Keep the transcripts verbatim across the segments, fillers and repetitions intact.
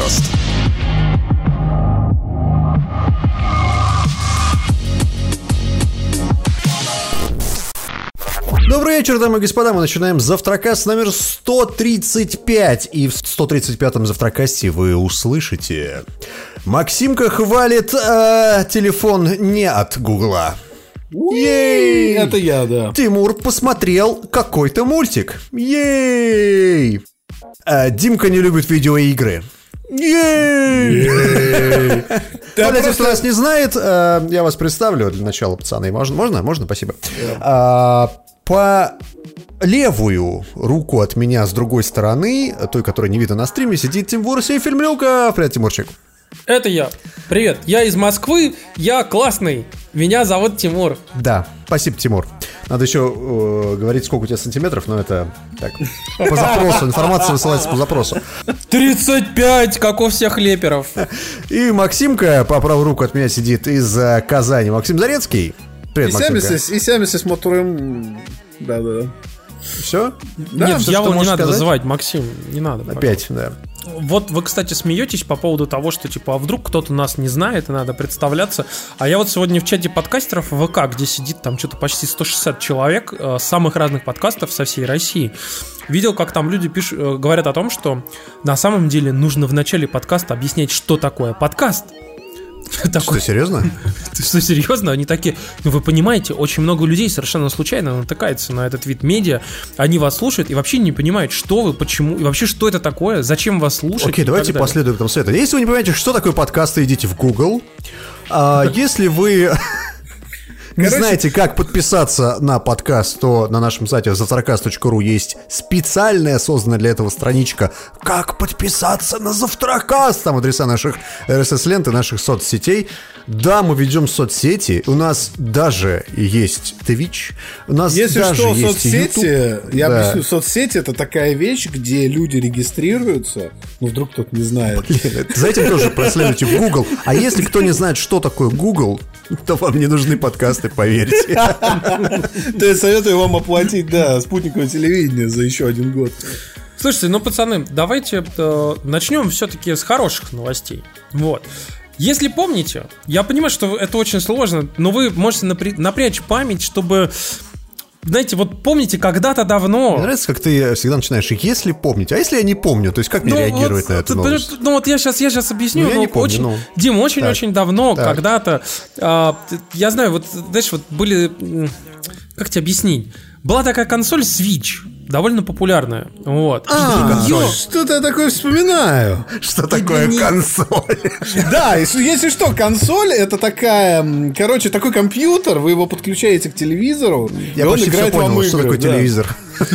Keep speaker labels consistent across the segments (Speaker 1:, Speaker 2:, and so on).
Speaker 1: подкаст.
Speaker 2: Добрый вечер, дамы и господа, мы начинаем Завтракаст номер сто тридцать пять. И в сто тридцать пятом Завтракасте вы услышите: Максимка хвалит э, телефон не от Гугла. Ей!
Speaker 3: Это я, да.
Speaker 2: Тимур посмотрел какой-то мультик. Ей! А Димка не любит видеоигры. Ей! Для тех, кто нас не знает, я вас представлю для начала, пацаны. Можно? Можно? Можно? Спасибо. По левую руку от меня, с другой стороны, той, которая не видно на стриме, сидит Тимур Сейфельмлюка. Привет, Тимурчик.
Speaker 4: Это я. Привет, я из Москвы, я классный. Меня зовут Тимур.
Speaker 2: Да, спасибо, Тимур. Надо еще э, говорить, сколько у тебя сантиметров, но это так, по запросу. Информация высылается по запросу.
Speaker 4: тридцать пять, как у всех леперов.
Speaker 2: И Максимка по правую руку от меня сидит из Казани. Максим Зарецкий. Привет, Максимка.
Speaker 3: И семьдесят с мотором. Да-да.
Speaker 2: Все?
Speaker 4: Да, нет, дьявола не надо вызывать, Максим, не надо.
Speaker 2: Опять, да.
Speaker 4: Вот вы, кстати, смеетесь по поводу того, что, типа, а вдруг кто-то нас не знает, и надо представляться. А я вот сегодня в чате подкастеров в ВК, где сидит там что-то почти сто шестьдесят человек, э, самых разных подкастов со всей России, видел, как там люди пишут, э, говорят о том, что на самом деле нужно в начале подкаста объяснять, что такое подкаст.
Speaker 2: Такой, что, серьезно?
Speaker 4: Что, серьезно? Они такие, ну вы понимаете, очень много людей совершенно случайно натыкается на этот вид медиа, они вас слушают и вообще не понимают, что вы, почему, и вообще, что это такое, зачем вас слушать.
Speaker 2: Окей, давайте последуем этому совету. Если вы не понимаете, что такое подкаст, идите в Google. А если вы... Не Короче... знаете, как подписаться на подкаст, то на нашем сайте завтракаст точка ру есть специальная, созданная для этого страничка «Как подписаться на Завтракаст». Там адреса наших эр эс эс-ленты, наших соцсетей. Да, мы ведем соцсети. У нас даже есть Twitch. У нас
Speaker 3: Если
Speaker 2: даже
Speaker 3: что,
Speaker 2: есть
Speaker 3: соцсети,
Speaker 2: YouTube.
Speaker 3: я
Speaker 2: да.
Speaker 3: объясню, соцсети — это такая вещь, где люди регистрируются. Ну, вдруг кто-то не знает.
Speaker 2: Блин, за этим тоже проследуйте в Google. А если кто не знает, что такое Google, то вам не нужны подкасты, поверьте.
Speaker 3: То я советую вам оплатить, да, спутниковое телевидение за еще один год.
Speaker 4: Слушайте, ну, пацаны, давайте э, начнем все-таки с хороших новостей. Вот. Если помните, я понимаю, что это очень сложно, но вы можете напря- напрячь память, чтобы... Знаете, вот помните, когда-то давно...
Speaker 2: Мне нравится, как ты всегда начинаешь «если помнить». А если я не помню, то есть как мне ну, реагировать
Speaker 4: вот,
Speaker 2: на эту новость?
Speaker 4: Ну вот я сейчас, я сейчас объясню.
Speaker 2: Ну, я
Speaker 4: ну,
Speaker 2: не помню,
Speaker 4: очень,
Speaker 2: ну.
Speaker 4: Дим, очень-очень давно,
Speaker 2: так.
Speaker 4: когда-то... А, я знаю, вот, знаешь, вот были... Как тебе объяснить? Была такая консоль Switch, довольно популярная. Вот.
Speaker 3: А, что-то я такое вспоминаю.
Speaker 2: Что такое консоль?
Speaker 3: Да, если что, консоль — это такая, короче, такой компьютер, вы его подключаете к телевизору,
Speaker 2: я почти все понял, что такое телевизор.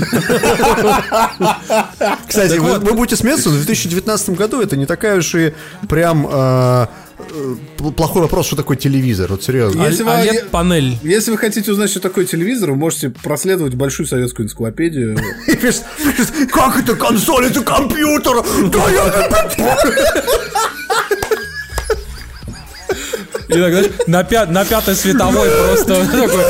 Speaker 2: Кстати, вы будете смеяться, но в две тысячи девятнадцатом году это не такая уж и прям... плохой вопрос, что такое телевизор, вот серьезно.
Speaker 4: Если вы, а панель.
Speaker 3: Если вы хотите узнать, что такое телевизор, вы можете проследовать большую советскую энциклопедию.
Speaker 2: Как это консоль, это компьютер?
Speaker 4: И так, знаешь, на, пя- на пятой световой просто такой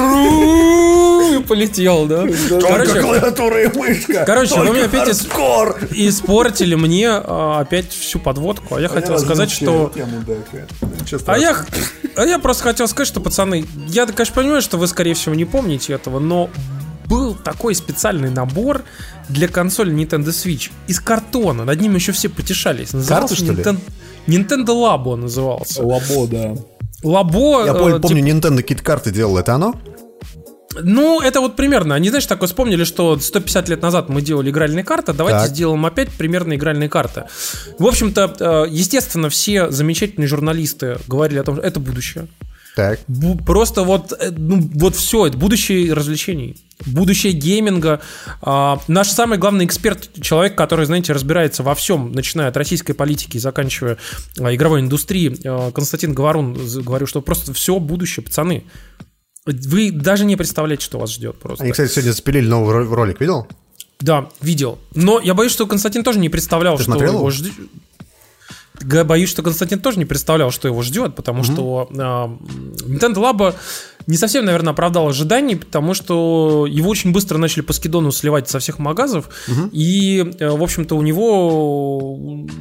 Speaker 4: полетел, да?
Speaker 2: Короче, клавиатура и мышка.
Speaker 4: Короче, вы мне опять ис- испортили мне а, опять всю подводку. А я а хотел я сказать, что... Тему, да, а, я... а я просто хотел сказать, что, пацаны, я, конечно, понимаю, что вы, скорее всего, не помните этого, но был такой специальный набор для консоли Nintendo Switch из картона. Над ним еще все потешались.
Speaker 2: Карты, что ли?
Speaker 4: Nintendo... Nintendo Labo назывался.
Speaker 3: Labo, да.
Speaker 4: Labo...
Speaker 2: Я
Speaker 4: э,
Speaker 2: помню,
Speaker 4: тип...
Speaker 2: Nintendo Kit-карты делал. Это оно?
Speaker 4: Ну, это вот примерно. Они, знаешь, такое вспомнили, что сто пятьдесят лет назад мы делали игральные карты. Давайте так. сделаем опять примерно игральные карты. В общем-то, естественно, все замечательные журналисты говорили о том, что это будущее.
Speaker 2: Так.
Speaker 4: Просто вот, ну, вот все, это будущее развлечений, будущее гейминга. А, наш самый главный эксперт, человек, который, знаете, разбирается во всем, начиная от российской политики и заканчивая а, игровой индустрией, а, Константин Говорун, говорю, что просто все будущее, пацаны. Вы даже не представляете, что вас ждет просто.
Speaker 2: Они, кстати, сегодня запилили новый ролик, видел?
Speaker 4: Да, видел. Но я боюсь, что Константин тоже не представлял,
Speaker 2: Ты
Speaker 4: что
Speaker 2: смотрел?
Speaker 4: его ждет. Боюсь, что Константин тоже не представлял, что его ждет, потому mm-hmm. что э, Nintendo Labo не совсем, наверное, оправдал ожиданий, потому что его очень быстро начали по скидону сливать со всех магазов, mm-hmm. и, э, в общем-то, у него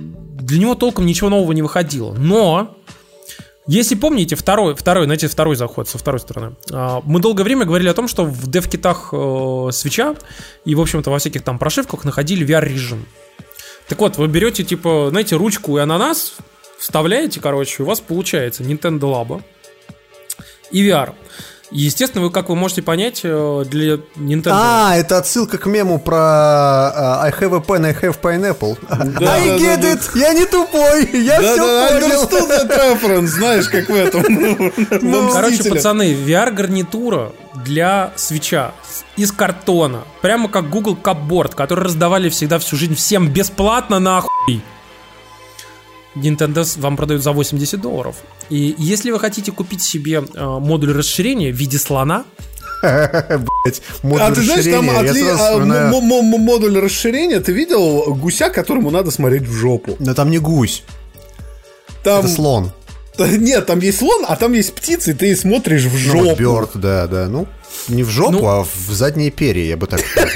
Speaker 4: для него толком ничего нового не выходило. Но, если помните, второй, второй, знаете, второй заход со второй стороны. Мы долгое время говорили о том, что в дев-китах Switch'а и, в общем-то, во всяких там прошивках находили ви ар-режим. Так вот, вы берете, типа, знаете, ручку и ананас, вставляете, короче, у вас получается Nintendo Labo и ви ар. И, естественно, вы, как вы можете понять, для Nintendo...
Speaker 2: А, это отсылка к мему про uh, I have a pen, I have pineapple.
Speaker 3: Да,
Speaker 2: I
Speaker 3: да,
Speaker 2: get
Speaker 3: да,
Speaker 2: it! Да. Я не тупой! Я
Speaker 3: да,
Speaker 2: все
Speaker 3: да,
Speaker 2: понял!
Speaker 3: Understood that reference, знаешь, как в этом.
Speaker 4: Ну, короче, пацаны, ви ар-гарнитура для свитча из картона. Прямо как Google Cupboard, который раздавали всегда всю жизнь всем бесплатно нахуй. Nintendo вам продают за восемьдесят долларов. И если вы хотите купить себе э, модуль расширения в виде слона...
Speaker 2: Блять, модуль
Speaker 3: а ты знаешь, там отли... а,
Speaker 2: вспоминаю...
Speaker 3: м- м- модуль расширения, ты видел гуся, которому надо смотреть в жопу?
Speaker 2: Но там не гусь.
Speaker 3: Там...
Speaker 2: Это слон.
Speaker 3: Нет, там есть слон, а там есть птицы, и ты смотришь в жопу.
Speaker 2: Ну, бёрд, да, да. Ну, не в жопу, ну... а в задние перья, я бы так сказал.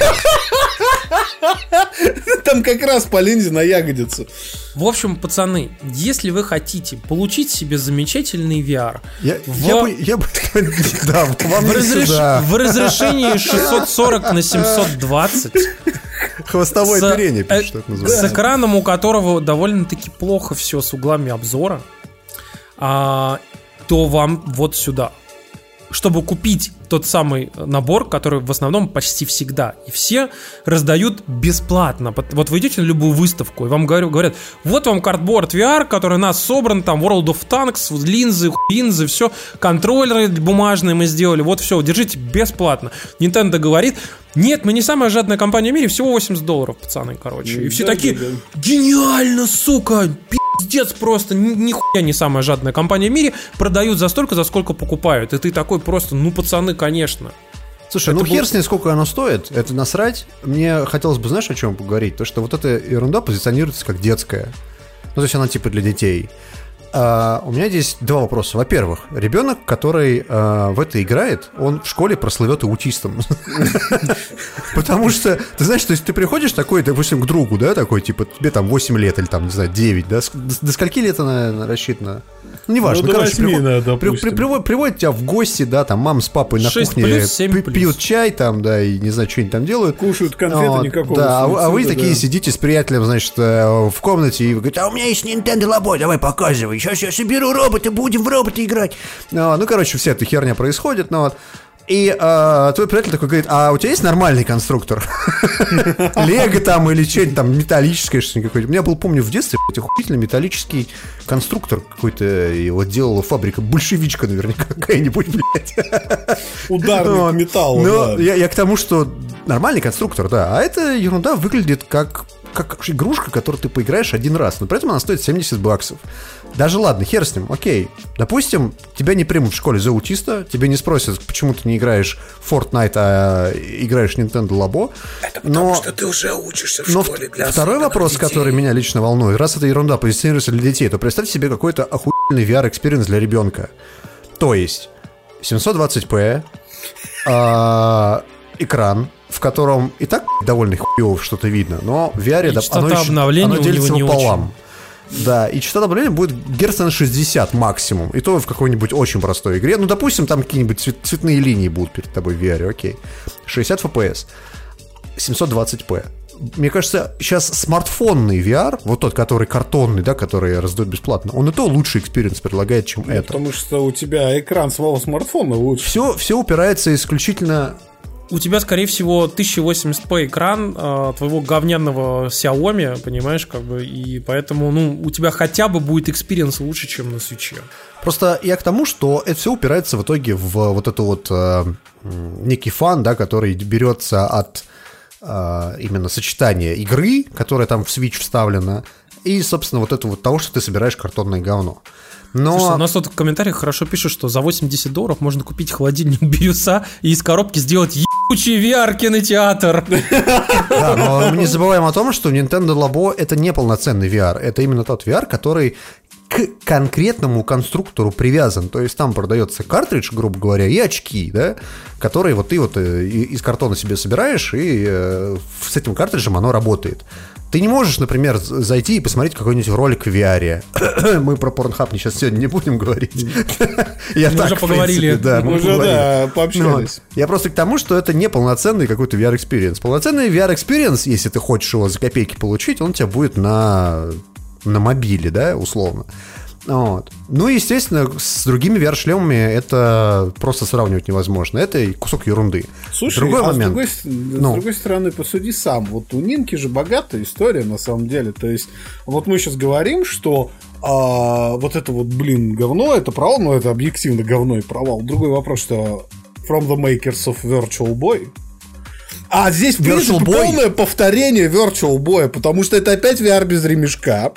Speaker 3: Там как раз по линзе на ягодицу.
Speaker 4: В общем, пацаны, если вы хотите получить себе замечательный ви ар
Speaker 2: я,
Speaker 4: в...
Speaker 2: я бы, я бы, да, вам
Speaker 4: в, разреш... в разрешении шестьсот сорок на семьсот двадцать
Speaker 2: хвостовое
Speaker 4: с...
Speaker 2: оперение, пишет, что это называется.
Speaker 4: С экраном, у которого довольно-таки плохо все с углами обзора, а, то вам вот сюда. Чтобы купить тот самый набор, который в основном почти всегда и все раздают бесплатно. Вот вы идете на любую выставку, и вам говорят: вот вам картборд ви ар, который у нас собран, там World of Tanks, линзы, линзы, все, контроллеры бумажные мы сделали, вот все, держите бесплатно. Nintendo говорит: нет, мы не самая жадная компания в мире, всего восемьдесят долларов, пацаны, короче. И все да, такие: да, да. Гениально, сука, пиздец просто, нихуя не самая жадная компания в мире, продают за столько, за сколько покупают. И ты такой просто: ну, пацаны, конечно.
Speaker 2: Слушай, это ну был... хер с ней, сколько оно стоит, это насрать. Мне хотелось бы, знаешь, о чем поговорить? То, что вот эта ерунда позиционируется как детская. Ну, то есть она типа для детей. А, у меня здесь два вопроса. Во-первых, ребенок, который а, в это играет, он в школе прослывет аутистом. Потому что, ты знаешь, то есть ты приходишь такой, допустим, к другу, да, такой, типа, тебе там восемь лет или там, не знаю, девять, да? До скольки лет она рассчитана? Ну, неважно, ну, короче, приводят тебя в гости, да, там мама с папой на кухне пьют чай, там, да, и не знаю, что-нибудь там делают.
Speaker 3: Кушают конфеты никакого.
Speaker 2: Да, а вы такие сидите с приятелем, значит, в комнате, и вы говорите: а у меня есть Nintendo Labo, давай показывай. Сейчас я соберу робота, будем в робота играть. Ну, ну, короче, вся эта херня происходит, ну вот. И э, твой приятель такой говорит: а у тебя есть нормальный конструктор? Лего там или что-нибудь там металлическое, что-нибудь какое-то. У меня был, помню, в детстве охуительный металлический конструктор какой-то, его делала фабрика большевичка наверняка какая-нибудь, блядь.
Speaker 3: Ударный металл.
Speaker 2: Ну, я, я к тому, что нормальный конструктор, да. А эта ерунда выглядит как... как игрушка, которую ты поиграешь один раз, но при этом она стоит семьдесят баксов. Даже ладно, хер с ним, окей. Допустим, тебя не примут в школе за аутиста, тебе не спросят, почему ты не играешь в Fortnite, а играешь в Nintendo Labo.
Speaker 3: Это потому, но... что ты уже учишься в
Speaker 2: но
Speaker 3: школе для
Speaker 2: второй вопрос, детей. Который меня лично волнует: раз эта ерунда позиционируется для детей, то представьте себе какой-то охуительный ви ар-экспириенс для ребенка. То есть семьсот двадцать пэ, а, экран, в котором и так довольно хуёво что-то видно, но в ви ар оно, еще, оно делится пополам. Да, и частота обновления будет герц на шестьдесят максимум. И то в какой-нибудь очень простой игре. Ну, допустим, там какие-нибудь цвет, цветные линии будут перед тобой в ви ар, окей. шестьдесят эф пи эс, семьсот двадцать пэ. Мне кажется, сейчас смартфонный ви ар, вот тот, который картонный, да, который раздают бесплатно, он и то лучший экспириенс предлагает, чем
Speaker 3: ну,
Speaker 2: это.
Speaker 3: Потому что у тебя экран самого смартфона лучше.
Speaker 2: Все, все упирается исключительно...
Speaker 4: У тебя, скорее всего, тысяча восемьдесят пэ экран э, твоего говняного Xiaomi, понимаешь, как бы, и поэтому, ну, у тебя хотя бы будет экспириенс лучше, чем на свитче.
Speaker 2: Просто я к тому, что это все упирается в итоге в вот это вот э, некий фан, да, который берется от э, именно сочетания игры, которая там в Switch вставлена, и, собственно, вот это вот того, что ты собираешь картонное говно. Но...
Speaker 4: Слушай, у нас тут в комментариях хорошо пишут, что за восемьдесят долларов можно купить холодильник Бирюса и из коробки сделать ебучий ви ар-кинотеатр.
Speaker 2: Да, но мы не забываем о том, что Nintendo Labo — это не полноценный ви ар. Это именно тот ви ар, который к конкретному конструктору привязан. То есть там продается картридж, грубо говоря, и очки, да, которые вот ты вот из картона себе собираешь, и с этим картриджем оно работает. Ты не можешь, например, зайти и посмотреть какой-нибудь ролик в ви ар. Мы про Pornhub сейчас сегодня не будем говорить. Я
Speaker 4: мы уже поговорили.
Speaker 2: Да,
Speaker 3: мы уже, да, пообщались.
Speaker 2: Я просто к тому, что это не полноценный какой-то ви ар-экспириенс. Полноценный ви ар-экспириенс, если ты хочешь его за копейки получить, он у тебя будет на, на мобиле, да, условно. Вот. Ну и, естественно, с другими ви ар-шлемами это просто сравнивать невозможно. Это кусок ерунды.
Speaker 3: Слушай, Другой а момент. С, другой, ну. с другой стороны, посуди сам. Вот у Нинки же богатая история, на самом деле. То есть, вот мы сейчас говорим, что а, вот это вот, блин, говно, это провал, но это объективно говно и провал. Другой вопрос, что From the Makers of Virtual Boy. А здесь, в принципе, полное повторение Virtual Boy, потому что это опять ви ар без ремешка,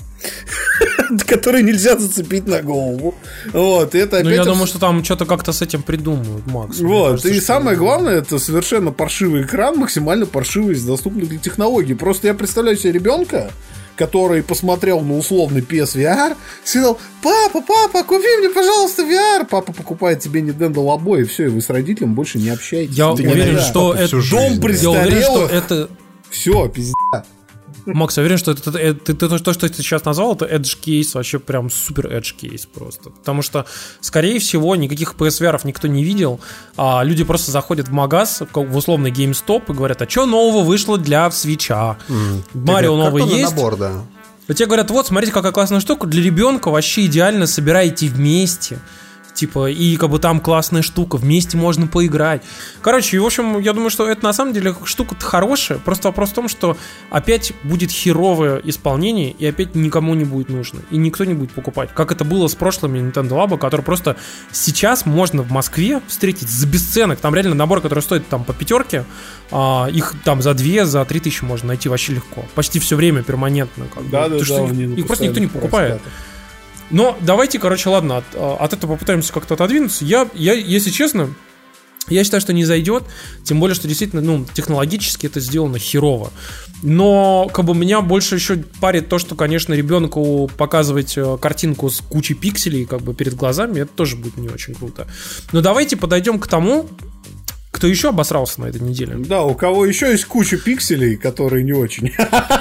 Speaker 3: который нельзя зацепить на голову. Вот, это опять...
Speaker 4: Ну, я думаю, что там что-то как-то с этим придумают, Макс.
Speaker 3: Вот, и самое главное, это совершенно паршивый экран, максимально паршивый из доступных для технологий. Просто я представляю себе ребенка, который посмотрел на условный пи эс ви ар, сказал: папа, папа, купи мне, пожалуйста, ви ар. Папа покупает тебе Nintendo Labo, и все, и вы с родителем больше не общаетесь.
Speaker 4: Я уверен, что это
Speaker 3: дом престарелых.
Speaker 4: это...
Speaker 3: Все, пиздец.
Speaker 4: Макс, я уверен, что это, это, это, то, что ты сейчас назвал, это edge кейс, вообще прям супер edge кейс просто. Потому что, скорее всего, никаких пи эс ви ар никто не видел, а люди просто заходят в магаз, в условный GameStop, и говорят: а что нового вышло для Свитча? Mm. Марио новый есть.
Speaker 2: Набор, да.
Speaker 4: И тебе говорят: вот, смотрите, какая классная штука, для ребенка вообще идеально, собираете вместе. Типа, и как бы там классная штука, вместе можно поиграть. Короче, в общем, я думаю, что это на самом деле штука-то хорошая. Просто вопрос в том, что опять будет херовое исполнение, и опять никому не будет нужно. И никто не будет покупать. Как это было с прошлыми Nintendo Labo, который просто сейчас можно в Москве встретить за бесценок. Там реально набор, который стоит там по пятерке, а, их там за две, за три тысячи можно найти вообще легко. Почти все время, перманентно. Как
Speaker 3: да,
Speaker 4: бы.
Speaker 3: да,
Speaker 4: что
Speaker 3: да,
Speaker 4: их, их просто никто не покупает. Но давайте, короче, ладно, от, от этого попытаемся как-то отодвинуться. Я, я, если честно, я считаю, что не зайдет. Тем более, что действительно, ну, технологически это сделано херово. Но, как бы, меня больше еще парит то, что, конечно, ребенку показывать картинку с кучей пикселей, как бы, перед глазами, это тоже будет не очень круто. Но давайте подойдем к тому, кто еще обосрался на этой неделе.
Speaker 3: Да, у кого еще есть куча пикселей, которые не очень.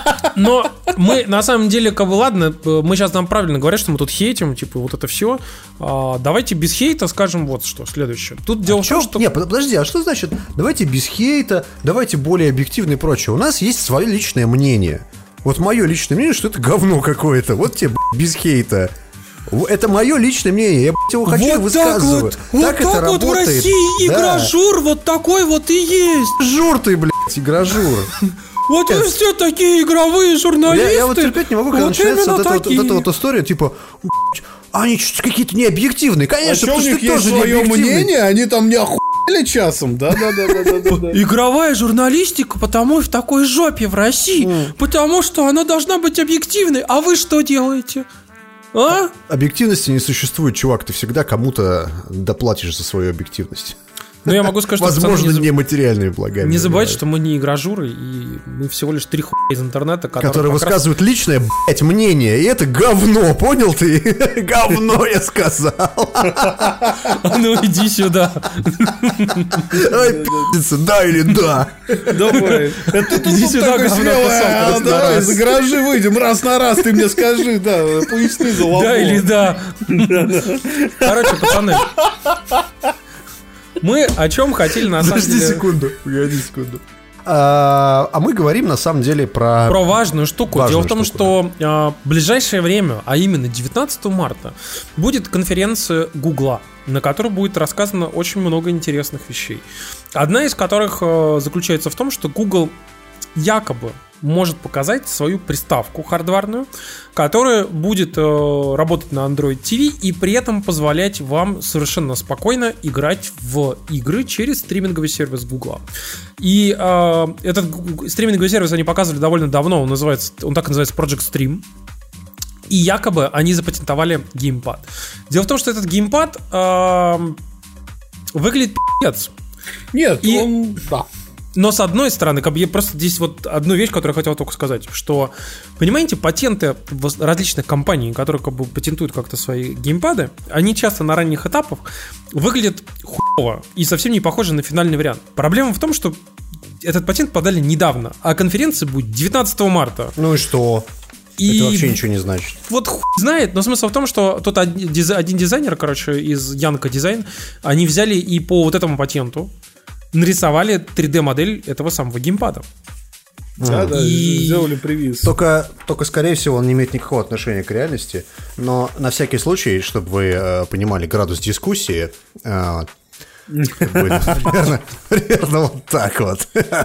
Speaker 4: Но мы, на самом деле, как бы, ладно, мы сейчас нам правильно говорят, что мы тут хейтим, типа, вот это все. А, давайте без хейта скажем вот что, следующее. Тут дело
Speaker 2: а
Speaker 4: в том, что...
Speaker 2: Не, подожди, а что значит, давайте без хейта, давайте более объективно и прочее. У нас есть свое личное мнение. Вот мое личное мнение, что это говно какое-то. Вот тебе, без хейта. Это мое личное мнение, я, блядь, его хочу вот и высказываю.
Speaker 4: Вот, вот так, так вот в России да. Игражур вот такой вот и есть.
Speaker 2: Жур ты, блядь, игражур.
Speaker 4: Вот вы все такие игровые журналисты.
Speaker 2: Я, я вот терпеть не могу, когда вот начинается вот эта вот, вот, вот история, типа, они какие-то необъективные. Конечно,
Speaker 3: а
Speaker 2: потому что
Speaker 3: у них есть
Speaker 2: тоже
Speaker 3: свое мнение, они там не охуели часом. Да-да-да.
Speaker 4: Игровая журналистика потому и в такой жопе в России, потому что она должна быть объективной. А вы что делаете? А?
Speaker 2: Объективности не существует, чувак. Ты всегда кому-то доплатишь за свою объективность.
Speaker 4: Ну, я могу сказать, что...
Speaker 2: Возможно, не материальные блага.
Speaker 4: Не забывайте, что мы не игражуры, и мы всего лишь три хуя из интернета,
Speaker 2: которые, которые высказывают раз... личное, блядь, мнение, и это говно, понял ты? Говно, я сказал.
Speaker 4: Ну, иди сюда.
Speaker 2: Ай, пиздец, да или да?
Speaker 3: Давай. Это
Speaker 4: иди сюда, говно.
Speaker 3: Давай, за гаражи выйдем, раз на раз ты мне скажи, да, поясни за лобо.
Speaker 4: Да или да? Короче, пацаны, мы о чем хотели на самом
Speaker 2: деле... Подожди секунду, погоди секунду. А, а мы говорим на самом деле про...
Speaker 4: Про важную штуку.
Speaker 2: Важную
Speaker 4: Дело в том,
Speaker 2: штуку,
Speaker 4: что да. а, в ближайшее время, а именно девятнадцатого марта, будет конференция Гугла, на которой будет рассказано очень много интересных вещей. Одна из которых а, заключается в том, что Google якобы может показать свою приставку хардварную, которая будет э, работать на Android ти ви и при этом позволять вам совершенно спокойно играть в игры через стриминговый сервис Google. И э, этот стриминговый сервис они показывали довольно давно, он, называется, он так и называется Project Stream. И якобы они запатентовали геймпад. Дело в том, что этот геймпад э, выглядит пи***ц.
Speaker 3: Нет,
Speaker 4: и...
Speaker 3: он... Да.
Speaker 4: Но с одной стороны, как бы я просто здесь вот одну вещь, которую я хотел только сказать, что, понимаете, патенты различных компаний, которые как бы патентуют как-то свои геймпады, они часто на ранних этапах выглядят хуёво и совсем не похожи на финальный вариант. Проблема в том, что этот патент подали недавно, а конференция будет девятнадцатого марта.
Speaker 2: Ну и что? И это вообще ничего не значит.
Speaker 4: Вот хуй знает, но смысл в том, что тот один, один дизайнер, короче, из Янка Дизайн, они взяли и по вот этому патенту нарисовали три дэ-модель этого самого геймпада.
Speaker 3: Да, да, и... сделали привиз.
Speaker 2: Только, только, скорее всего, он не имеет никакого отношения к реальности. Но на всякий случай, чтобы вы э, понимали градус дискуссии, э, примерно вот так вот.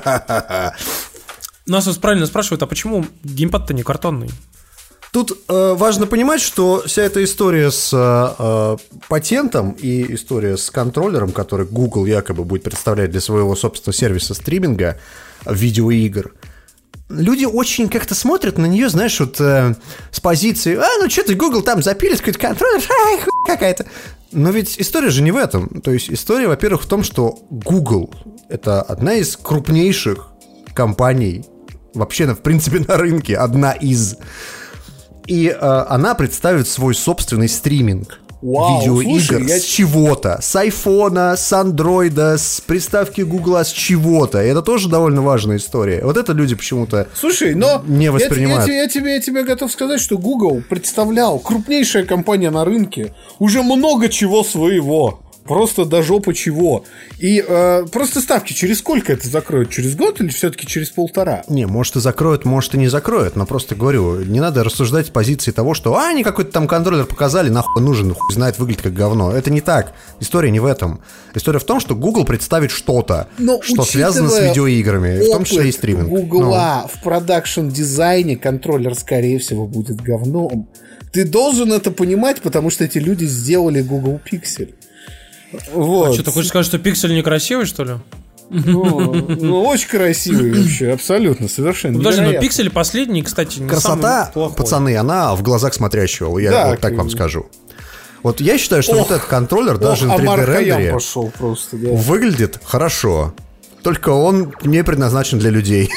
Speaker 4: Нас вот правильно спрашивают, а почему геймпад-то не картонный?
Speaker 2: Тут э, важно понимать, что вся эта история с э, патентом и история с контроллером, который Google якобы будет представлять для своего собственного сервиса стриминга видеоигр, люди очень как-то смотрят на нее, знаешь, вот э, с позиции: а, ну что ты, Google там запилит какой-то контроллер, ай, хуй какая-то. Но ведь история же не в этом. То есть история, во-первых, в том, что Google — это одна из крупнейших компаний вообще, в принципе, на рынке, одна из. И э, она представит свой собственный стриминг
Speaker 3: Вау,
Speaker 2: видеоигр
Speaker 3: слушай, я...
Speaker 2: с чего-то. С айфона, с андроида, с приставки Гугла, с чего-то. И это тоже довольно важная история. Вот это люди почему-то
Speaker 3: Слушай, но
Speaker 2: не воспринимают.
Speaker 3: Я, я, я, тебе, я тебе готов сказать, что Google представлял, крупнейшая компания на рынке, уже много чего своего. Просто до жопы чего. И э, просто ставки, через сколько это закроют? Через год или все-таки через полтора?
Speaker 2: Не, может и закроют, может и не закроют. Но просто говорю, не надо рассуждать с позиции того, что а, они какой-то там контроллер показали, нахуй нужен, хуй знает, выглядит как говно. Это не так. История не в этом. История в том, что Google представит что-то,
Speaker 3: Но,
Speaker 2: что связано с видеоиграми, в том числе и стриминг.
Speaker 3: Гугла в продакшн-дизайне контроллер, скорее всего, будет говном. Ты должен это понимать, потому что эти люди сделали Google Pixel. Вот.
Speaker 4: А что, ты хочешь сказать, что пиксель некрасивый, что ли?
Speaker 3: Ну, ну, очень красивый вообще, абсолютно, совершенно.
Speaker 4: Подожди, но пиксель последний, кстати, не
Speaker 2: красота, пацаны, она в глазах смотрящего, я да, вот так вам скажу. Вот я считаю, что ох, вот этот контроллер ох, даже на три дэ-рендере
Speaker 3: пошел просто, да.
Speaker 2: выглядит хорошо. Только он не предназначен для людей.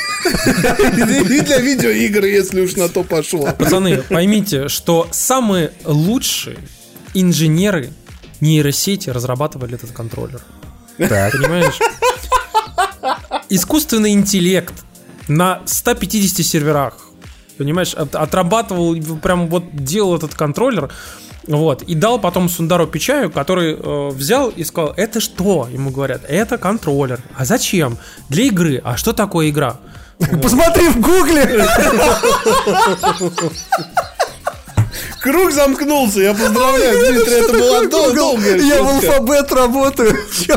Speaker 3: И для видеоигр, если уж на то пошло.
Speaker 4: Пацаны, поймите, что самые лучшие инженеры нейросети разрабатывали этот контроллер.
Speaker 2: Так.
Speaker 4: Понимаешь? Искусственный интеллект на ста пятидесяти серверах, понимаешь, отрабатывал, прям вот делал этот контроллер, вот, и дал потом Сундару Пичаю, который э, взял и сказал: это что? Ему говорят: это контроллер. А зачем? Для игры. А что такое игра?
Speaker 2: Посмотри в гугле!
Speaker 3: Круг замкнулся, я поздравляю, Дмитрий, это была долгая шутка.
Speaker 2: Я в алфабет работаю.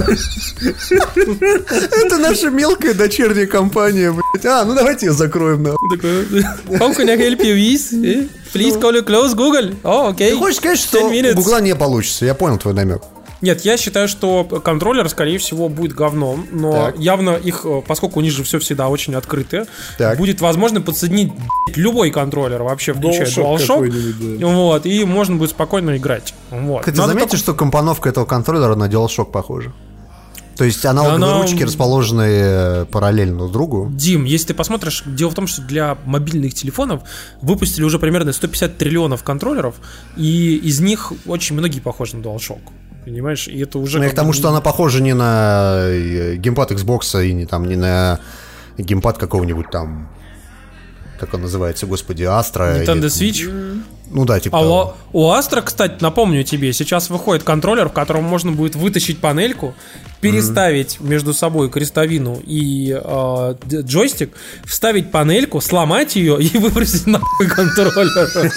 Speaker 2: Это наша мелкая дочерняя компания, блядь. А, ну давайте ее закроем.
Speaker 4: How can I help you with? Please call you close Google. О, окей.
Speaker 2: Ты хочешь сказать, что у Гугла не получится? Я понял твой намек.
Speaker 4: Нет, я считаю, что контроллер, скорее всего, будет говном. Но так. явно их, поскольку у них же все всегда очень открытые, так. будет возможно подсоединить любой контроллер, вообще включая DualShock. Да. Вот, и можно будет спокойно играть. Вот.
Speaker 2: Ты заметишь, только... что компоновка этого контроллера на DualShock похожа? То есть аналоговые Она... ручки расположены параллельно друг другу.
Speaker 4: Дим, если ты посмотришь, дело в том, что для мобильных телефонов выпустили уже примерно сто пятьдесят триллионов контроллеров, и из них очень многие похожи на DualShock. Понимаешь, и это уже...
Speaker 2: Ну, к тому, что она похожа не на геймпад Xbox и не, там, не на геймпад какого-нибудь там... Как он называется, господи, Astra.
Speaker 4: Nintendo Switch?
Speaker 2: Ну да, типа
Speaker 4: а
Speaker 2: того.
Speaker 4: У, у Astra, кстати, напомню тебе, сейчас выходит контроллер, в котором можно будет вытащить панельку, переставить mm-hmm. между собой крестовину и э, джойстик, вставить панельку, сломать ее и выбросить нахуй контроллер.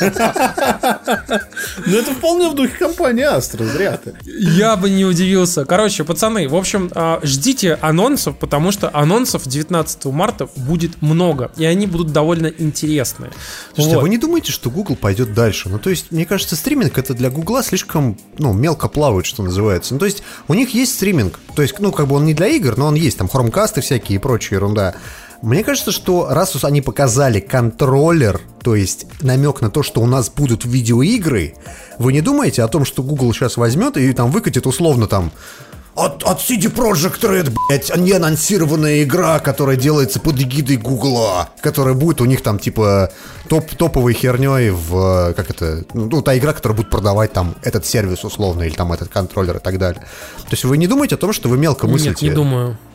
Speaker 3: Ну это вполне в духе компании Astra, зря ты.
Speaker 4: Я бы не удивился. Короче, пацаны, в общем, ждите анонсов, потому что анонсов девятнадцатого марта будет много, и они будут довольно интересные.
Speaker 2: Слушайте, вот. Вы не думаете, что Google пойдет дальше? Ну то есть, мне кажется, стриминг это для Гугла слишком, ну, мелко плавает, что называется. Ну то есть, у них есть стриминг. То есть, ну, как бы он не для игр, но он есть, там, хромкасты всякие и прочая ерунда. Мне кажется, что раз уж они показали контроллер, то есть намек на то, что у нас будут видеоигры, вы не думаете о том, что Google сейчас возьмет и там выкатит условно там от, от си ди Projekt Red, блядь, неанонсированная игра, которая делается под эгидой Гугла, которая будет у них там типа топ, топовой херней в, как это, ну, та игра, которая будет продавать там этот сервис условно, или там этот контроллер и так далее. То есть вы не думаете о том, что вы мелко мыслите?
Speaker 4: Нет, не думаю.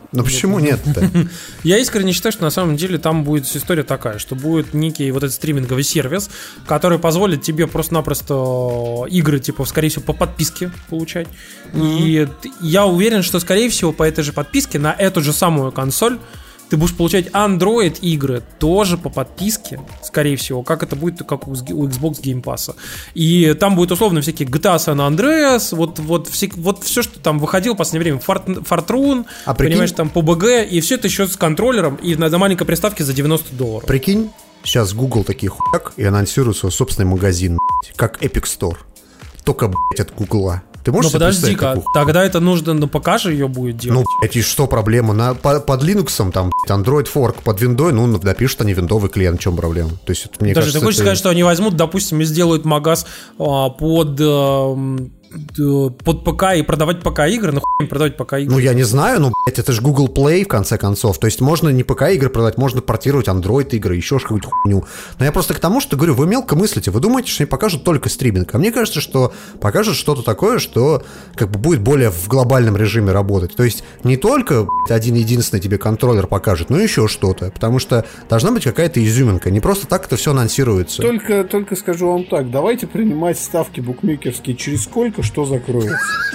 Speaker 2: Ну почему нет-то?
Speaker 4: Я искренне считаю, что на самом деле там будет история такая, что будет некий вот этот стриминговый сервис, который позволит тебе просто-напросто игры, типа, скорее всего, по подписке получать. И я уверен, что, скорее всего, по этой же подписке на эту же самую консоль ты будешь получать Android игры тоже по подписке, скорее всего, как это будет, как у Xbox Game Pass. И там будет условно всякие джи ти эй San Andreas, вот, вот, все, вот все, что там выходило в последнее время, Fort, Fortrun, а понимаешь, там пэ бэ гэ, и все это еще с контроллером, и на, на маленькой приставке за девяносто долларов.
Speaker 2: Прикинь, сейчас Google такие хуяк и анонсирует свой собственный магазин, как Epic Store. Только, блядь, от Гугла. Ты можешь
Speaker 4: ну подожди-ка, тогда это нужно на ПК же ее будет делать.
Speaker 2: Ну, блядь, и что проблема? На, по, под Linux, там, Android Fork, под виндой, ну, допишут они виндовый клиент, в чем проблема? То есть, это, мне
Speaker 4: Даже
Speaker 2: кажется,
Speaker 4: ты хочешь
Speaker 2: это...
Speaker 4: сказать, что они возьмут, допустим, и сделают магаз а, под... А, под ПК и продавать ПК-игры? Ну, хуй им продавать ПК-игры.
Speaker 2: Ну, я не знаю, ну, блядь, это же Google Play, в конце концов. То есть, можно не ПК-игры продавать, можно портировать Android-игры, еще какую-нибудь хуйню. Но я просто к тому, что говорю, вы мелко мыслите, вы думаете, что они покажут только стриминг. А мне кажется, что покажут что-то такое, что как бы будет более в глобальном режиме работать. То есть, не только, блядь, один-единственный тебе контроллер покажет, но еще что-то. Потому что должна быть какая-то изюминка. Не просто так это все анонсируется.
Speaker 3: Только, только скажу вам так, давайте принимать ставки букмекерские через сколько, что закроется.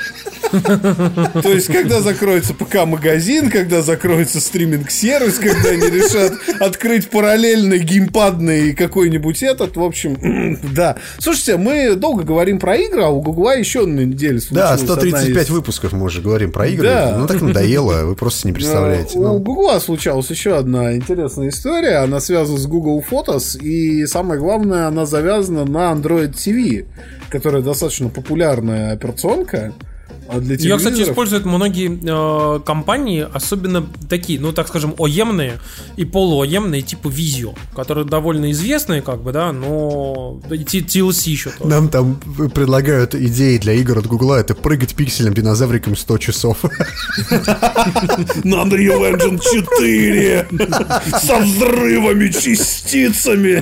Speaker 3: То есть, когда закроется ПК-магазин, когда закроется стриминг-сервис, когда они решат открыть параллельный геймпадный какой-нибудь этот, в общем, да. Слушайте, мы долго говорим про игры, а у Гугла еще на неделе случилась
Speaker 2: Да, сто тридцать пять
Speaker 3: из...
Speaker 2: выпусков мы уже говорим про игры.
Speaker 3: Да.
Speaker 2: Ну, так надоело, вы просто не представляете.
Speaker 3: У
Speaker 2: ну.
Speaker 3: Гугла случалась еще одна интересная история. Она связана с Google Photos, и самое главное, она завязана на Android ти ви, которая достаточно популярная операционка. А для
Speaker 4: Ее, кстати, используют многие э, компании, особенно такие, ну, так скажем, оемные и полуоемные, типа Vizio, которые довольно известные, как бы, да, но ти эл си еще тоже.
Speaker 2: Нам там предлагают идеи для игр от Гугла, это прыгать пиксельным динозавриком сто часов.
Speaker 3: На Unreal Engine четыре со взрывами, частицами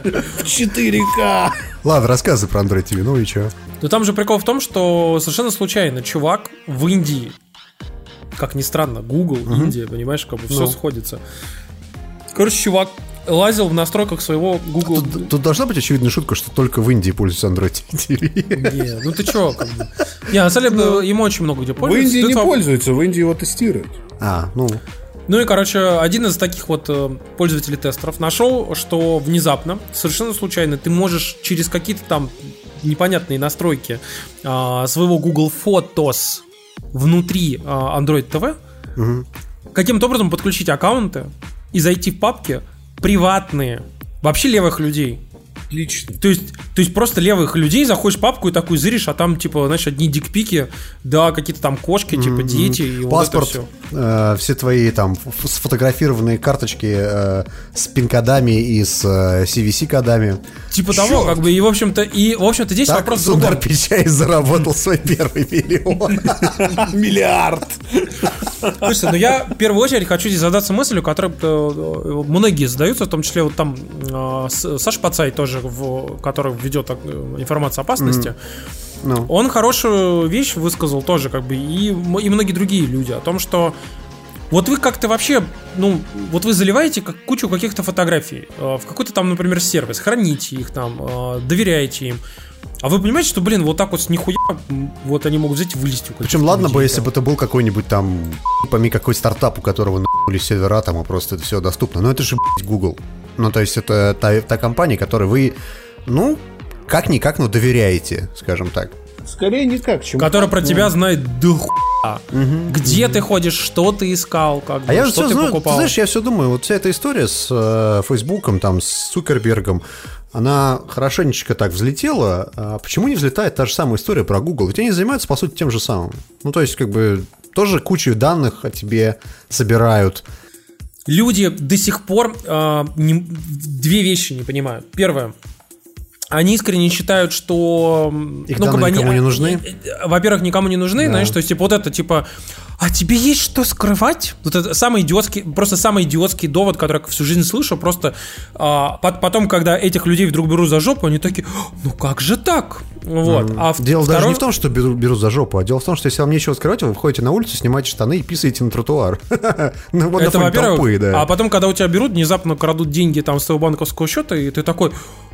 Speaker 3: в четыре ка.
Speaker 2: Ладно, рассказывай про Android ти ви, ну и чё?
Speaker 4: Но там же прикол в том, что совершенно случайно чувак в Индии, как ни странно, Google, uh-huh. Индия, понимаешь, как бы все no. сходится. Короче, чувак лазил в настройках своего Google.
Speaker 2: Тут, тут должна быть очевидная шутка, что только в Индии пользуются Android ти ви.
Speaker 4: Не, ну ты чё, как бы. Не, на самом деле, no. ему очень много где пользуются.
Speaker 3: В Индии не вам... пользуются, в Индии его тестируют.
Speaker 2: А, ну...
Speaker 4: Ну и, короче, один из таких вот пользователей тестеров нашел, что внезапно, совершенно случайно, ты можешь через какие-то там непонятные настройки а, своего Google Photos внутри а, Android ти ви угу. каким-то образом подключить аккаунты и зайти в папки приватные, вообще левых людей.
Speaker 3: Отлично.
Speaker 4: То есть, то есть просто левых людей, заходишь в папку и такой зыришь, а там, типа, знаешь, одни дикпики, да, какие-то там кошки, mm-hmm. типа, дети. И
Speaker 2: паспорт,
Speaker 4: вот это
Speaker 2: все. Э, все твои там сфотографированные карточки э, с пин-кодами и с э, си ви си-кодами.
Speaker 4: Типа Черт. того, как бы, и, в общем-то, и, в общем-то, здесь
Speaker 2: так
Speaker 4: вопрос...
Speaker 2: Сугар Пичай заработал свой первый миллион.
Speaker 3: Миллиард.
Speaker 4: Слушайте, ну я в первую очередь хочу здесь задаться мыслью, которую многие задаются, в том числе вот там Саша Пацай тоже, в, который ведет информацию опасности, mm. no. он хорошую вещь высказал тоже, как бы, и, и многие другие люди о том, что вот вы как-то вообще, ну, вот вы заливаете как кучу каких-то фотографий в какой-то там, например, сервис, храните их там, доверяете им. А вы понимаете, что, блин, вот так вот с нихуя вот они могут взять и вылезти.
Speaker 2: Причем ладно людей, бы, если там. бы это был какой-нибудь там, помимо какой стартап, у которого нахули сервера, там, а просто это все доступно. Но это же, блядь, Google. Ну, то есть это та, та компания, которой вы, ну, как-никак, но доверяете, скажем так.
Speaker 3: Скорее никак, чем...
Speaker 4: Которая про тебя знает да хуя. Угу, Где угу. ты ходишь, что ты искал, как бы,
Speaker 2: а я
Speaker 4: что
Speaker 2: все
Speaker 4: ты
Speaker 2: знаю,
Speaker 4: покупал.
Speaker 2: Ты знаешь, я все думаю, вот вся эта история с э, Фейсбуком, там, с Цукербергом, она хорошенечко так взлетела. А почему не взлетает та же самая история про Google? Ведь они занимаются, по сути, тем же самым. Ну, то есть, как бы, тоже кучу данных о тебе собирают.
Speaker 4: Люди до сих пор э, не, две вещи не понимают. Первое. Они искренне считают, что...
Speaker 2: Их ну, данные как бы никому они, не нужны?
Speaker 4: Во-первых, никому не нужны, да. Знаешь, то есть, типа, вот это, типа... а тебе есть что скрывать? Вот это самый идиотский, просто самый идиотский довод, который я всю жизнь слышу. Просто а, потом, когда этих людей вдруг берут за жопу, они такие, ну как же так? Вот.
Speaker 2: Mm.
Speaker 4: А
Speaker 2: дело
Speaker 4: второй...
Speaker 2: даже не в том, что берут, берут за жопу, а дело в том, что если вам нечего скрывать, вы выходите на улицу, снимаете штаны и писаете на тротуар.
Speaker 4: Это, во-первых, а потом, когда у тебя берут, внезапно крадут деньги там с твоего банковского счета, и ты такой,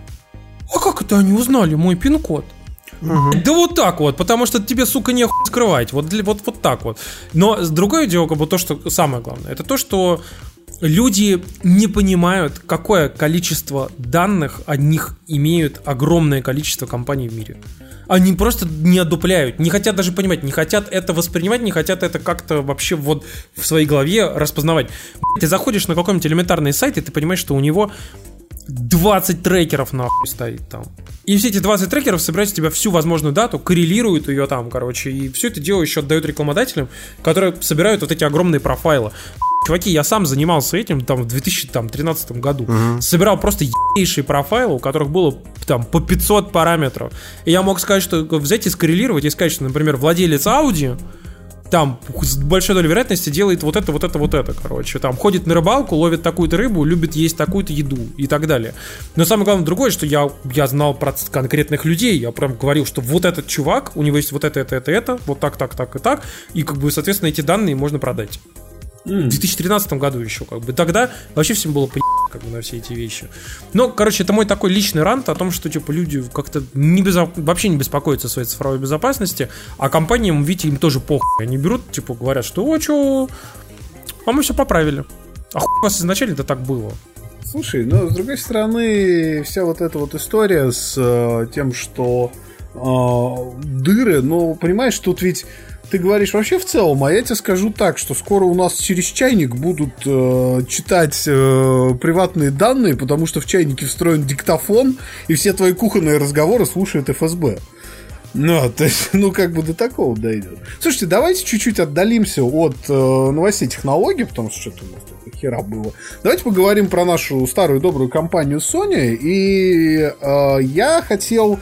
Speaker 4: а как это они узнали мой пин-код? Угу. Да вот так вот, потому что тебе, сука, нехуй скрывать. Вот, вот, вот так вот. Но другое дело, как бы то, что самое главное, это то, что люди не понимают, какое количество данных о них имеют огромное количество компаний в мире. Они просто не одупляют, не хотят даже понимать, не хотят это воспринимать, не хотят это как-то вообще вот в своей голове распознавать. Ты заходишь на какой-нибудь элементарный сайт, и ты понимаешь, что у него двадцать трекеров нахуй стоит там. И все эти двадцать трекеров собирают с тебя всю возможную дату, коррелируют ее там, короче, и все это дело еще отдают рекламодателям, которые собирают вот эти огромные профайлы. Чуваки, я сам занимался этим там в две тысячи тринадцатом году. Uh-huh. Собирал просто ебейшие профайлы, у которых было там по пятьсот параметров. И я мог сказать, что взять и скоррелировать и сказать, что, например, владелец Audi там с большой долей вероятности делает вот это, вот это, вот это, короче. Там ходит на рыбалку, ловит такую-то рыбу, любит есть такую-то еду и так далее. Но самое главное другое, что я, я знал про конкретных людей. Я прям говорил, что вот этот чувак, у него есть вот это, это, это, это, вот так, так, так и так. И как бы, соответственно, эти данные можно продать. В две тысячи тринадцатом году еще как бы. Тогда вообще всем было по***, как бы, на все эти вещи. Но, короче, это мой такой личный рант о том, что типа люди как-то не безо... вообще не беспокоятся о своей цифровой безопасности, а компаниям, видите, им тоже похуй. Они берут, типа, говорят, что о, чё, а мы все поправили. А хуй у вас изначально-то так было.
Speaker 3: Слушай, ну, с другой стороны, вся вот эта вот история с э, тем, что э, дыры, ну, понимаешь, тут ведь ты говоришь вообще в целом, а я тебе скажу так, что скоро у нас через чайник будут э, читать э, приватные данные, потому что в чайнике встроен диктофон, и все твои кухонные разговоры слушает эф эс бэ. Ну, то есть, ну, как бы до такого дойдет. Слушайте, давайте чуть-чуть отдалимся от э, новостей технологий, потому что что-то у нас тут хера было. Давайте поговорим про нашу старую добрую компанию Sony. И э, я хотел...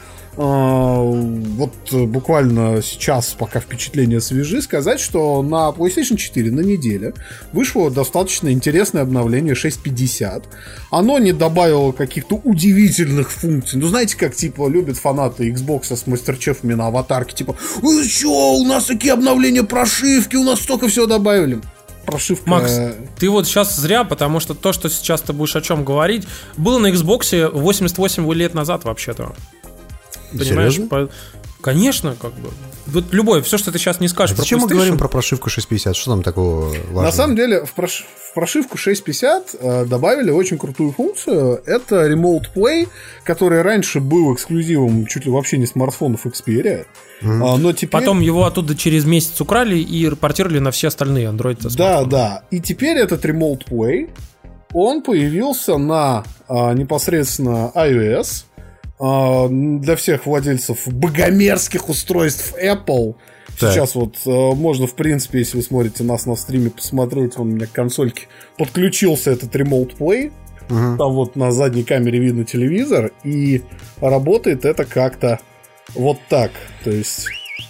Speaker 3: вот буквально сейчас, пока впечатления свежи, сказать, что на PlayStation четыре на неделе вышло достаточно интересное обновление шесть пятьдесят. Оно не добавило каких-то удивительных функций. Ну, знаете, как, типа, любят фанаты Xbox с мастер-чефами на аватарке, типа, ну что, у нас такие обновления прошивки, у нас столько всего добавили. Прошивка...
Speaker 4: Макс, ты вот сейчас зря, потому что то, что сейчас ты будешь о чем говорить, было на Xbox восемьдесят восемь лет назад вообще-то. Понимаешь? По... Конечно, как бы. Вот любое, все, что ты сейчас не скажешь.
Speaker 2: А зачем мы говорим про прошивку шесть пятьдесят? Что там такого важного?
Speaker 3: На самом деле, в, прош... в прошивку шесть пятьдесят э, добавили очень крутую функцию. Это Remote Play, который раньше был эксклюзивом чуть ли вообще не смартфонов Xperia. Mm-hmm. А, но теперь...
Speaker 4: Потом его оттуда через месяц украли и портировали на все остальные Android-смартфоны.
Speaker 3: Да, да. И теперь этот Remote Play, он появился на а, непосредственно iOS. Для всех владельцев богомерзких устройств Apple. Так. Сейчас вот можно, в принципе, если вы смотрите нас на стриме, посмотреть, он у меня к консольке подключился этот Remote Play. Угу. Там вот на задней камере видно телевизор. И работает это как-то вот так. То есть...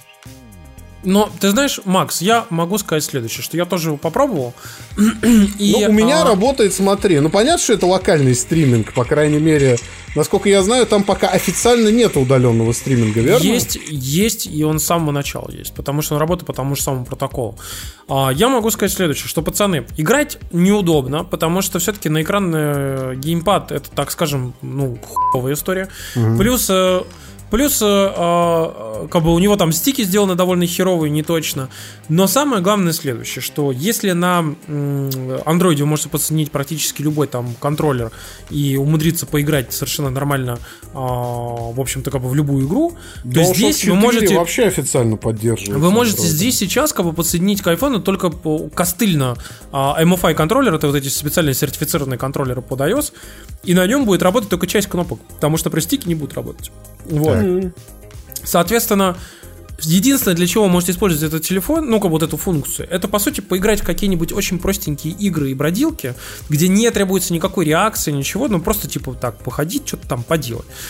Speaker 4: Но, ты знаешь, Макс, я могу сказать следующее, что я тоже его попробовал.
Speaker 3: И, ну, у меня а... работает, смотри, ну, понятно, что это локальный стриминг, по крайней мере, насколько я знаю, там пока официально нет удаленного стриминга, верно?
Speaker 4: Есть, есть, и он с самого начала есть, потому что он работает по тому же самому протоколу. А, я могу сказать следующее, что, пацаны, играть неудобно, потому что все-таки на экранный геймпад это, так скажем, ну, хуевая история. Угу. Плюс... Плюс, э, как бы у него там стики сделаны довольно херовые, не точно. Но самое главное следующее, что если на Android вы можете подсоединить практически любой там контроллер и умудриться поиграть совершенно нормально, э, в общем-то, как бы в любую игру,
Speaker 3: да,
Speaker 4: то здесь вы можете...
Speaker 3: вообще официально поддерживать.
Speaker 4: Вы можете Android. Здесь сейчас как бы подсоединить к iPhone только костыльно э, эм эф ай контроллер, это вот эти специальные сертифицированные контроллеры под iOS, и на нем будет работать только часть кнопок, потому что престики не будут работать. Вот. Mm-hmm. Соответственно, единственное, для чего вы можете использовать этот телефон, ну-ка вот эту функцию, это, по сути, поиграть в какие-нибудь очень простенькие игры и бродилки, где не требуется никакой реакции, ничего, ну просто, типа, так, походить, что-то там поделать.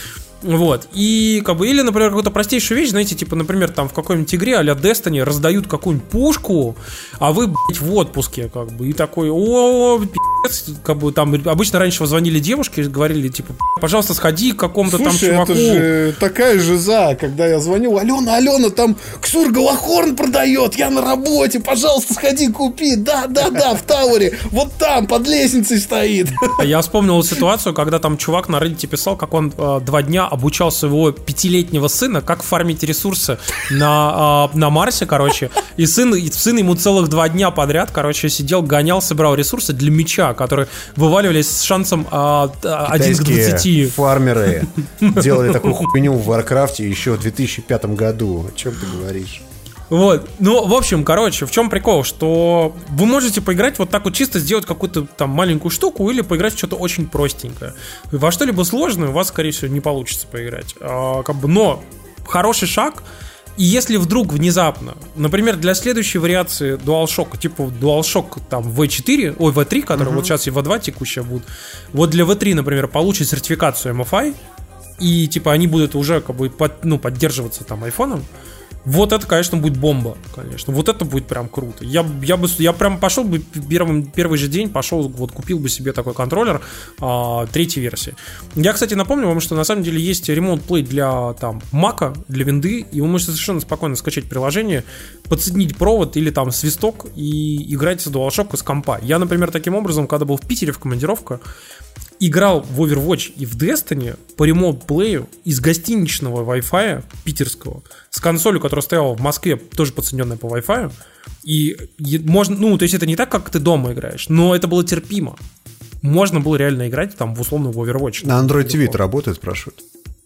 Speaker 4: Вот. И как бы, или, например, какую-то простейшую вещь, знаете, типа, например, там в какой-нибудь игре а-ля Destiny раздают какую-нибудь пушку, а вы, блядь, в отпуске, как бы, и такой, о, пи***ц, как бы, там, обычно раньше звонили девушки, говорили, типа, пожалуйста, сходи к какому-то там чуваку.
Speaker 3: Это же такая жиза, когда я звонил, Алена, Алена, там Ксур Галахорн продает, я на работе, пожалуйста, сходи, купи, да, да, да, в Тауэре, вот там, под лестницей стоит.
Speaker 4: Я вспомнил ситуацию, когда там чувак на Reddit писал, как он э, два дня обучал своего пятилетнего сына, как фармить ресурсы на, э, на Марсе, короче. И сын, и сын ему целых два дня подряд, короче, сидел, гонял, собирал ресурсы для меча, которые вываливались с шансом э, один к двадцати.
Speaker 2: Фармеры делали такую хуйню в Варкрафте еще в две тысячи пятом году. О чем ты говоришь?
Speaker 4: Вот, ну, в общем, короче, в чем прикол, что вы можете поиграть вот так вот чисто, сделать какую-то там маленькую штуку или поиграть в что-то очень простенькое. Во что-либо сложное у вас, скорее всего, не получится поиграть. А, как бы, но хороший шаг, и если вдруг внезапно, например, для следующей вариации DualShock, типа DualShock там ви четыре, ой, ви три, который uh-huh. вот сейчас и ви два текущая будет, вот для ви три, например, получит сертификацию эм эф ай, и типа они будут уже как бы под, ну, поддерживаться там айфоном, вот это, конечно, будет бомба, конечно. Вот это будет прям круто. Я, я бы, я прям пошел бы первым, первый же день, пошел, вот купил бы себе такой контроллер а, третьей версии. Я, кстати, напомню вам, что на самом деле есть Remote Play для там Мака, для винды, и вы можете совершенно спокойно скачать приложение, подсоединить провод или там свисток и играть с DualShock с компа. Я, например, таким образом, когда был в Питере в командировку, играл в Overwatch и в Destiny по Remote Play из гостиничного Wi-Fi питерского с консолью, которая стояла в Москве, тоже подсоединенная по Wi-Fi. И можно, ну, то есть это не так, как ты дома играешь, но это было терпимо. Можно было реально играть там в условно в Overwatch.
Speaker 2: На Android ти ви это работает, спрашивают?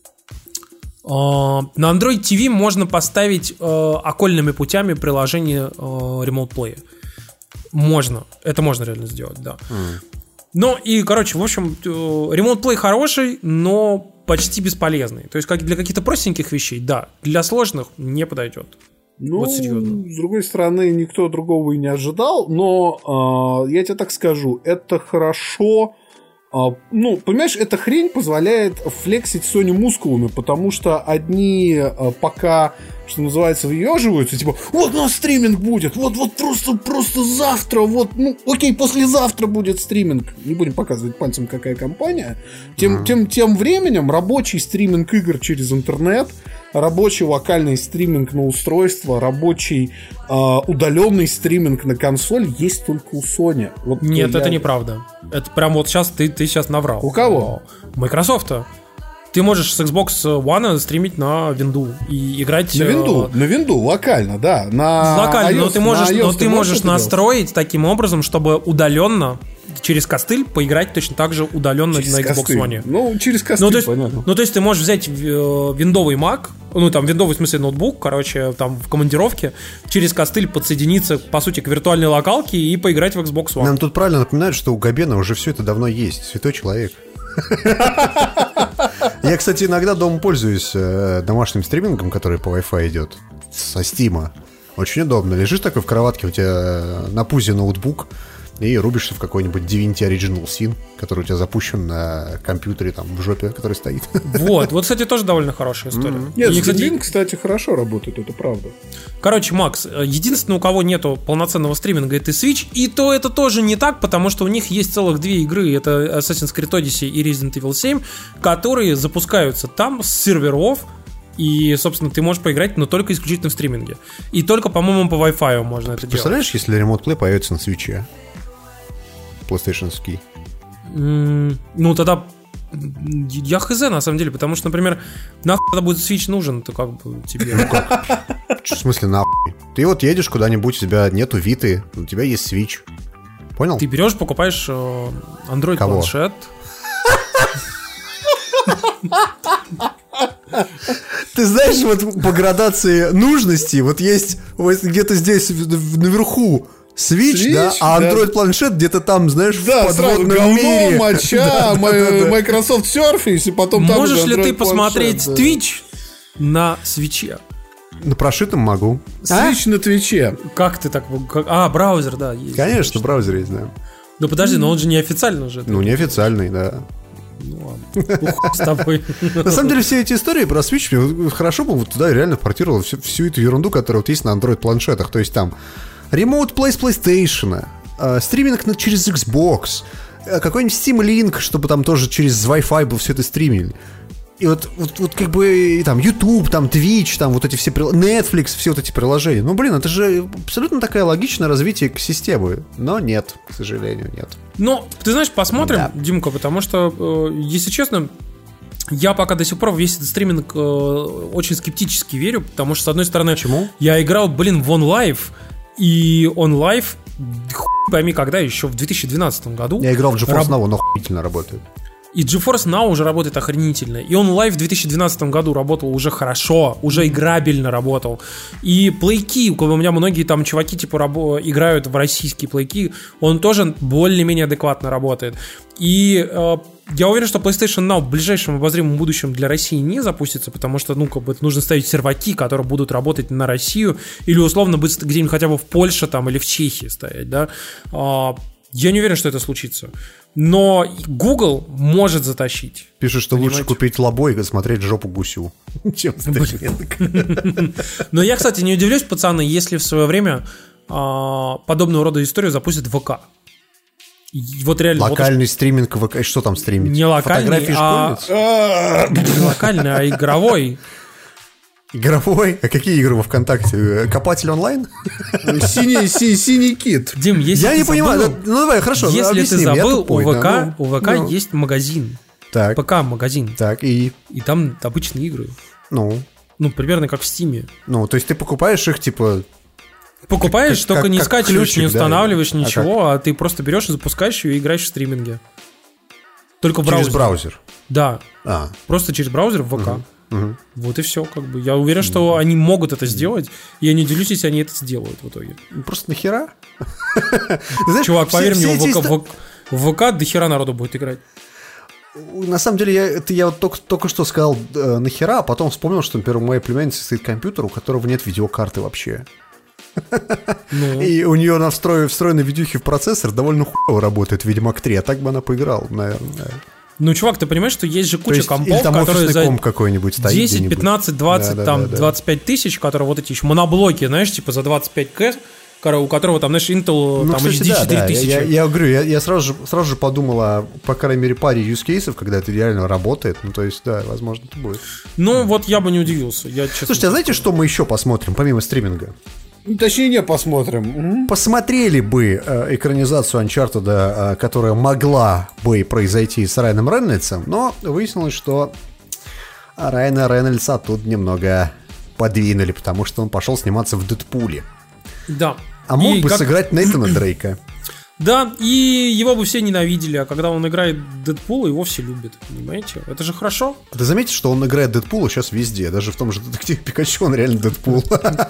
Speaker 4: Uh, на Android ти ви можно поставить uh, окольными путями приложение uh, Remote Play. Можно. Это можно реально сделать, да. Mm. Ну и, короче, в общем, Remote Play хороший, но почти бесполезный. То есть как для каких-то простеньких вещей, да. Для сложных не подойдет.
Speaker 3: Ну, вот серьезно. С другой стороны, никто другого и не ожидал. Но э, я тебе так скажу, это хорошо. Э, ну, понимаешь, эта хрень позволяет флексить Sony мускулами, потому что одни э, пока, что называется, въеживаются, типа, вот у нас стриминг будет, вот, вот просто, просто завтра, вот, ну, окей, послезавтра будет стриминг. Не будем показывать пальцем, какая компания. Тем, mm-hmm. тем, тем временем рабочий стриминг игр через интернет, рабочий локальный стриминг на устройство, рабочий э, удаленный стриминг на консоль есть только у Sony. Вот
Speaker 4: Нет, я... это неправда. Это прям вот сейчас ты, ты сейчас наврал.
Speaker 3: У кого?
Speaker 4: У Microsoft. Ты можешь с Xbox One стримить на винду и играть...
Speaker 3: На винду, э... на винду, локально, да. На
Speaker 4: локально,
Speaker 3: iOS,
Speaker 4: но ты можешь, но ты можешь настроить
Speaker 3: делать?
Speaker 4: Таким образом, чтобы удаленно через костыль поиграть точно так же удаленно
Speaker 3: через
Speaker 4: на Xbox
Speaker 3: костыль.
Speaker 4: One.
Speaker 3: Ну, через костыль,
Speaker 4: ну, то есть,
Speaker 3: понятно.
Speaker 4: Ну, то есть ты можешь взять виндовый Mac, ну, там, виндовый, в смысле, ноутбук, короче, там, в командировке, через костыль подсоединиться, по сути, к виртуальной локалке и поиграть в Xbox One.
Speaker 2: Нам тут правильно напоминают, что у Габена уже все это давно есть. Святой человек. Я, кстати, иногда дома пользуюсь домашним стримингом, который по Wi-Fi идет со Стима. Очень удобно. Лежишь такой в кроватке, у тебя на пузе ноутбук, и рубишься в какой-нибудь Divinity Original Sin, который у тебя запущен на компьютере там в жопе, который стоит.
Speaker 4: Вот, вот, кстати, тоже довольно хорошая история. Mm-hmm.
Speaker 3: Нет, и, кстати, кстати, хорошо работает, это правда.
Speaker 4: Короче, Макс, единственное, у кого нету полноценного стриминга, это Switch, и то это тоже не так, потому что у них есть целых две игры, это Assassin's Creed Odyssey и Resident Evil семь, которые запускаются там с серверов, и, собственно, ты можешь поиграть, но только исключительно в стриминге. И только, по-моему, по Wi-Fi можно это делать.
Speaker 2: Представляешь, если Remote Play появится на Switch? PlayStation-ский.
Speaker 4: Mm, ну, тогда я хз, на самом деле, потому что, например, нахуй тогда будет Switch нужен, то как бы тебе...
Speaker 2: Ну как? В смысле нахуй? Ты вот едешь куда-нибудь, у тебя нету Виты, у тебя есть Switch. Понял?
Speaker 4: Ты берешь, покупаешь Android-планшет.
Speaker 2: Ты знаешь, вот по градации нужности, вот есть вот где-то здесь наверху Switch, Switch, да, а Android-планшет да. где-то там, знаешь,
Speaker 3: да,
Speaker 2: в подводном
Speaker 3: говно,
Speaker 2: мире.
Speaker 3: моча, да, да, да, да. Microsoft Surface, и потом там
Speaker 4: можешь ли ты посмотреть да. Twitch на Switch'е?
Speaker 2: На прошитом могу.
Speaker 3: Switch а? На Твиче.
Speaker 4: Как ты так... Как... А, браузер, да.
Speaker 2: Есть, конечно, конечно, браузер есть, да.
Speaker 4: Ну подожди, но он же не официально же.
Speaker 2: Ну, не официальный, да.
Speaker 4: Ну ладно, ну, хуй с тобой.
Speaker 2: На самом деле, все эти истории про Switch хорошо бы вот туда реально портировал всю, всю эту ерунду, которая вот есть на Android-планшетах. То есть там Remote Play с PlayStation, э, стриминг на, через Xbox, э, какой-нибудь Steam Link, чтобы там тоже через Wi-Fi был все это стримили. И вот, вот, вот как бы и там YouTube, там Twitch, там вот эти все Netflix, все вот эти приложения. Ну, блин, это же абсолютно такое логичное развитие системы. Но нет, к сожалению, нет.
Speaker 4: Ну, ты знаешь, посмотрим, да. Димка, потому что, э, если честно, я пока до сих пор весь этот стриминг э, очень скептически верю, потому что, с одной стороны,
Speaker 2: почему?
Speaker 4: Я играл, блин, в OnLive, и OnLive, хуй пойми когда, еще в две тысячи двенадцатом году.
Speaker 2: Я играл в GeForce Now, он охуительно работает.
Speaker 4: И GeForce Now уже работает охренительно. И он Live в две тысячи двенадцатом году работал уже хорошо, уже играбельно работал. И плейки, у меня многие там чуваки типа рабо- играют в российские плейки, он тоже более-менее адекватно работает. И э, я уверен, что PlayStation Now в ближайшем обозримом будущем для России не запустится, потому что, ну, как бы нужно ставить серваки, которые будут работать на Россию, или условно быть где-нибудь хотя бы в Польше там, или в Чехии стоять, да. Э, я не уверен, что это случится. Но Google может затащить.
Speaker 2: Пишут, что понимаете? Лучше купить лабой и смотреть жопу гусю, чем стриминг.
Speaker 4: Но я, кстати, не удивлюсь, пацаны, если в свое время подобного рода историю запустит ВК. Вот реально.
Speaker 2: Локальный вот стриминг ВК. Что там стримить?
Speaker 4: Не локальный, а... Не локальный, а игровой.
Speaker 2: Игровой? А какие игры во ВКонтакте? Копатель онлайн?
Speaker 3: Синий, синий, синий кит.
Speaker 4: Дим, если
Speaker 2: я
Speaker 4: ты
Speaker 2: не
Speaker 4: забыл,
Speaker 2: понимаю. Ну давай, хорошо.
Speaker 4: Если
Speaker 2: объясни,
Speaker 4: ты забыл,
Speaker 2: тупой,
Speaker 4: у ВК,
Speaker 2: да, ну,
Speaker 4: у ВК
Speaker 2: ну.
Speaker 4: есть магазин.
Speaker 2: Так.
Speaker 4: ПК-магазин.
Speaker 2: Так, и?
Speaker 4: И там обычные игры.
Speaker 2: Ну?
Speaker 4: Ну, примерно как в Стиме.
Speaker 2: Ну, то есть ты покупаешь их, типа...
Speaker 4: Покупаешь, как, только как, не как скачиваешь, ключик, не устанавливаешь, да, ничего, а, а ты просто берешь и запускаешь ее и играешь в стриминге. Только в
Speaker 2: через
Speaker 4: браузере.
Speaker 2: браузер?
Speaker 4: Да.
Speaker 2: А.
Speaker 4: Просто через браузер в ВК.
Speaker 2: Угу. Угу.
Speaker 4: Вот и все, как бы. Я уверен, что они могут это сделать, и я не делюсь, если они это сделают в итоге.
Speaker 2: Просто нахера?
Speaker 4: Чувак, поверь мне, в ВК до хера народу будет играть.
Speaker 2: На самом деле, я, это я вот только, только что сказал э, нахера, а потом вспомнил, что, например, у моей племянницы стоит компьютер, у которого нет видеокарты вообще. Ну. И у нее на встроенной встроенной видюхе в процессор довольно хуево работает Ведьмак три, а так бы она поиграла, наверное.
Speaker 4: Ну, чувак, ты понимаешь, что есть же куча
Speaker 2: есть,
Speaker 4: компов, которые за
Speaker 2: какой-нибудь стоит
Speaker 4: десять, пятнадцать, двадцать, да, да, там, да, да. двадцать пять тысяч, которые вот эти еще моноблоки, знаешь, типа за двадцать пять кэ, у которого там, знаешь, Intel, ну, там
Speaker 2: кстати,
Speaker 4: эйч ди четыре тысячи.
Speaker 2: Да, я, я, я говорю, я, я сразу, же, сразу же подумал о, по крайней мере, паре юзкейсов, когда это реально работает. Ну, то есть, да, возможно, это будет.
Speaker 4: Ну, вот я бы не удивился. Я, честно,
Speaker 2: слушайте, а знаете, что мы еще посмотрим, помимо стриминга?
Speaker 3: Точнее, не посмотрим. Угу.
Speaker 2: Посмотрели бы э, экранизацию Uncharted, э, которая могла бы произойти с Райаном Рейнольдсом, но выяснилось, что Райана Рейнольдса тут немного подвинули, потому что он пошел сниматься в Дэдпуле.
Speaker 4: Да.
Speaker 2: А мог
Speaker 4: и
Speaker 2: бы
Speaker 4: как...
Speaker 2: сыграть Нейтана Дрейка.
Speaker 4: Да, и его бы все ненавидели, а когда он играет Дэдпула, его все любят, понимаете? Это же хорошо.
Speaker 2: Ты заметишь, что он играет Дэдпула сейчас везде, даже в том же Детективе Пикачу он реально Дэдпул.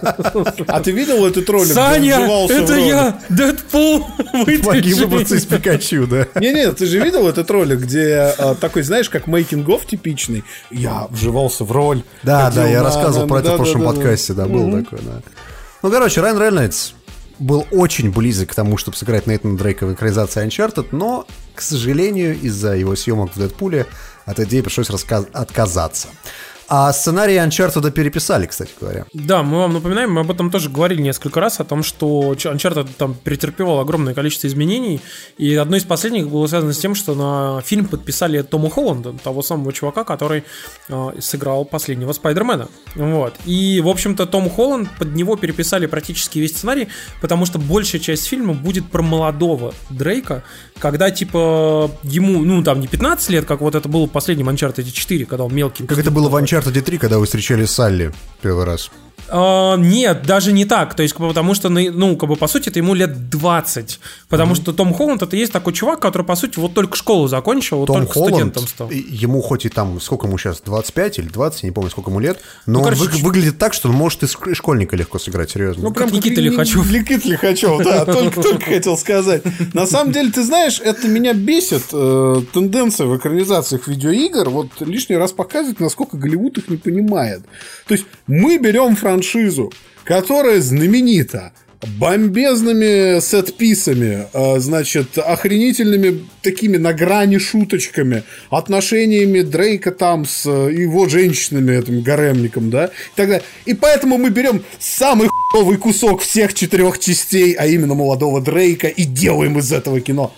Speaker 3: А ты видел этот ролик?
Speaker 4: Саня, это я, Дэдпул!
Speaker 2: Помоги выбраться из Пикачу, да.
Speaker 3: Не-не, ты же видел этот ролик, где такой, знаешь, как мейкинг-офф типичный, я вживался в роль.
Speaker 2: Да, да, я рассказывал про это в прошлом подкасте, да, был такой, да. Ну, короче, Райан Рейнольдс был очень близок к тому, чтобы сыграть Нейтана Дрейка в экранизации Uncharted, но, к сожалению, из-за его съемок в Дэдпуле от идеи пришлось расказ- отказаться. А сценарий Uncharted переписали, кстати говоря.
Speaker 4: Да, мы вам напоминаем, мы об этом тоже говорили несколько раз, о том, что Uncharted там претерпевал огромное количество изменений, и одно из последних было связано с тем, что на фильм подписали Тома Холланда, того самого чувака, который э, сыграл последнего Спайдермена. Вот. И, в общем-то, Том Холланд, под него переписали практически весь сценарий, потому что большая часть фильма будет про молодого Дрейка, когда, типа, ему, ну, там, не пятнадцать лет, как вот это было в последнем Uncharted четыре, когда он мелкий.
Speaker 2: Как это было в Uncharted три, когда вы встречали Салли первый раз.
Speaker 4: Uh, нет, даже не так. То есть, потому что, ну, как бы, по сути, это ему лет двадцать. Потому mm-hmm. что Том Холланд — это есть такой чувак, который, по сути, вот только школу закончил, вот
Speaker 2: Том
Speaker 4: только
Speaker 2: Холланд,
Speaker 4: студентом стал.
Speaker 2: Ему хоть и там, сколько ему сейчас, двадцать пять или двадцать, я не помню, сколько ему лет, но ну, он короче, вы, выглядит так, что он может и школьника легко сыграть, серьезно.
Speaker 4: Ну, прям Никита Лихачев.
Speaker 3: Никита Лихачев, да, только хотел сказать. На самом деле, ты знаешь, это меня бесит, тенденция в экранизациях видеоигр, вот лишний раз показывать, насколько Голливуд их не понимает. То есть, мы берем франшизу, которая знаменита бомбезными сет-писами, значит, охренительными такими на грани шуточками, отношениями Дрейка там с его женщинами, этим гаремником, да, и так далее. И поэтому мы берем самый хуёвый кусок всех четырех частей, а именно молодого Дрейка, и делаем из этого кино.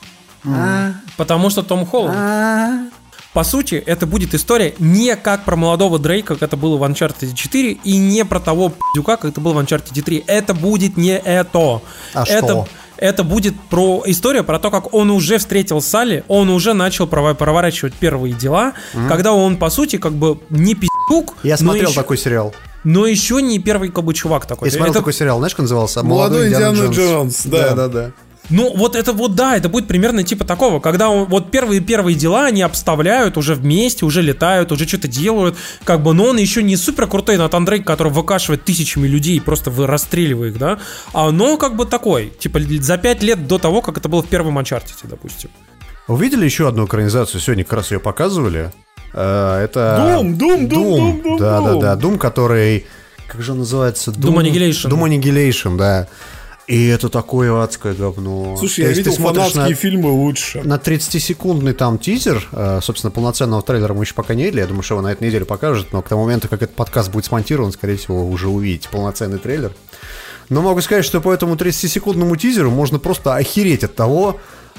Speaker 4: А? Потому что Том Холланд. А? По сути, это будет история не как про молодого Дрейка, как это было в Uncharted четыре, и не про того пиздюка, как это было в Uncharted три. Это будет не это.
Speaker 2: А
Speaker 4: это,
Speaker 2: что?
Speaker 4: Это будет про история про то, как он уже встретил Салли, он уже начал проворачивать первые дела, mm-hmm. когда он, по сути, как бы не пиздюк.
Speaker 2: Я смотрел
Speaker 4: еще...
Speaker 2: такой сериал.
Speaker 4: Но еще не первый, как бы, чувак такой.
Speaker 2: Я смотрел
Speaker 4: это...
Speaker 2: такой сериал, знаешь, как назывался?
Speaker 3: «Молодой Индиана Джонс». Джонс. Да,
Speaker 2: да, да, да.
Speaker 4: Ну, вот это вот, да, это будет примерно типа такого, когда он, вот первые-первые дела они обставляют уже вместе, уже летают, уже что-то делают, как бы, но он еще не супер крутой Натан Дрейк, который выкашивает тысячами людей, просто вы расстреливает их, да, а оно как бы такой, типа за пять лет до того, как это было в первом Uncharted, допустим.
Speaker 2: Увидели еще одну экранизацию, сегодня как раз ее показывали, это...
Speaker 3: Doom, Doom, Doom, Doom, Doom,
Speaker 2: да, да, да, Doom, который, как же он называется?
Speaker 4: Doom Annihilation.
Speaker 2: Doom Annihilation, да. И это такое адское говно.
Speaker 3: Слушай, я видел фанатские
Speaker 2: на,
Speaker 3: фильмы лучше.
Speaker 2: На тридцатисекундный там тизер, собственно, полноценного трейлера мы еще пока не видели. Я думаю, что его на этой неделе покажут. Но к тому моменту, как этот подкаст будет смонтирован, скорее всего, уже увидите полноценный трейлер. Но могу сказать, что по этому тридцатисекундному тизеру можно просто охереть от того,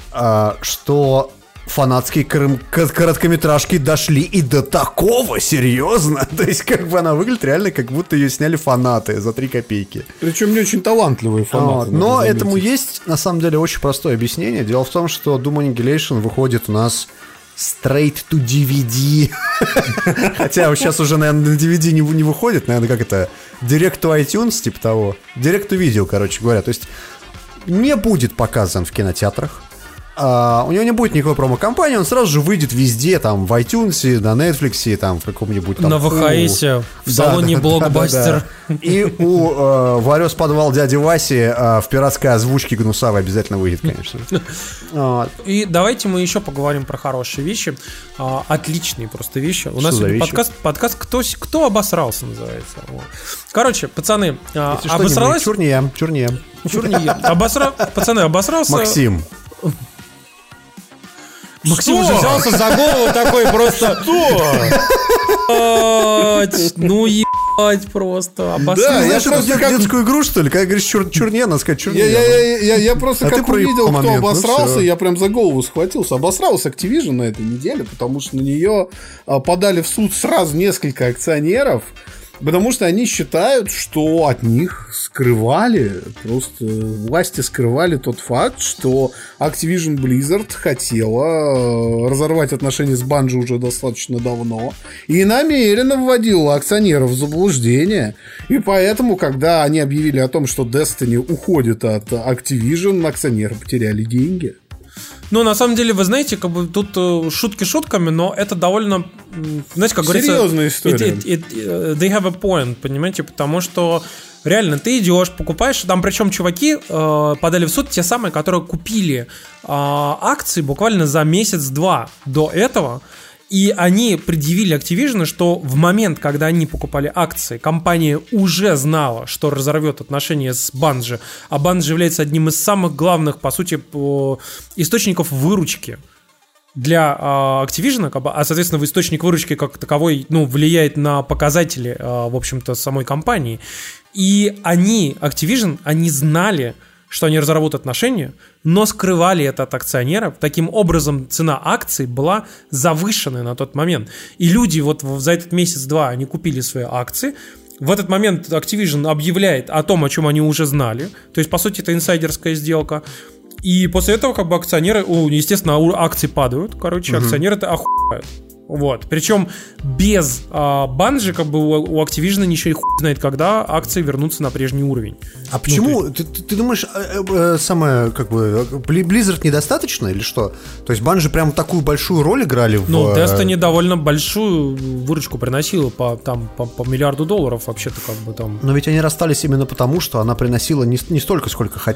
Speaker 2: что... фанатские короткометражки дошли и до такого, серьезно. То есть, как бы она выглядит реально, как будто ее сняли фанаты за три копейки.
Speaker 3: Причем не очень талантливые фанаты.
Speaker 2: Вот. Но этому есть, на самом деле, очень простое объяснение. Дело в том, что Doom Annihilation выходит у нас straight to ди ви ди. Хотя сейчас уже, наверное, на ди ви ди не, не выходит. Наверное, как это? Direct to iTunes, типа того. Direct to video, короче говоря. То есть, не будет показан в кинотеатрах. Uh, у него не будет никакой промо-компании, он сразу же выйдет везде, там, в iTunes, на Netflix, там, в каком-нибудь там...
Speaker 4: На вэ ха эсе, в
Speaker 2: да,
Speaker 4: салоне
Speaker 2: да,
Speaker 4: Блокбастер.
Speaker 2: Да, да, да. И у uh, «Варёс подвал дяди Васи» uh, в пиратской озвучке гнусавой обязательно выйдет, конечно.
Speaker 4: uh. И давайте мы еще поговорим про хорошие вещи. Uh, отличные просто вещи. У нас подкаст, подкаст кто, «Кто обосрался» называется. Короче, пацаны, uh, обосралась...
Speaker 2: Чурния, чурния.
Speaker 4: Чурния. Обосра... Пацаны, обосрался...
Speaker 2: Максим.
Speaker 4: Максим уже взялся за голову такой просто. Что? Ну ебать просто.
Speaker 2: Обосрался. Да, я просто как детскую игру, что ли? Когда говоришь чур, чурне, надо сказать чурне.
Speaker 3: Я, я, я, я просто а как увидел, кто обосрался, ну, я прям за голову схватился. Обосрался Activision на этой неделе, потому что на нее подали в суд сразу несколько акционеров. Потому что они считают, что от них скрывали, просто власти скрывали тот факт, что Activision Blizzard хотела разорвать отношения с Bungie уже достаточно давно и намеренно вводила акционеров в заблуждение. И поэтому, когда они объявили о том, что Destiny уходит от Activision, акционеры потеряли деньги.
Speaker 4: Ну, на самом деле, вы знаете, как бы тут э, шутки шутками, но это довольно, знаете, как говорится...
Speaker 3: Серьезная история.
Speaker 4: It, it, it, they have a point, понимаете, потому что реально ты идешь, покупаешь, там причем чуваки э, подали в суд те самые, которые купили э, акции буквально за месяц-два до этого, и они предъявили Activision, что в момент, когда они покупали акции, компания уже знала, что разорвет отношения с Bungie, а Bungie является одним из самых главных, по сути, источников выручки для Activision, а, соответственно, источник выручки как таковой, ну, влияет на показатели, в общем-то, самой компании. И они, Activision, они знали, что они разорвут отношения, но скрывали это от акционеров. Таким образом, цена акций была завышенная на тот момент. И люди вот за этот месяц-два они купили свои акции. В этот момент Activision объявляет о том, о чем они уже знали. То есть, по сути, это инсайдерская сделка. И после этого, как бы, акционеры, естественно, акции падают. Короче, угу. акционеры-то охуевают. Вот. Причем без а, Bungie, как бы, у Activision ничего и хуй знает, когда акции вернутся на прежний уровень.
Speaker 2: А почему? Ну, ты... Ты, ты думаешь, э, э, самое, как бы, Blizzard недостаточно или что? То есть Bungie прям такую большую роль играли в...
Speaker 4: Ну, Destiny довольно большую выручку приносила по, там, по, по миллиарду долларов вообще-то, как бы там.
Speaker 2: Но ведь они расстались именно потому, что она приносила не, не столько, сколько хотели.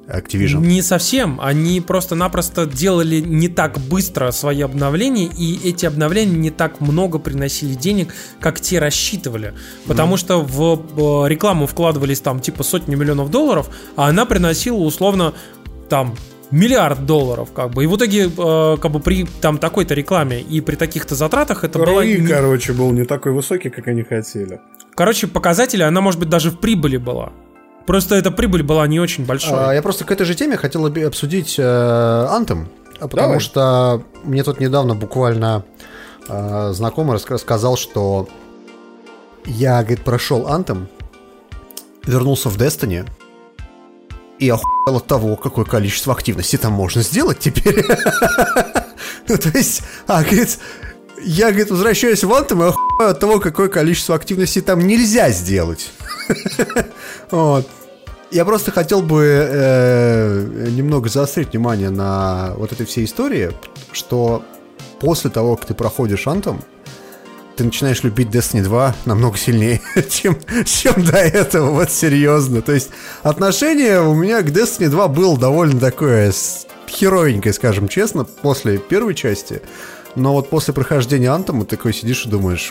Speaker 2: Activision.
Speaker 4: Не совсем. Они просто-напросто делали не так быстро свои обновления, и эти обновления не так много приносили денег, как те рассчитывали. Потому mm. что в рекламу вкладывались там типа сотни миллионов долларов, а она приносила условно там миллиард долларов, как бы. И в итоге, э, как бы при там такой-то рекламе и при таких-то затратах это было...
Speaker 3: И, короче, был не такой высокий, как они хотели.
Speaker 4: Короче, показатели, она, может быть, даже в прибыли была. Просто эта прибыль была не очень большой.
Speaker 2: А, я просто к этой же теме хотел обсудить э, Anthem, потому
Speaker 3: Давай.
Speaker 2: что мне тут недавно буквально э, знакомый рассказал, что я, говорит, прошел Anthem, вернулся в Destiny и охуел от того, какое количество активности там можно сделать теперь. Ну, то есть, а, говорит, я, говорит, возвращаюсь в Anthem и охуел от того, какое количество активности там нельзя сделать. Вот. Я просто хотел бы э, немного заострить внимание на вот этой всей истории, что после того, как ты проходишь Anthem, ты начинаешь любить Destiny два намного сильнее, чем, чем до этого, вот серьезно. То есть отношение у меня к Destiny два было довольно такое херовенькое, скажем честно, после первой части. Но вот после прохождения Anthem ты такой сидишь и думаешь...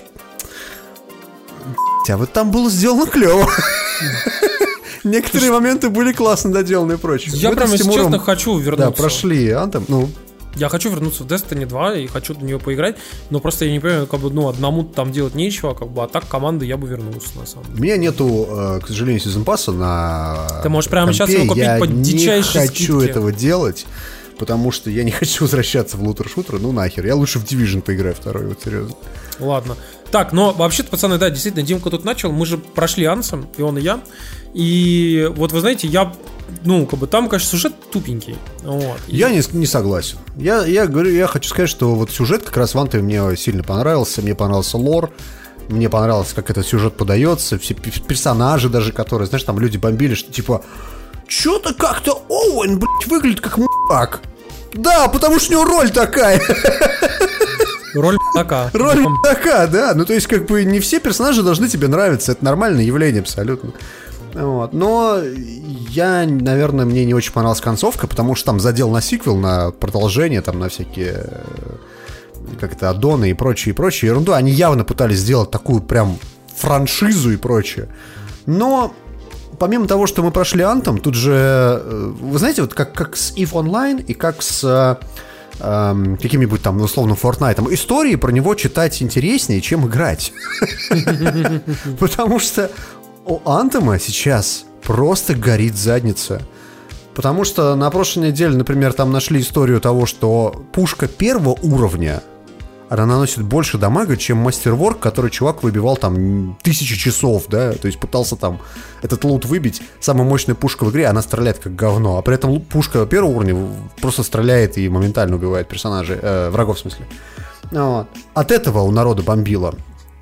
Speaker 2: А вот там было сделано клево. Некоторые моменты были классно доделаны и прочее.
Speaker 4: Я прям, если честно, хочу вернуться.
Speaker 2: Да, прошли Anthem, ну...
Speaker 4: Я хочу вернуться в Destiny два и хочу в нее поиграть, но просто я не понимаю, как бы, ну, одному там делать нечего, как бы, а так команды я бы вернулся, на самом деле.
Speaker 2: У меня нету, к сожалению, сезон пасса на
Speaker 4: Ты можешь прямо
Speaker 2: компе.
Speaker 4: Сейчас его купить
Speaker 2: я
Speaker 4: по дичайшей скидке.
Speaker 2: Я не хочу этого делать, потому что я не хочу возвращаться в лутер-шутер, ну нахер. Я лучше в Division поиграю второй, вот серьезно.
Speaker 4: Ладно. Так, но вообще-то, пацаны, да, действительно, Димка тут начал, мы же прошли Anthem, и он, и я, и вот вы знаете, я... Ну, как бы там, конечно, сюжет тупенький. Вот.
Speaker 2: Я не, не согласен. Я, я говорю, я хочу сказать, что вот сюжет как раз в Anthem мне сильно понравился. Мне понравился лор. Мне понравилось, как этот сюжет подается. Все персонажи даже, которые, знаешь, там люди бомбили, что типа что-то как-то Оуэн, блядь, выглядит как мудак. Да, потому что у него роль такая.
Speaker 4: Роль такая.
Speaker 2: Роль такая, да. Ну, то есть, как бы не все персонажи должны тебе нравиться. Это нормальное явление абсолютно. Вот. Но я, наверное, мне не очень понравилась концовка, потому что там задел на сиквел, на продолжение, там на всякие как это, аддоны и прочее, и прочее ерунду. Они явно пытались сделать такую прям франшизу и прочее. Но помимо того, что мы прошли Anthem, тут же, вы знаете, вот как, как с ив Online и как с эм, каким-нибудь там, условно, Fortnite, истории про него читать интереснее, чем играть. Потому что у Anthem сейчас просто горит задница. Потому что на прошлой неделе, например, там нашли историю того, что пушка первого уровня, она наносит больше дамага, чем мастерворк, который чувак выбивал там тысячи часов, да, то есть пытался там этот лут выбить. Самая мощная пушка в игре, она стреляет как говно, а при этом пушка первого уровня просто стреляет и моментально убивает персонажей, э, врагов в смысле. Вот. От этого у народа бомбило.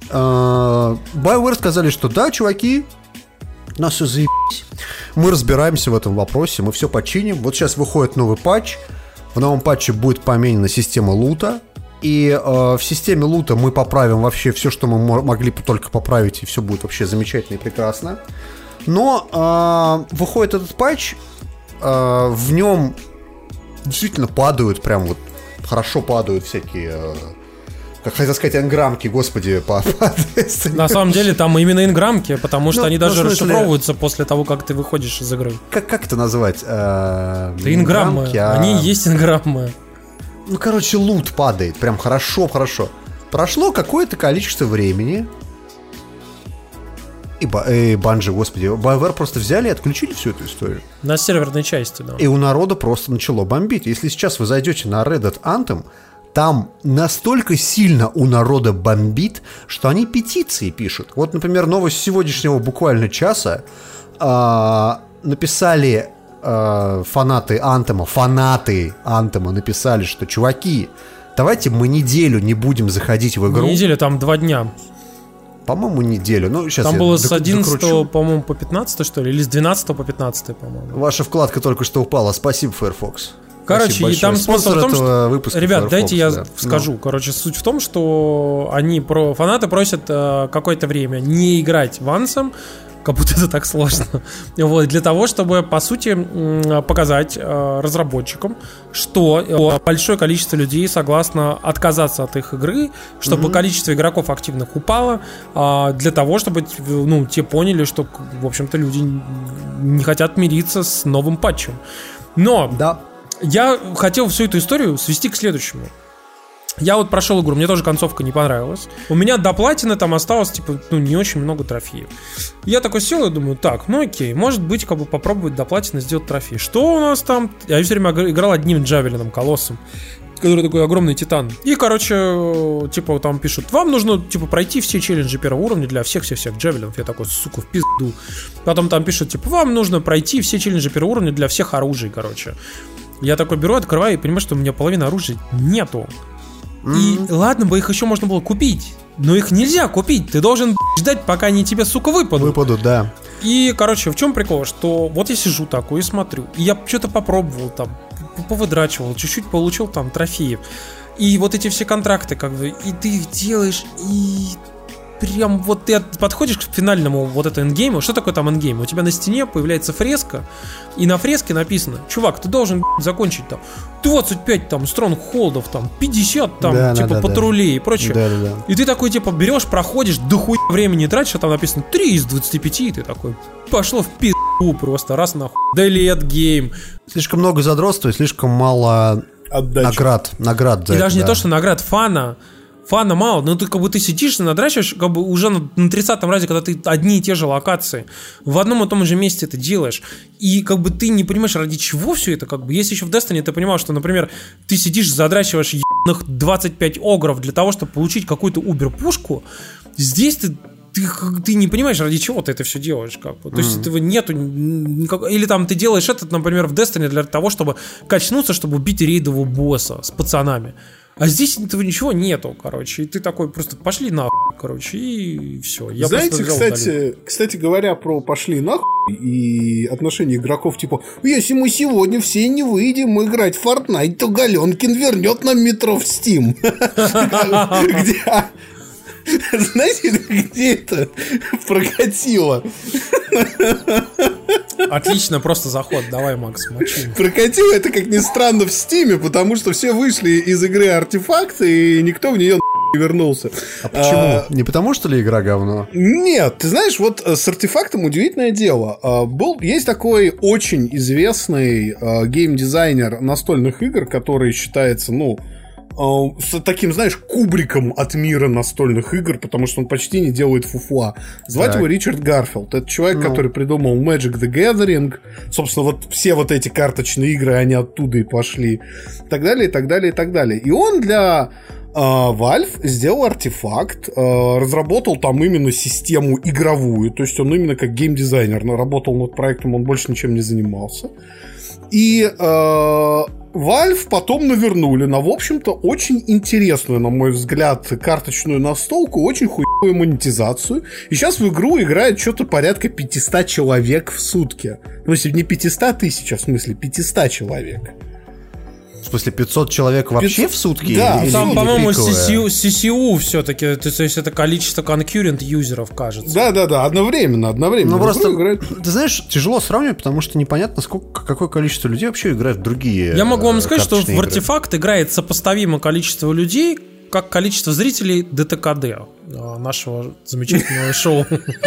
Speaker 2: BioWare сказали, что да, чуваки, у нас все заебись. Мы разбираемся в этом вопросе, мы все починим. Вот сейчас выходит новый патч. В новом патче будет поменена система лута. И э, в системе лута мы поправим вообще все, что мы могли только поправить, и все будет вообще замечательно и прекрасно. Но э, выходит этот патч, э, в нем действительно падают, прям вот хорошо падают всякие... Э, как хотел сказать, энграммки, господи, по, по
Speaker 4: На самом деле там именно инграммки, потому что
Speaker 2: ну,
Speaker 4: они даже
Speaker 2: ну, смысле,
Speaker 4: расшифровываются после того, как ты выходишь из игры.
Speaker 2: Как, как это называть?
Speaker 4: Э, да инграммы, а... они есть инграммы.
Speaker 2: Ну, короче, лут падает, прям хорошо-хорошо. Прошло какое-то количество времени, и Bungie, господи, BioWare просто взяли и отключили всю эту историю.
Speaker 4: На серверной части, да.
Speaker 2: И у народа просто начало бомбить. Если сейчас вы зайдете на Reddit Anthem, там настолько сильно у народа бомбит, что они петиции пишут. Вот, например, новость сегодняшнего буквально часа э, написали э, фанаты Антема, фанаты Антема написали, что, чуваки, давайте мы неделю не будем заходить в игру.
Speaker 4: Не неделю, там два дня.
Speaker 2: По-моему, неделю. Ну, сейчас
Speaker 4: там
Speaker 2: я
Speaker 4: было
Speaker 2: док-
Speaker 4: с одиннадцатого,
Speaker 2: докручу.
Speaker 4: по-моему, по пятнадцатое, что ли, или с двенадцатого по пятнадцатое, по-моему.
Speaker 2: Ваша вкладка только что упала. Спасибо, Firefox.
Speaker 4: Короче, и там смысл в том, что...
Speaker 2: Выпуска
Speaker 4: Ребят,
Speaker 2: Firefox,
Speaker 4: дайте я
Speaker 2: да.
Speaker 4: скажу.
Speaker 2: Ну.
Speaker 4: Короче, суть в том, что они, про... фанаты просят э, какое-то время не играть в Anthem, как будто это так сложно. Вот, для того, чтобы, по сути, показать разработчикам, что большое количество людей согласно отказаться от их игры, чтобы mm-hmm. количество игроков активных упало, для того, чтобы, ну, те поняли, что, в общем-то, люди не хотят мириться с новым патчем. Но да. я хотел всю эту историю свести к следующему. Я вот прошел игру, мне тоже концовка не понравилась. У меня до платины там осталось, типа, ну, не очень много трофеев. Я такой сел и думаю, так, ну окей, может быть, как бы попробовать до платины сделать трофей. Что у нас там? Я все время играл одним джавелином, колоссом, который такой огромный титан. И, короче, типа, там пишут, вам нужно, типа, пройти все челленджи первого уровня для всех-всех-всех джавелинов. Я такой, сука, в пизду. Потом там пишут, типа, вам нужно пройти все челленджи первого уровня для всех оружий, короче. Я такой беру, открываю и понимаю, что у меня половины оружия нету. И mm-hmm. ладно бы их еще можно было купить, но их нельзя купить. Ты должен ждать, пока они тебе, сука, выпадут.
Speaker 2: Выпадут, да.
Speaker 4: И, короче, в чем прикол? Что вот я сижу такой и смотрю, и я что-то попробовал там, повыдрачивал, чуть-чуть получил там трофеев. И вот эти все контракты, как бы, и ты их делаешь, и прям вот ты подходишь к финальному вот этому эндгейму. Что такое там эндгейм? У тебя на стене появляется фреска, и на фреске написано: чувак, ты должен закончить там двадцать пять там стронгхолдов, там пятьдесят там, да, типа, да, патрулей да. и прочее. Да, да, да. И ты такой, типа, берешь, проходишь, дохуя времени тратишь, а там написано три из двадцати пяти, и ты такой, пошло в пизду просто, раз нахуй. Delete game.
Speaker 2: Слишком много задротства и слишком мало Отдачи. наград. Наград за
Speaker 4: и
Speaker 2: это,
Speaker 4: даже
Speaker 2: да.
Speaker 4: не то, что наград, фана. Фана мало, но ты как бы ты сидишь и надрачиваешь, как бы уже на, на тридцатом разе, когда ты одни и те же локации в одном и том же месте это делаешь, и как бы ты не понимаешь, ради чего все это, как бы. Если еще в Destiny ты понимал, что, например, ты сидишь, задрачиваешь ебаных двадцать пять огров для того, чтобы получить какую-то убер-пушку, здесь ты Ты, ты не понимаешь, ради чего ты это все делаешь, как бы. То mm-hmm. есть этого нету никак... Или там ты делаешь это, например, в Destiny для того, чтобы качнуться, чтобы убить рейдового босса с пацанами. А здесь этого ничего нету, короче. И ты такой, просто пошли нахуй, короче, и все. Я
Speaker 3: Знаете, кстати, кстати говоря, про пошли нахуй и отношение игроков, типа, если мы сегодня все не выйдем играть в Fortnite, то Галенкин вернет нам метро в Steam. Где... Знаете, где это прокатило?
Speaker 4: Отлично, просто заход. Давай, Макс, мочи.
Speaker 3: Прокатило это, как ни странно, в Стиме, потому что все вышли из игры Артефакт, и никто в нее не вернулся.
Speaker 2: А почему? А, не потому, что ли игра говно?
Speaker 3: Нет, ты знаешь, вот с Артефактом удивительное дело. Был, есть такой очень известный геймдизайнер настольных игр, который считается, ну, с таким, знаешь, кубриком от мира настольных игр, потому что он почти не делает фуфла. Звать так. его Ричард Гарфилд. Это человек, ну. который придумал Magic the Gathering. Собственно, вот все вот эти карточные игры, они оттуда и пошли. И так далее, и так далее, и так далее. И он для э, Valve сделал Артефакт, э, разработал там именно систему игровую. То есть он именно как геймдизайнер работал над проектом, он больше ничем не занимался. И... Э, Valve потом навернули на, в общем-то, очень интересную, на мой взгляд, карточную настолку, очень хуевую монетизацию. И сейчас в игру играет что-то порядка пятьсот человек в сутки. Ну, если не пятьсот тысяч, а в смысле пятьсот человек.
Speaker 2: В смысле, пятьсот человек вообще пятьсот в сутки?
Speaker 3: Да,
Speaker 4: или, там, или по-моему, си си ю, си си ю все-таки, то есть это количество concurrent юзеров, кажется.
Speaker 3: Да-да-да, одновременно, одновременно.
Speaker 2: Ну, просто, играет... ты знаешь, тяжело сравнивать, потому что непонятно, сколько, какое количество людей вообще играет в другие.
Speaker 4: Я могу вам сказать, что
Speaker 2: игры.
Speaker 4: В Артефакт играет сопоставимое количество людей, как количество зрителей ди ти кей ди, нашего замечательного шоу.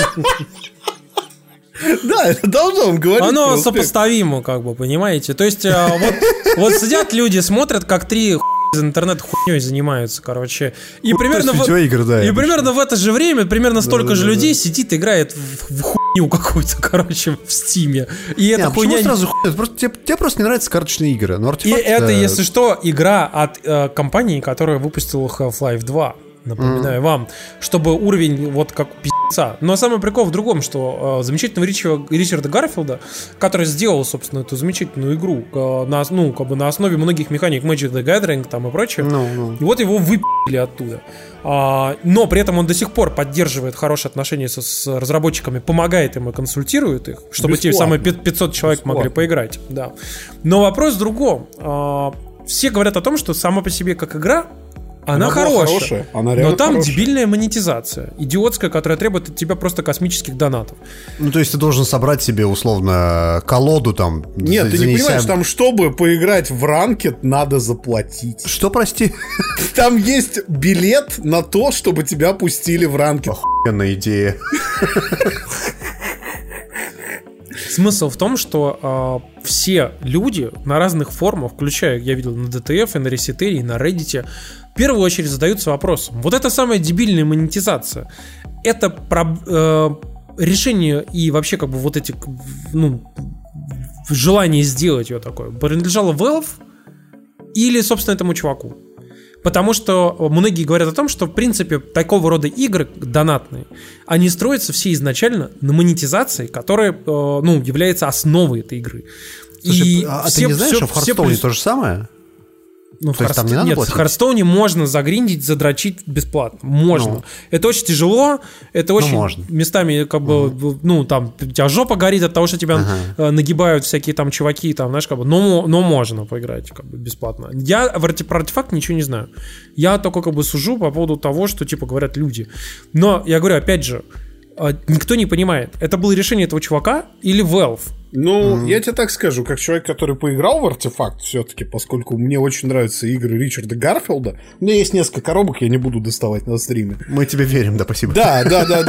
Speaker 3: Да, это должно вам говорить.
Speaker 4: Оно сопоставимо, как бы, понимаете? То есть, вот, вот сидят люди, смотрят, как три из интернета хуйней занимаются, короче. И вот примерно, в,
Speaker 2: игр, да,
Speaker 4: и примерно в это же время, примерно столько да, же
Speaker 2: да,
Speaker 4: людей
Speaker 2: да.
Speaker 4: сидит, играет в, в хуйню какую-то, короче, в Стиме. И это
Speaker 2: не,
Speaker 4: хуйня...
Speaker 2: А сразу хуйня? Просто, тебе, тебе просто не нравятся карточные игры. Но
Speaker 4: и это, если что, игра от э, компании, которая выпустила Half-Life два. Напоминаю mm-hmm. вам, чтобы уровень вот как пи***ца. Но самый прикол в другом, что э, замечательного Ричи, Ричарда Гарфилда, который сделал, собственно, эту замечательную игру э, на, ну, как бы на основе многих механик Magic the Gathering там и прочее, no, no. и вот его выпили оттуда. А, но при этом он до сих пор поддерживает хорошие отношения со, с разработчиками, помогает им и консультирует их, чтобы те самые пятьсот человек Бесплатно. могли поиграть. Да. Но вопрос в другом. А, все говорят о том, что сама по себе как игра Она, она хорошая, хорошая. Она но там
Speaker 3: хорошая.
Speaker 4: Дебильная монетизация, идиотская, которая требует от тебя просто космических донатов.
Speaker 2: Ну, то есть ты должен собрать себе, условно, колоду там.
Speaker 3: Нет, за, ты не понимаешь, там, чтобы поиграть в ранкет, надо заплатить.
Speaker 2: Что, прости?
Speaker 3: Там есть билет на то, чтобы тебя пустили в ранкет.
Speaker 2: Охуенная идея.
Speaker 4: Смысл в том, что э, все люди на разных форумах, включая, я видел на ди ти эф, и на Ресетере, и на Reddit, в первую очередь задаются вопросом. Вот эта самая дебильная монетизация, это про, э, решение и вообще как бы вот эти, ну, желание сделать ее такое, принадлежало Valve или, собственно, этому чуваку? Потому что многие говорят о том, что, в принципе, такого рода игры донатные, они строятся все изначально на монетизации, которая, э, ну, является основой этой игры.
Speaker 2: Слушай, и а все, ты не знаешь, все, что в Хардстоуне плюс... то же самое?
Speaker 4: Ну, в, Харст... Нет, в Хардстоуне можно загриндить, задрочить бесплатно. Можно. Ну. Это очень тяжело. Это очень ну, местами, как бы, угу. ну, там, у тебя жопа горит от того, что тебя ага. нагибают всякие там чуваки, там, знаешь, как бы, но, но можно поиграть, как бы, бесплатно. Я про артефакт ничего не знаю. Я только, как бы, сужу по поводу того, что, типа, говорят люди. Но, я говорю, опять же, никто не понимает, это было решение этого чувака или Valve?
Speaker 3: Ну, mm-hmm. я тебе так скажу, как человек, который поиграл в артефакт, все-таки, поскольку мне очень нравятся игры Ричарда Гарфилда, у меня есть несколько коробок, я не буду доставать на стриме.
Speaker 2: Мы тебе верим, да, спасибо.
Speaker 3: Да, да, да,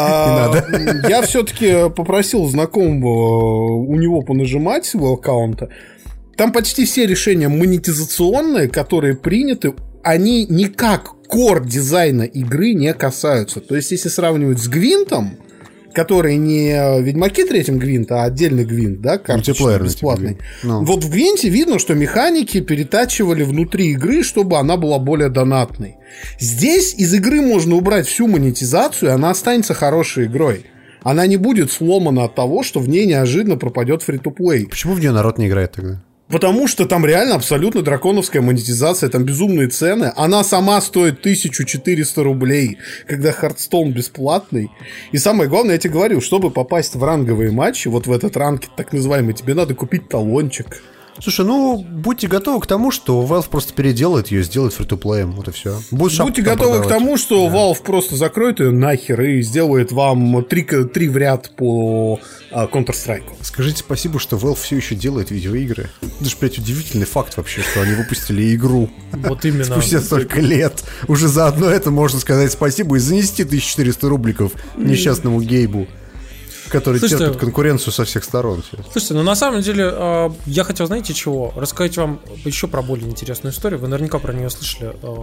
Speaker 3: да. Я все-таки попросил знакомого у него понажимать с его аккаунта. Там почти все решения монетизационные, которые приняты, они никак кор дизайна игры не касаются. То есть, если сравнивать с Гвинтом, который не Ведьмаки третьем Гвинта, а отдельный Гвинт, да, карточный, бесплатный. No. Вот в Гвинте видно, что механики перетачивали внутри игры, чтобы она была более донатной. Здесь из игры можно убрать всю монетизацию, и она останется хорошей игрой. Она не будет сломана от того, что в ней неожиданно пропадет фри-то-плей.
Speaker 2: Почему в нее народ не играет тогда?
Speaker 3: Потому что там реально абсолютно драконовская монетизация, там безумные цены. Она сама стоит тысяча четыреста рублей, когда Хардстоун бесплатный. И самое главное, я тебе говорю, чтобы попасть в ранговые матчи, вот в этот ранкет так называемый, тебе надо купить талончик.
Speaker 2: Слушай, ну, будьте готовы к тому, что Valve просто переделает ее, сделает фри-то-плеем, вот и все.
Speaker 3: Будьте готовы продавать. К тому, что да. Valve просто закроет ее нахер и сделает вам три, три в ряд по а, Counter-Strike.
Speaker 2: Скажите спасибо, что Valve все еще делает видеоигры. Это же, блядь, удивительный факт вообще, что они выпустили игру.
Speaker 4: Вот именно.
Speaker 2: Спустя столько лет. Уже заодно это можно сказать спасибо и занести тысячу четыреста рубликов несчастному Гейбу, который Слушайте, терпит конкуренцию со всех сторон.
Speaker 4: Слушайте, ну на самом деле э, я хотел, знаете чего? Рассказать вам еще про более интересную историю. Вы наверняка про нее слышали э,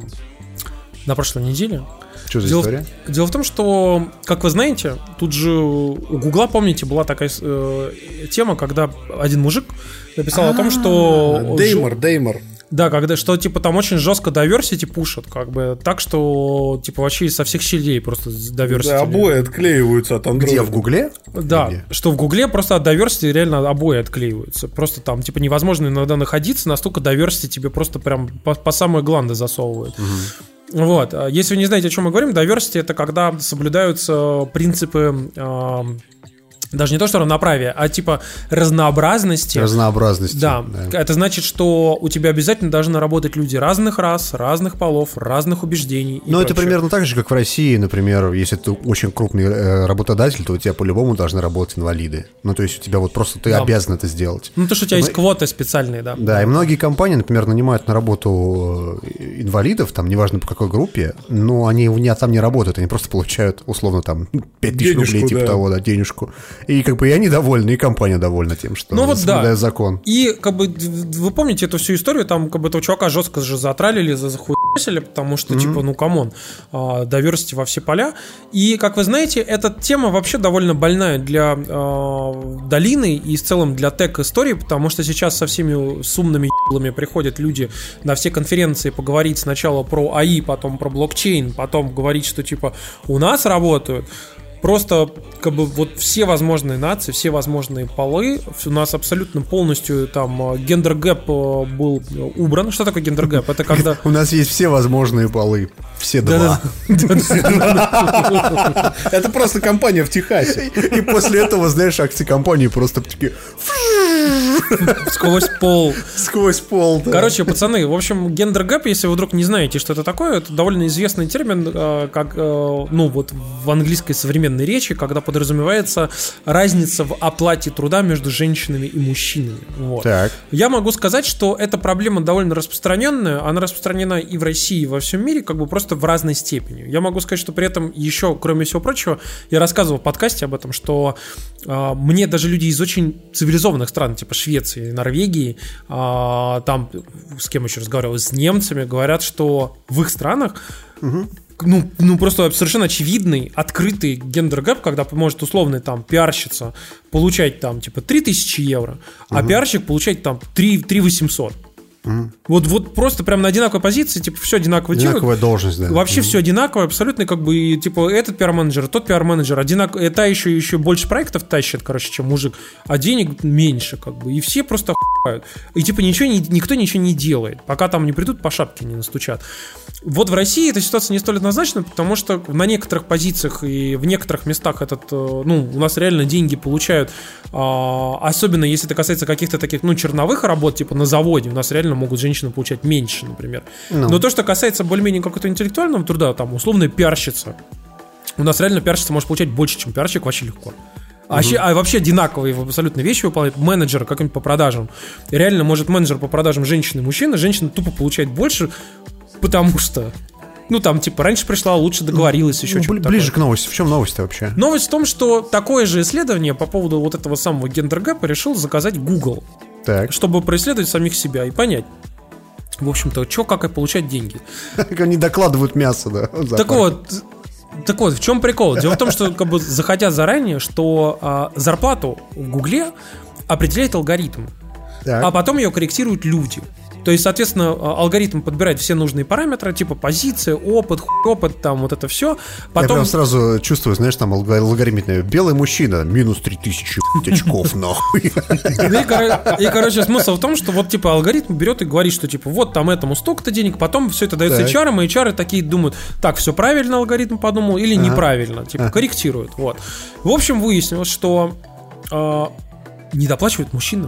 Speaker 4: на прошлой неделе.
Speaker 2: Что за
Speaker 4: дело
Speaker 2: история?
Speaker 4: В, дело в том, что, как вы знаете, тут же у Гугла, помните, была такая э, тема, когда один мужик написал А-а-а, о том, что...
Speaker 3: Деймор, Деймор.
Speaker 4: Да, когда что типа там очень жестко diversity пушат, как бы так, что типа вообще со всех щелей просто diversity.
Speaker 3: Да, обои отклеиваются от Android.
Speaker 2: Где, в Гугле?
Speaker 4: Да,
Speaker 2: Где?
Speaker 4: Что в Гугле просто от diversity реально обои отклеиваются. Просто там типа невозможно иногда находиться, настолько diversity тебе просто прям по, по самые гланды засовывают. Угу. Вот, если вы не знаете, о чем мы говорим, diversity — это когда соблюдаются принципы... Э, даже не то, что равноправие, а типа разнообразности.
Speaker 2: Разнообразности.
Speaker 4: Да. да. Это значит, что у тебя обязательно должны работать люди разных рас, разных полов, разных убеждений.
Speaker 2: Но это примерно так же, как в России, например, если ты очень крупный э, работодатель, то у тебя по-любому должны работать инвалиды. Ну, то есть у тебя вот просто ты да. обязан это сделать.
Speaker 4: Ну, то, что у тебя Но... есть квоты специальные, да.
Speaker 2: Да, и многие компании, например, нанимают на работу инвалидов, там, неважно по какой группе, но они не, там не работают, они просто получают, условно, там, пять тысяч рублей, типа да. того, да, денежку. И как бы и они довольны, и компания довольна тем, что
Speaker 4: ну, вот
Speaker 2: соблюдает да. закон.
Speaker 4: И как бы вы помните эту всю историю, там как бы этого чувака жестко же затралили, захуесили, потому что mm-hmm. типа, ну камон, diversity во все поля. И как вы знаете, эта тема вообще довольно больная для э, долины и в целом для тег-истории, потому что сейчас со всеми с умными ебалами приходят люди на все конференции поговорить сначала про эй ай, потом про блокчейн, потом говорить, что типа у нас работают просто как бы вот все возможные нации, все возможные полы, у нас абсолютно полностью там гендер-гэп был убран. Что такое гендер-гэп? Это когда...
Speaker 2: У нас есть все возможные полы. Все два.
Speaker 3: Это просто компания в Техасе.
Speaker 2: И после этого, знаешь, акции компании просто такие...
Speaker 4: Сквозь пол.
Speaker 2: Сквозь пол, да.
Speaker 4: Короче, пацаны, в общем, гендер-гэп, если вы вдруг не знаете, что это такое, это довольно известный термин, как, ну, вот в английской современной речи, когда подразумевается разница в оплате труда между женщинами и мужчинами. Вот.
Speaker 2: Так.
Speaker 4: Я могу сказать, что эта проблема довольно распространенная, она распространена и в России, и во всем мире, как бы просто в разной степени. Я могу сказать, что при этом еще, кроме всего прочего, я рассказывал в подкасте об этом, что э, мне даже люди из очень цивилизованных стран, типа Швеции, Норвегии, э, там, с кем еще разговаривал, с немцами, говорят, что в их странах угу. ну, ну, просто совершенно очевидный, открытый гендер-гэп, когда может условный там пиарщица получать там типа три тысячи евро, угу. а пиарщик получать там три тысячи восемьсот. Угу. Вот, вот просто прям на одинаковой позиции, типа, все одинаково делают.
Speaker 2: Одинаковая должность, да.
Speaker 4: Вообще
Speaker 2: угу.
Speaker 4: все одинаково, абсолютно, как бы, и, типа, этот пиар-менеджер, тот пиар-менеджер, одинак... та еще, еще больше проектов тащит, короче, чем мужик, а денег меньше, как бы, и все просто охуевают. И, типа, ничего не, никто ничего не делает, пока там не придут, по шапке не настучат. Вот в России эта ситуация не столь однозначна, потому что на некоторых позициях и в некоторых местах этот, ну, у нас реально деньги получают, особенно если это касается каких-то таких, ну, черновых работ, типа на заводе, у нас реально могут женщины получать меньше, например. No. Но то, что касается более-менее какого-то интеллектуального труда, там, условная пиарщица, у нас реально пиарщица может получать больше, чем пиарщик, вообще легко. А, uh-huh. а вообще одинаковые абсолютно вещи выполняет менеджер какой-нибудь по продажам. И реально может менеджер по продажам женщины и мужчина, женщина тупо получает больше, потому что, ну, там, типа, раньше пришла, лучше договорилась, еще
Speaker 2: ну,
Speaker 4: что-то
Speaker 2: ближе
Speaker 4: такое.
Speaker 2: к новости. В чем новость-то вообще?
Speaker 4: Новость в том, что такое же исследование по поводу вот этого самого гендер-гэпа решил заказать Google.
Speaker 2: Так.
Speaker 4: Чтобы происследовать самих себя и понять, в общем-то, что, как и получать деньги.
Speaker 2: Как они докладывают мясо, да.
Speaker 4: Так вот, так вот, в чем прикол? Дело в том, что, как бы, заходя заранее, что а, зарплату в Гугле определяет алгоритм, так. а потом ее корректируют люди. То есть, соответственно, алгоритм подбирает все нужные параметры, типа позиция, опыт, хуй, опыт, там вот это все. Потом...
Speaker 2: Я прям сразу чувствую, знаешь, там алгоритм, белый мужчина, минус три тысячи очков, нахуй.
Speaker 4: И, короче, смысл в том, что вот, типа, алгоритм берет и говорит, что, типа, вот там этому столько-то денег, потом все это дается эйч ар, и эйч ар такие думают, так, все правильно алгоритм подумал или неправильно, типа, корректируют, вот. В общем, выяснилось, что не доплачивают мужчинам.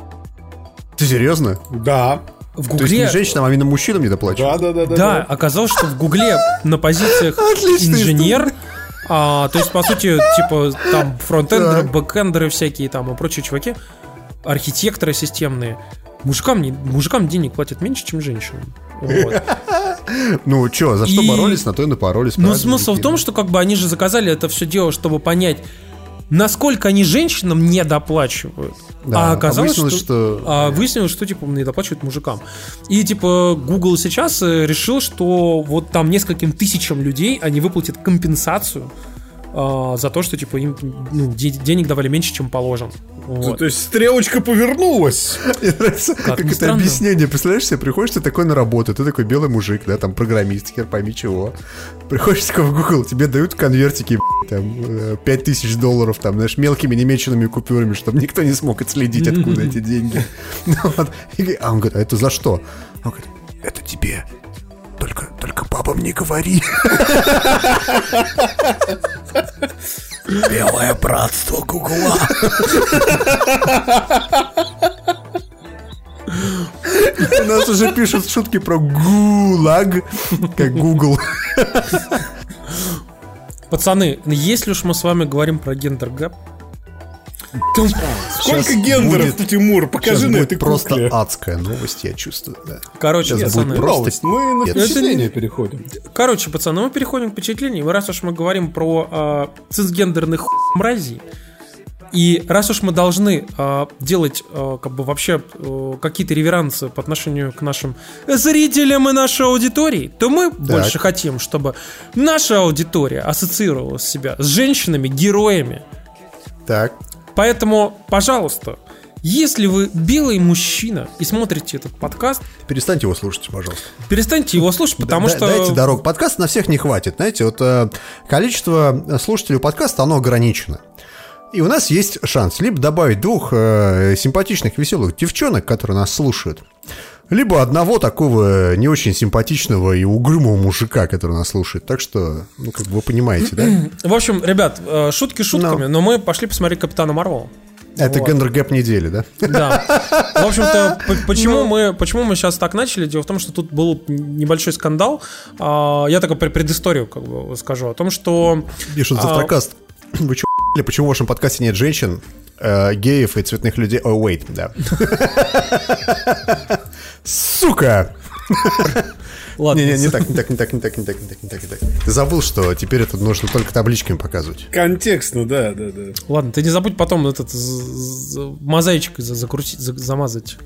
Speaker 2: Ты серьезно?
Speaker 3: Да.
Speaker 4: В Гугле...
Speaker 2: То есть не женщинам, а именно мужчинам не доплачивают?
Speaker 3: Да, да, да.
Speaker 4: Да, да, оказалось, что в Гугле на позициях инженер, а, то есть, по сути, типа, там фронтендеры, бэкэндеры всякие там и прочие чуваки, архитекторы системные, мужикам, не, мужикам денег платят меньше, чем женщинам. Вот.
Speaker 2: Ну, что, за что и... боролись, на то и напоролись.
Speaker 4: Ну, смысл в том, что как бы они же заказали это все дело, чтобы понять, насколько они женщинам не доплачивают. Да, а оказалось, а выяснилось, что... что... А выяснилось, что типа не доплачивают мужикам. И типа Google сейчас решил, что вот там нескольким тысячам людей они выплатят компенсацию а, за то, что типа им ну, де- денег давали меньше, чем положено. Вот.
Speaker 3: То есть стрелочка повернулась.
Speaker 2: Мне нравится, как, как это объяснение. Представляешь себе, приходишь ты такой на работу, ты такой белый мужик, да, там программист, хер пойми чего. Приходишь такой в Google, тебе дают конвертики, там, пять тысяч долларов, там, знаешь, мелкими немеченными купюрами, чтобы никто не смог отследить, откуда эти деньги. А он говорит, а это за что? Он говорит, это тебе. Только, только бабам не говори. Белое братство Гугла. У нас уже пишут шутки про ГУЛАГ, как Google.
Speaker 4: Пацаны, если уж мы с вами говорим про гендер-гэп,
Speaker 3: сколько сейчас гендеров, будет, Тимур? Покажи на этой
Speaker 2: просто
Speaker 3: кукле.
Speaker 2: Адская новость, я чувствую, да.
Speaker 4: Короче,
Speaker 3: сейчас
Speaker 4: пацаны,
Speaker 3: будет просто... мы на впечатление переходим.
Speaker 4: Короче, пацаны, мы переходим к впечатлению. Раз уж мы говорим про э, цисгендерных мразей, и раз уж мы должны э, делать э, как бы вообще э, какие-то реверансы по отношению к нашим зрителям и нашей аудитории, то мы так. больше хотим, чтобы наша аудитория ассоциировала себя с женщинами-героями.
Speaker 2: Так.
Speaker 4: Поэтому, пожалуйста, Если вы белый мужчина и смотрите этот подкаст...
Speaker 2: Перестаньте его слушать, пожалуйста.
Speaker 4: Перестаньте его слушать, потому
Speaker 2: да,
Speaker 4: что...
Speaker 2: Дайте дорогу. Подкаст на всех не хватит. Знаете, вот э, количество слушателей подкаста, оно ограничено. И у нас есть шанс либо добавить двух э, симпатичных, веселых девчонок, которые нас слушают, либо одного такого не очень симпатичного и угрюмого мужика, который нас слушает. Так что, ну, как бы вы понимаете, да?
Speaker 4: В общем, ребят, шутки шутками, no. но мы пошли посмотреть «Капитана Марвела».
Speaker 2: Это вот. Гендер-гэп недели, да?
Speaker 4: Да. В общем-то, почему, no. мы, почему мы сейчас так начали? Дело в том, что тут был небольшой скандал. Я только предысторию как бы скажу о том, что...
Speaker 2: Пишут завтракаст. Вы что, почему в вашем подкасте нет женщин, э, геев и цветных людей? О, oh, wait, да. Сука!
Speaker 4: Ладно.
Speaker 2: Не, не, не так, не так, не так, не так, не так, не так, не так, не так. Ты забыл, что теперь это нужно только табличками показывать.
Speaker 3: Контекстно, да, да, да.
Speaker 4: Ладно, ты не забудь потом этот мозаичкой закрутить, замазать.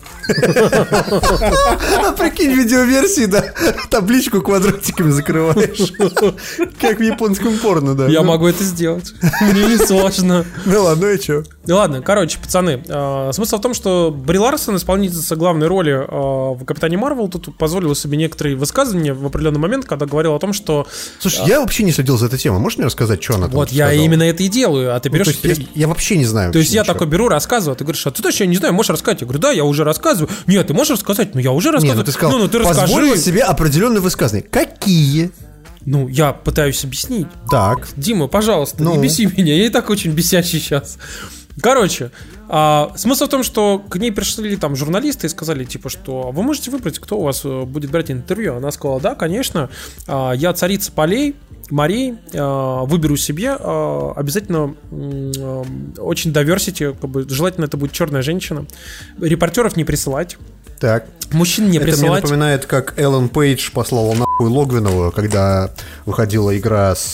Speaker 2: А прикинь, видеоверсии, да, табличку квадратиками закрываешь. Как в японском порно, да.
Speaker 4: Я могу это сделать. Мне не сложно.
Speaker 2: Ну ладно, и что?
Speaker 4: Ладно, короче, пацаны, э, смысл в том, что Бри Ларсон, исполнительница главной роли э, в Капитане Марвел, тут позволила себе некоторые высказывания в определенный момент, когда говорила о том, что...
Speaker 2: Слушай, э, я вообще не следил за этой темой. Можешь мне рассказать, что она там
Speaker 4: Вот я
Speaker 2: сказала?
Speaker 4: Именно это и делаю, а ты берешь...
Speaker 2: Ну, то есть я, я вообще не знаю.
Speaker 4: То есть я
Speaker 2: ничего.
Speaker 4: такой беру, рассказываю, а ты говоришь, а ты точно не знаю, можешь рассказать? Я говорю, да, я уже рассказываю. Нет, ты можешь рассказать? Ну я уже рассказываю.
Speaker 2: Нет, ну ты сказал,
Speaker 4: ну, ну, ты
Speaker 2: позволила
Speaker 4: расскажи.
Speaker 2: себе определенные высказывания. Какие?
Speaker 4: Ну, я пытаюсь объяснить.
Speaker 2: Так.
Speaker 4: Дима, пожалуйста,
Speaker 2: ну.
Speaker 4: не беси меня, я и так очень бесячий сейчас. Короче, а, смысл в том, что к ней пришли там журналисты и сказали, типа, что вы можете выбрать, кто у вас будет брать интервью. Она сказала, да, конечно, а, я царица полей, морей, а, выберу себе, а, обязательно а, очень diversity, как бы, желательно это будет черная женщина. Репортеров не присылать.
Speaker 2: Так.
Speaker 4: Мужчин не
Speaker 2: это
Speaker 4: присылать.
Speaker 2: Это мне напоминает, как Эллен Пейдж послала нахуй Логвинову, когда выходила игра с...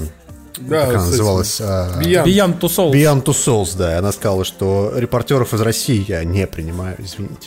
Speaker 3: Да,
Speaker 2: как она называлась?
Speaker 4: Beyond. Beyond Two Souls.
Speaker 2: Beyond Two Souls, да. Она сказала, что репортеров из России я не принимаю, извините.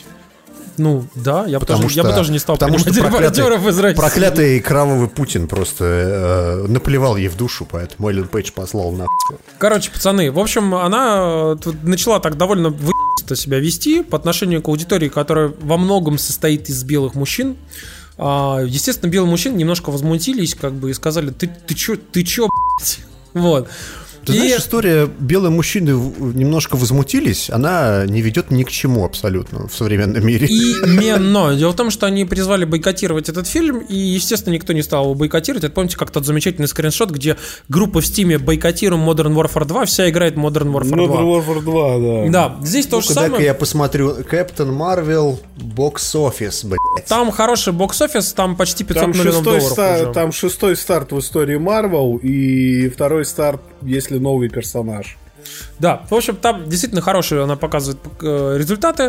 Speaker 4: Ну, да, я,
Speaker 2: потому
Speaker 4: бы, тоже,
Speaker 2: что,
Speaker 4: я бы тоже не стал
Speaker 2: потому
Speaker 4: принимать
Speaker 2: что
Speaker 4: репортеров из России.
Speaker 2: Проклятый кровавый Путин просто э, наплевал ей в душу, поэтому Эллен Пейдж послал нахуй.
Speaker 4: Короче, пацаны, в общем, она начала так довольно вы***то себя вести по отношению к аудитории, которая во многом состоит из белых мужчин. Естественно, белые мужчины немножко возмутились, как бы, и сказали, ты, ты чё, ты чё, блядь? Вот.
Speaker 2: Ты
Speaker 4: и...
Speaker 2: знаешь, история белые мужчины немножко возмутились, она не ведет ни к чему абсолютно в современном мире.
Speaker 4: Именно. Дело в том, что они призвали бойкотировать этот фильм, и, естественно, никто не стал его бойкотировать. Это, помните, как тот замечательный скриншот, где группа в Стиме бойкотируем Modern Warfare два, вся играет Modern Warfare два.
Speaker 3: Modern Warfare два, да.
Speaker 4: Да, здесь то же самое.
Speaker 2: Ну-ка, я посмотрю. Captain Marvel Box Office, блядь.
Speaker 4: Там хороший бокс-офис, там почти пятьсот миллионов долларов
Speaker 3: ста-
Speaker 4: уже.
Speaker 3: Там шестой старт в истории Marvel и второй старт, если новый персонаж.
Speaker 4: Да, в общем, там действительно хорошие, она показывает э, результаты.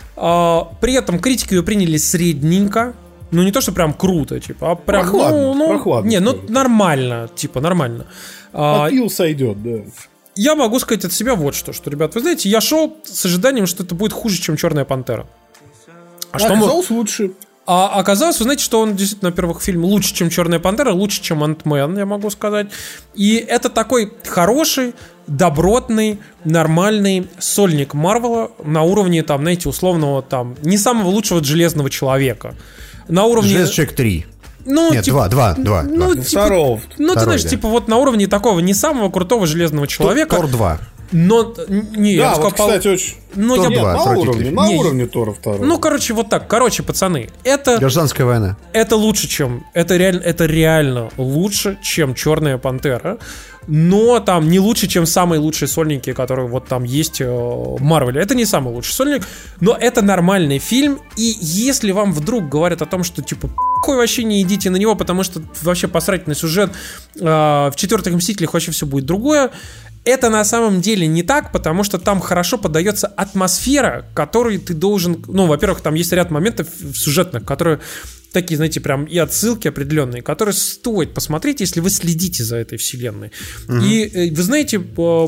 Speaker 4: Э, при этом критики ее приняли средненько. Ну, не то, что прям круто, типа, а прям,
Speaker 3: прохладно,
Speaker 4: ну, ну
Speaker 3: прохладно,
Speaker 4: не, ну,
Speaker 3: скажем.
Speaker 4: нормально, типа, нормально.
Speaker 3: Попил, сойдет, да.
Speaker 4: Я могу сказать от себя вот что, что, ребят, вы знаете, я шел с ожиданием, что это будет хуже, чем «Черная пантера».
Speaker 3: А, а что оказалось мы... лучше.
Speaker 4: А оказалось, вы знаете, что он действительно, во-первых, фильм лучше, чем «Черная пантера», лучше, чем «Ant-Man», я могу сказать. И это такой хороший, добротный, нормальный сольник Марвела на уровне, там, знаете, условного, там, не самого лучшего Железного Человека. На уровне...
Speaker 2: Железный человек три.
Speaker 4: Ну,
Speaker 2: Нет,
Speaker 4: типа,
Speaker 2: два, два, два.
Speaker 4: Ну,
Speaker 2: два.
Speaker 4: типа,
Speaker 3: Второго.
Speaker 4: Ну, ты знаешь,
Speaker 2: да.
Speaker 4: типа, вот на уровне такого не самого крутого Железного Человека.
Speaker 2: Тор два.
Speaker 4: Но, не,
Speaker 3: да,
Speaker 4: я
Speaker 3: вот,
Speaker 4: сказал,
Speaker 3: кстати, очень...
Speaker 4: Ну,
Speaker 2: Тор
Speaker 4: я...
Speaker 2: два,
Speaker 3: на уровне, на
Speaker 4: Не,
Speaker 3: уровне Тора второго.
Speaker 4: Ну, короче, вот так. Короче, пацаны, это...
Speaker 2: Гражданская война.
Speaker 4: Это лучше, чем... Это реально, это реально лучше, чем «Черная пантера». Но там не лучше, чем самые лучшие сольники, которые вот там есть в Марвеле. Это не самый лучший сольник, но это нормальный фильм. И если вам вдруг говорят о том, что типа похуй, вообще не идите на него, потому что вообще посрать на сюжет, в «Четвертых Мстителях» вообще все будет другое. Это на самом деле не так, потому что там хорошо подается атмосфера, которой ты должен... Ну, во-первых, там есть ряд моментов сюжетных, которые такие, знаете, прям и отсылки определенные, которые стоит посмотреть, если вы следите за этой вселенной. Угу. И вы знаете,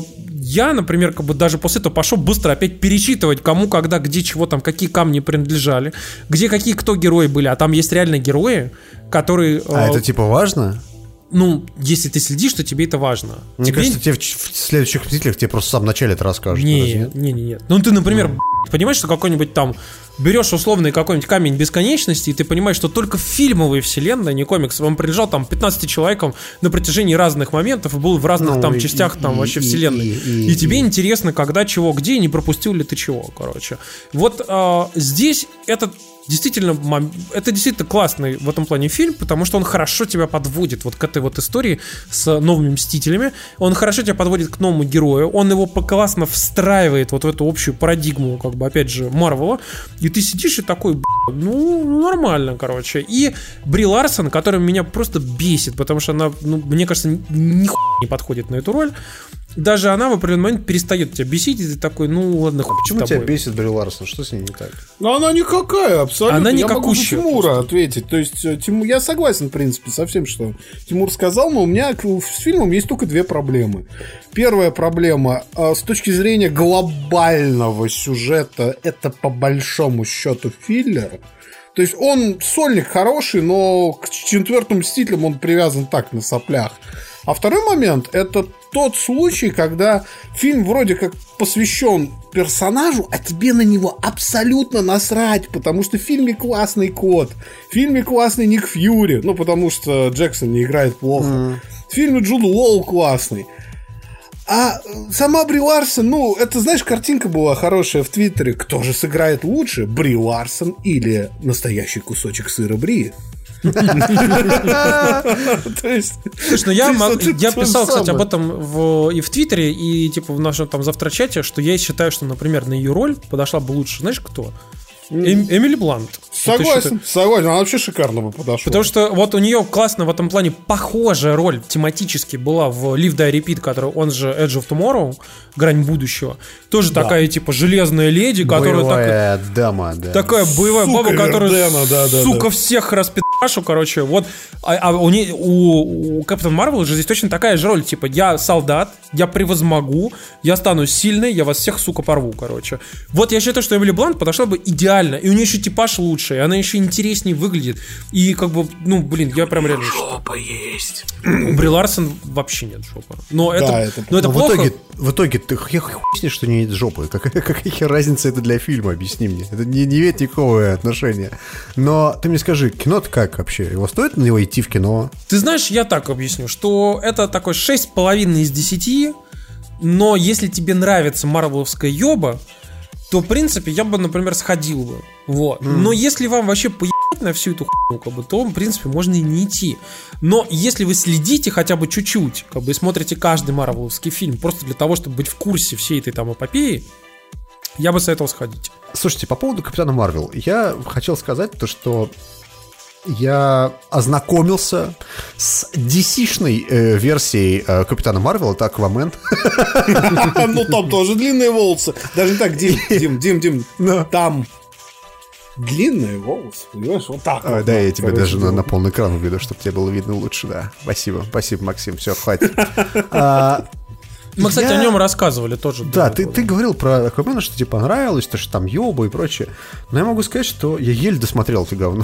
Speaker 4: я, например, как бы даже после этого пошел быстро опять перечитывать, кому, когда, где, чего там, какие камни принадлежали, где какие кто герои были. А там есть реально герои, которые...
Speaker 2: А э... это типа важно?
Speaker 4: ну, если ты следишь, то тебе это важно.
Speaker 2: Мне
Speaker 4: тебе...
Speaker 2: кажется, тебе в, в следующих «Мстителях» тебе просто в самом начале это расскажут.
Speaker 4: Не, нет, не, не, нет. Ну, ты, например, ну. понимаешь, что какой-нибудь там берешь условный какой-нибудь камень бесконечности, и ты понимаешь, что только фильмовая вселенная, не комикс, он принадлежал там пятнадцати человекам на протяжении разных моментов и был в разных ну, там и, частях там и, вообще и, вселенной. И, и, и, и тебе и... интересно, когда, чего, где, не пропустил ли ты чего, короче. Вот а, здесь этот Действительно, это действительно классный в этом плане фильм, потому что он хорошо тебя подводит вот к этой вот истории с новыми Мстителями. Он хорошо тебя подводит к новому герою. Он его классно встраивает вот в эту общую парадигму, как бы, опять же, Марвела. И ты сидишь и такой, ну, нормально, короче. И Бри Ларсон, которая меня просто бесит, потому что она, ну, мне кажется, нихуя не подходит на эту роль. Даже она в определенный момент перестает тебя бесить, и ты такой, ну ладно, хуй.
Speaker 2: Почему тебя бесит Бри Ларсон? Что с ней не так?
Speaker 3: Ну она никакая, абсолютно.
Speaker 4: Она
Speaker 3: я могу за Тимура
Speaker 4: просто
Speaker 3: ответить. То есть Тимур, я согласен, в принципе, со всем, что Тимур сказал, но у меня с фильмом есть только две проблемы. Первая проблема, с точки зрения глобального сюжета, это по большому счету филлер. То есть он сольник хороший, но к четвертым Мстителям он привязан так, на соплях. А второй момент – это тот случай, когда фильм вроде как посвящен персонажу, а тебе на него абсолютно насрать, потому что в фильме классный кот, в фильме классный Ник Фьюри, ну, потому что Джексон не играет плохо, mm. в фильме Джуд Лоу классный. А сама Бри Ларсон, ну, это, знаешь, картинка была хорошая в Твиттере. Кто же сыграет лучше, Бри Ларсон или настоящий кусочек сыра Бри?
Speaker 4: Слушай, ну я, мог, я писал, кстати, об этом в, и в Твиттере, и типа в нашем там завтрачате, что я считаю, что, например, на ее роль подошла бы лучше, знаешь, кто? Эм, Эмили Блант.
Speaker 3: Согласен, согласен, она вообще шикарно бы подошла.
Speaker 4: Потому что вот у нее классно в этом плане похожая роль тематически была в Live, Die, Repeat, который он же Edge of Tomorrow, Грань будущего. Тоже да. Такая типа железная леди, которая
Speaker 2: боевая
Speaker 4: такая,
Speaker 2: дама, да.
Speaker 4: Такая боевая сука баба, которая
Speaker 3: Вердена, да, да,
Speaker 4: сука
Speaker 3: да.
Speaker 4: всех распи***шу, короче. Вот, а, а у, не, у, у Капитан Марвел же здесь точно такая же роль, типа я солдат, я превозмогу, я стану сильной, я вас всех, сука, порву, короче. Вот я считаю, что Эмили Блант подошла бы идеально. И у нее еще типаж лучше, и она еще интереснее выглядит. И как бы, ну, блин, я прям реально...
Speaker 3: Жопа есть.
Speaker 4: У Бри Ларсон вообще нет жопы. Но это,
Speaker 3: да, это...
Speaker 4: но это
Speaker 2: но
Speaker 4: плохо.
Speaker 2: В итоге, в итоге ты хуй снишь, что не нет жопы. Какая, какая разница это для фильма, объясни мне. Это не, не имеет никакого отношения. Но ты мне скажи, кино-то как вообще? Его стоит на него идти в кино?
Speaker 4: Ты знаешь, я так объясню, что это такой шесть с половиной из десяти, но если тебе нравится марвеловская ёба, то, в принципе, я бы, например, сходил бы. Вот. Mm. Но если вам вообще поебать на всю эту хуйню, как бы, то, в принципе, можно и не идти. Но если вы следите хотя бы чуть-чуть, как бы, и смотрите каждый марвеловский фильм, просто для того, чтобы быть в курсе всей этой там эпопеи, я бы советовал сходить.
Speaker 2: Слушайте, по поводу Капитана Марвел, я хотел сказать то, что я ознакомился с ди си-шной э, версией э, Капитана Марвела, это Аквамен.
Speaker 3: Ну там тоже длинные волосы. Даже не так, Дим, Дим, Дим, Дим, там длинные волосы, понимаешь, вот так.
Speaker 2: А, вот, да, я тебе даже на, на полный экран уведу, чтобы тебе было видно лучше, да. Спасибо, спасибо, Максим, все, хватит. а,
Speaker 4: Мы, кстати, я... о нем рассказывали тоже.
Speaker 2: Да, ты, ты говорил про Аквамена, что тебе понравилось, то, что там ёба и прочее. Но я могу сказать, что я еле досмотрел это говно.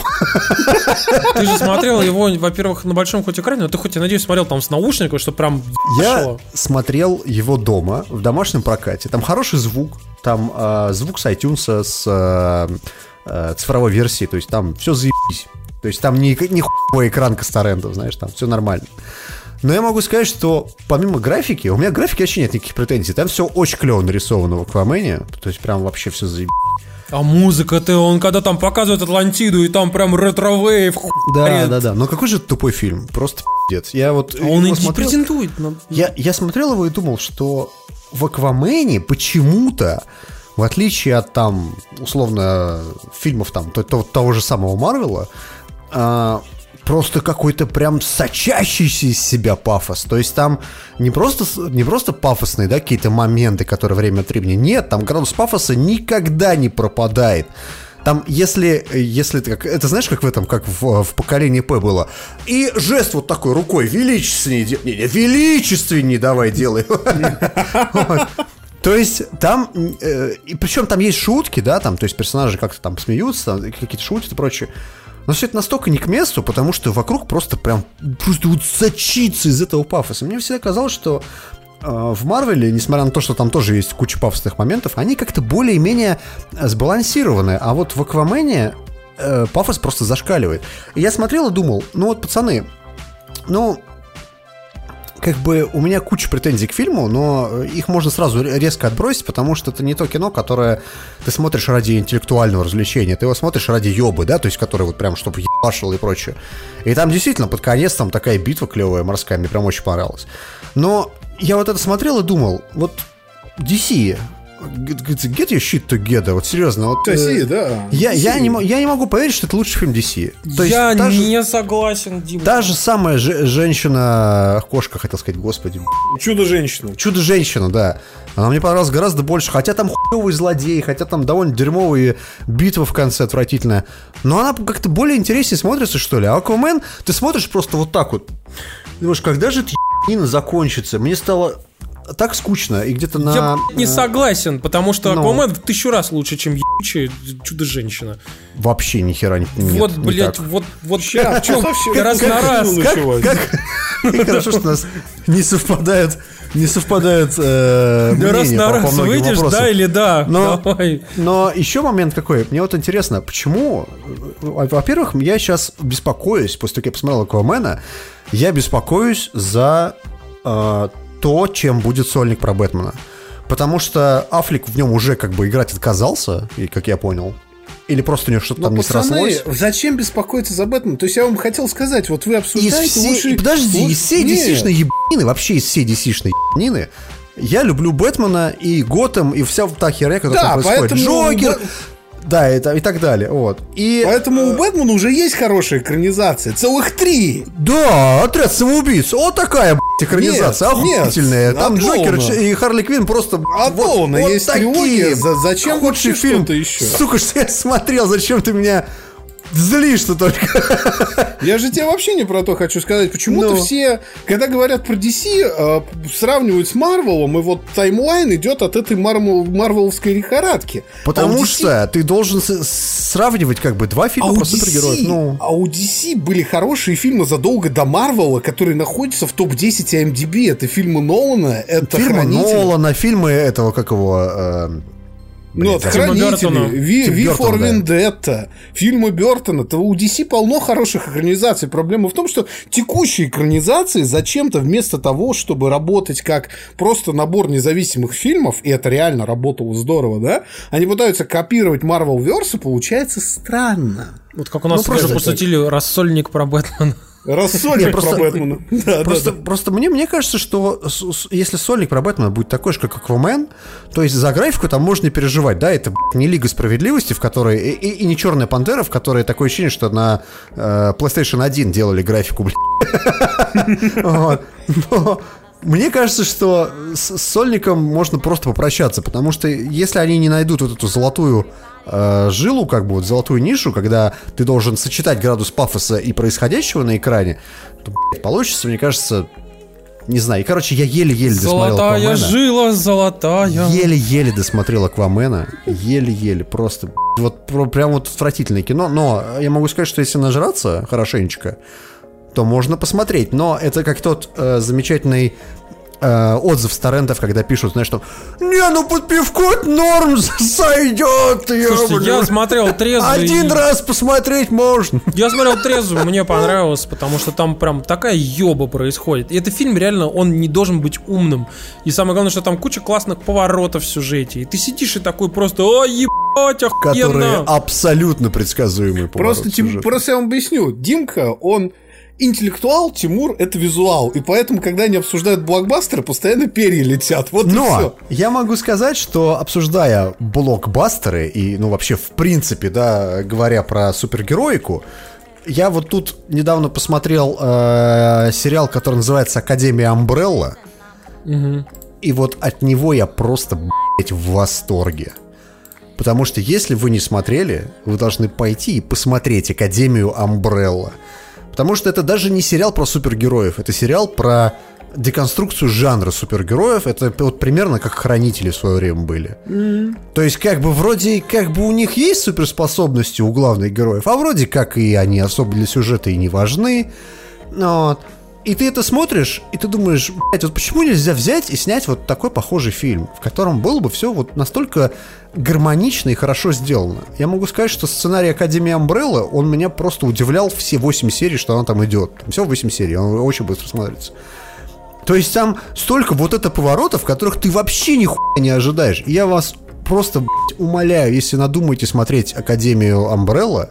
Speaker 4: Ты же смотрел его, во-первых, на большом хоть экране, но ты хоть, я надеюсь, смотрел там с наушниками, что прям
Speaker 2: Я
Speaker 4: шло.
Speaker 2: смотрел его дома, в домашнем прокате. Там хороший звук, там э, звук с iTunes, с э, э, цифровой версии, то есть там все заебись. То есть там не, не хуевый экран Костарендов, знаешь, там все нормально. Но я могу сказать, что помимо графики, у меня графики вообще нет никаких претензий. Там все очень клево нарисовано в Аквамене. То есть прям вообще все заебись.
Speaker 4: А музыка-то, он когда там показывает Атлантиду, и там прям ретро-вейв.
Speaker 2: Да, да, да. Но какой же это тупой фильм? Просто пиздец. Я вот...
Speaker 4: А он и не презентует.
Speaker 2: Я, я смотрел его и думал, что в Аквамене почему-то, в отличие от там, условно, фильмов там, то, то, того же самого Марвела, а, просто какой-то прям сочащийся из себя пафос. То есть там не просто, не просто пафосные, да, какие-то моменты, которые время от времени. Нет, там градус пафоса никогда не пропадает. Там, если, если ты, как, это знаешь, как в этом, как в, в поколении П было. И жест вот такой рукой величественней, не, не, величественней давай делай. То есть там, и причем там есть шутки, да, там, то есть персонажи как-то там смеются, какие-то шутят и прочее. Но все это настолько не к месту, потому что вокруг просто прям просто вот сочится из этого пафоса. Мне всегда казалось, что э, в Марвеле, несмотря на то, что там тоже есть куча пафосных моментов, они как-то более-менее сбалансированы. А вот в Аквамене э, пафос просто зашкаливает. И я смотрел и думал, ну вот, пацаны, ну... Как бы у меня куча претензий к фильму, но их можно сразу резко отбросить, потому что это не то кино, которое ты смотришь ради интеллектуального развлечения, ты его смотришь ради ёбы, да, то есть который вот прям, чтобы ебашил и прочее. И там действительно под конец там такая битва клевая морская, мне прям очень понравилась. Но я вот это смотрел и думал, вот ди си... Get your shit together, вот серьезно. Вот,
Speaker 3: ди си, э, да.
Speaker 2: Я, я, не, я не могу поверить, что это лучший фильм ди си.
Speaker 4: То я есть, не же, согласен, Дима.
Speaker 2: Та же самая ж, женщина-кошка, хотел сказать, господи.
Speaker 3: Чудо-женщина.
Speaker 2: Чудо-женщина, да. Она мне понравилась гораздо больше. Хотя там хуёвый злодей, хотя там довольно дерьмовые битвы в конце отвратительная. Но она как-то более интереснее смотрится, что ли. А Аквамен, ты смотришь просто вот так вот. Думаешь, когда же эта ебанина закончится? Мне стало... так скучно, и где-то на...
Speaker 4: Я не согласен, потому что Аквамен в тысячу раз лучше, чем ебучая Чудо-женщина.
Speaker 2: Вообще ни хера не, нет,
Speaker 4: вот, блядь,
Speaker 2: не
Speaker 4: вот, вот сейчас, раз на раз.
Speaker 2: Хорошо, что у нас не совпадает, не совпадает э, мнение
Speaker 4: раз на
Speaker 2: по,
Speaker 4: раз
Speaker 2: по
Speaker 4: выйдешь,
Speaker 2: вопросам.
Speaker 4: Да или да?
Speaker 2: Но,
Speaker 4: Давай.
Speaker 2: но еще момент какой, мне вот интересно, почему, во-первых, я сейчас беспокоюсь, после того, как я посмотрел Аквамена, я беспокоюсь за... Э, то, чем будет сольник про Бэтмена. Потому что Аффлек в нем уже как бы играть отказался, и как я понял. Или просто у него что-то там
Speaker 3: пацаны,
Speaker 2: не срослось.
Speaker 3: Зачем беспокоиться за Бэтмена? То есть я вам хотел сказать, вот вы обсуждаете
Speaker 2: все...
Speaker 3: лучшие...
Speaker 2: Подожди,
Speaker 3: луч...
Speaker 2: из всей ди си-шной ебанины, вообще из всей ди си-шной ебанины, я люблю Бэтмена и Готэм, и вся та херня, которая
Speaker 3: да,
Speaker 2: там происходит.
Speaker 3: Поэтому...
Speaker 2: Джокер... Да, и, и так далее. Вот. И,
Speaker 3: Поэтому у Бэтмена уже есть хорошая экранизация. Целых три.
Speaker 2: Да, отряд самоубийц. Вот такая, блядь, экранизация. Нет, охуительная. Нет, Там Джокер и Харли Квинн просто...
Speaker 3: А вот, вот есть трилогия. Зачем
Speaker 2: худший фильм
Speaker 3: что-то еще?
Speaker 2: Сука, что я смотрел, зачем ты меня... Злишь-то только.
Speaker 3: Я же тебе вообще не про то хочу сказать. Почему-то Но... все, когда говорят про ди си, э, сравнивают с Марвелом, и вот таймлайн идет от этой марвел, марвеловской лихорадки.
Speaker 2: Потому
Speaker 3: а
Speaker 2: что ди си... ты должен с- сравнивать как бы два фильма а про супергероев. Ну...
Speaker 3: А у ди си были хорошие фильмы задолго до Марвела, которые находятся в топ десять ай эм ди би. Это фильмы Нолана, это
Speaker 2: фильмы
Speaker 3: Хранители.
Speaker 2: Нолана, фильмы этого, как его... Э...
Speaker 3: Блин, ну, Хранители, Ви for Vendetta, фильмы Бёртона. То у ди си полно хороших экранизаций. Проблема в том, что текущие экранизации зачем-то вместо того, чтобы работать как просто набор независимых фильмов, и это реально работало здорово, да, они пытаются копировать Marvelverse, и получается странно.
Speaker 4: Вот как у нас ну, тоже посвятили рассольник про Бэтмена.
Speaker 3: Рассольник про
Speaker 2: просто,
Speaker 3: Бэтмена. Да,
Speaker 2: просто,
Speaker 3: да, да.
Speaker 2: просто мне, мне кажется, что если сольник про Бэтмена будет такой же, как Аквамен, то есть за графику там можно не переживать. Да, это не Лига Справедливости, в которой... И, и, и не Черная Пантера, в которой такое ощущение, что на э, PlayStation один делали графику, блядь. Но... Мне кажется, что с сольником можно просто попрощаться, потому что если они не найдут вот эту золотую э, жилу, как бы вот золотую нишу, когда ты должен сочетать градус пафоса и происходящего на экране, то, блядь, получится, мне кажется, не знаю. И, короче, я еле-еле досмотрел Аквамена.
Speaker 4: Золотая жила, золотая.
Speaker 2: Еле-еле досмотрел Аквамена. Еле-еле, просто вот прям вот отвратительное кино. Но я могу сказать, что если нажраться хорошенечко, то можно посмотреть. Но это как тот э, замечательный э, отзыв с торрентов, когда пишут, знаешь, что «Не, ну под пивко норм сойдет».
Speaker 4: Слушайте, я, я смотрел трезвый.
Speaker 2: Один раз посмотреть можно.
Speaker 4: Я смотрел трезвый, мне понравилось, потому что там прям такая ёба происходит. И этот фильм реально, он не должен быть умным. И самое главное, что там куча классных поворотов в сюжете. И ты сидишь и такой просто «О, ебать, охуенно».
Speaker 2: Которые абсолютно предсказуемые поворот
Speaker 3: просто, Тим, просто я вам объясню. Димка, он... интеллектуал, Тимур — это визуал. И поэтому, когда они обсуждают блокбастеры, постоянно перья летят. Вот
Speaker 2: Но
Speaker 3: и все.
Speaker 2: Я могу сказать, что обсуждая блокбастеры и, ну, вообще, в принципе, да, говоря про супергероику, я вот тут недавно посмотрел э, сериал, который называется «Академия Амбрелла».
Speaker 4: Угу.
Speaker 2: И вот от него я просто, блядь, в восторге. Потому что если вы не смотрели, вы должны пойти и посмотреть «Академию Амбрелла». Потому что это даже не сериал про супергероев, это сериал про деконструкцию жанра супергероев. Это вот примерно как Хранители в свое время были. Mm-hmm. То есть как бы вроде как бы у них есть суперспособности у главных героев, а вроде как и они особо для сюжета и не важны. Вот. И ты это смотришь, и ты думаешь, блядь, вот почему нельзя взять и снять вот такой похожий фильм, в котором было бы все вот настолько гармонично и хорошо сделано. Я могу сказать, что сценарий Академии Амбрелла, он меня просто удивлял все восемь серий, что она там идет. Всего восемь серий, он очень быстро смотрится. То есть там столько вот это поворотов, которых ты вообще нихуя не ожидаешь. И я вас просто, блядь, умоляю, если надумаете смотреть Академию Амбрелла,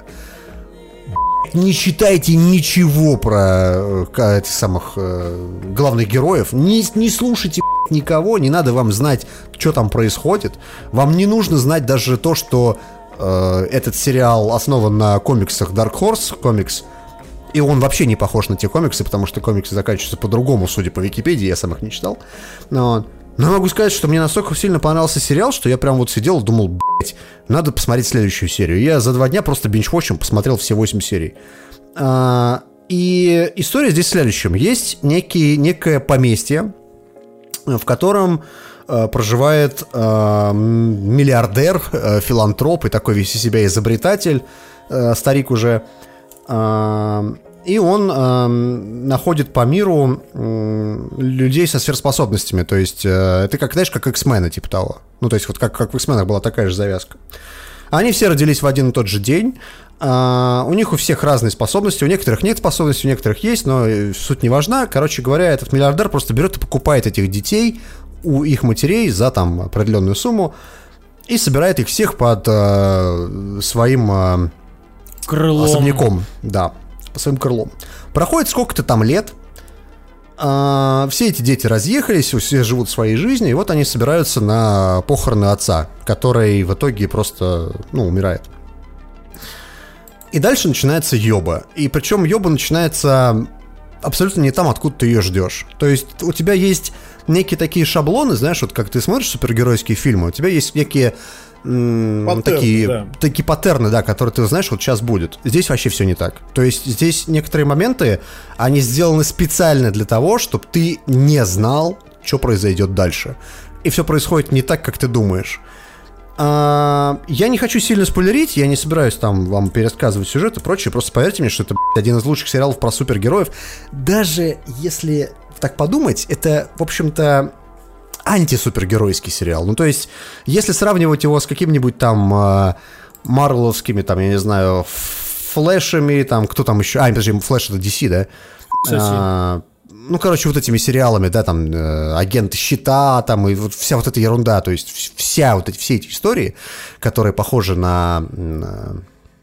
Speaker 2: не читайте ничего про э, этих самых э, главных героев, не, не слушайте никого, не надо вам знать, что там происходит. Вам не нужно знать даже то, что э, этот сериал основан на комиксах Dark Horse комикс, и он вообще не похож на те комиксы, потому что комиксы заканчиваются по-другому, судя по Википедии, я сам их не читал. Но, но могу сказать, что мне настолько сильно понравился сериал, что я прям вот сидел и думал, блять, надо посмотреть следующую серию. Я за два дня просто бинж-вотчем посмотрел все восемь серий. А, и история здесь в следующем. Есть некий, некое поместье, в котором а, проживает а, миллиардер, а, филантроп и такой весь из себя изобретатель, а, старик уже. А, и он а, находит по миру а, людей со сверхспособностями. То есть а, это как, знаешь, как X-мены типа того. Ну, то есть вот как, как в X-менах была такая же завязка. Они все родились в один и тот же день. Uh, у них у всех разные способности, у некоторых нет способностей, у некоторых есть, но суть не важна. Короче говоря, этот миллиардер просто берет и покупает этих детей у их матерей за там определенную сумму и собирает их всех под uh, своим uh,
Speaker 4: крылом.
Speaker 2: Особняком, да, по своим крылом. Проходит сколько-то там лет, uh, все эти дети разъехались, все живут своей жизнью, и вот они собираются на похороны отца, который в итоге просто, ну, умирает. И дальше начинается ёба. И причем ёба начинается абсолютно не там, откуда ты ее ждешь. То есть у тебя есть некие такие шаблоны, знаешь, вот как ты смотришь супергеройские фильмы, у тебя есть некие м- паттерны, такие, да. такие паттерны, да, которые ты знаешь, вот сейчас будет. Здесь вообще все не так. То есть здесь некоторые моменты, они сделаны специально для того, чтобы ты не знал, что произойдет дальше. И все происходит не так, как ты думаешь. А, я не хочу сильно спойлерить, я не собираюсь там вам пересказывать сюжет и прочее, просто поверьте мне, что это, блядь, один из лучших сериалов про супергероев. Даже если так подумать, это, в общем-то, антисупергеройский сериал. Ну, то есть, если сравнивать его с какими-нибудь там марвеловскими, там, я не знаю, флэшами, там, кто там еще... А, подожди, флэш это ди си, да? А, ну, короче, вот этими сериалами, да, там, э, агенты щита, там, и вот вся вот эта ерунда, то есть вся вот эти, все эти истории, которые похожи на, на,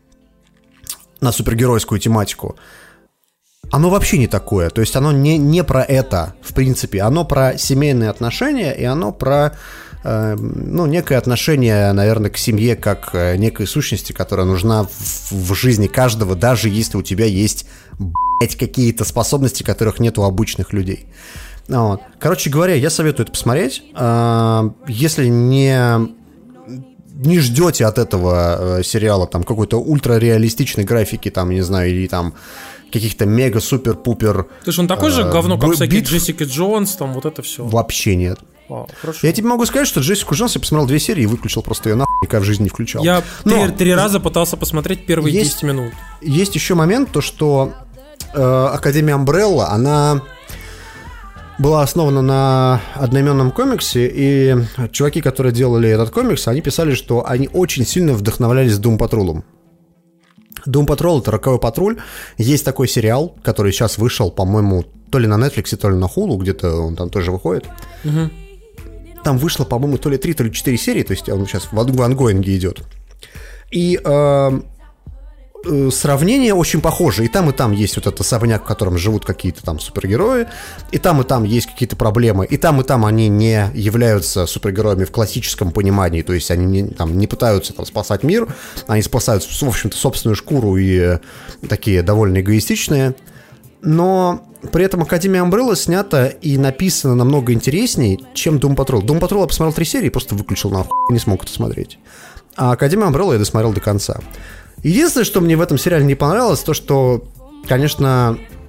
Speaker 2: на супергеройскую тематику, оно вообще не такое, то есть оно не, не про это, в принципе, оно про семейные отношения, и оно про, э, ну, некое отношение, наверное, к семье, как э, некой сущности, которая нужна в, в жизни каждого, даже если у тебя есть, какие-то способности, которых нет у обычных людей. Вот. Короче говоря, я советую это посмотреть. Если не, не ждете от этого сериала там какой-то ультрареалистичной графики, там, не знаю, или там каких-то мега-супер-пупер...
Speaker 4: Ты же он такой же говно, как всякие Джессика Джонс, там вот это все?
Speaker 2: Вообще нет.
Speaker 4: Вау,
Speaker 2: я тебе могу сказать, что Джессику Джонс я посмотрел две серии и выключил просто ее нахуй, никогда в жизни не включал.
Speaker 4: Я Но три, три раза пытался посмотреть первые есть, десять минут.
Speaker 2: Есть еще момент, то что э, Академия Амбрелла, она была основана на одноименном комиксе, и чуваки, которые делали этот комикс, они писали, что они очень сильно вдохновлялись Doom Patrol'ом. Doom Patrol — это роковой патруль. Есть такой сериал, который сейчас вышел, по-моему, то ли на Netflix, то ли на Hulu, где-то он там тоже выходит. Угу. Там вышло, по-моему, то ли три, то ли четыре серии, то есть он сейчас в ангоинге идет. И э, э, сравнение очень похоже. И там, и там есть вот этот особняк, в котором живут какие-то там супергерои. И там, и там есть какие-то проблемы. И там, и там они не являются супергероями в классическом понимании. То есть они не, там, не пытаются там спасать мир. Они спасают, в общем-то, собственную шкуру и э, такие довольно эгоистичные. Но при этом Академия Амбрелла снята и написана намного интереснее, чем Doom Patrol. Doom Patrol я посмотрел три серии и просто выключил нахуй, не смог это смотреть. А Академию Амбрелла я досмотрел до конца. Единственное, что мне в этом сериале не понравилось, то что, конечно,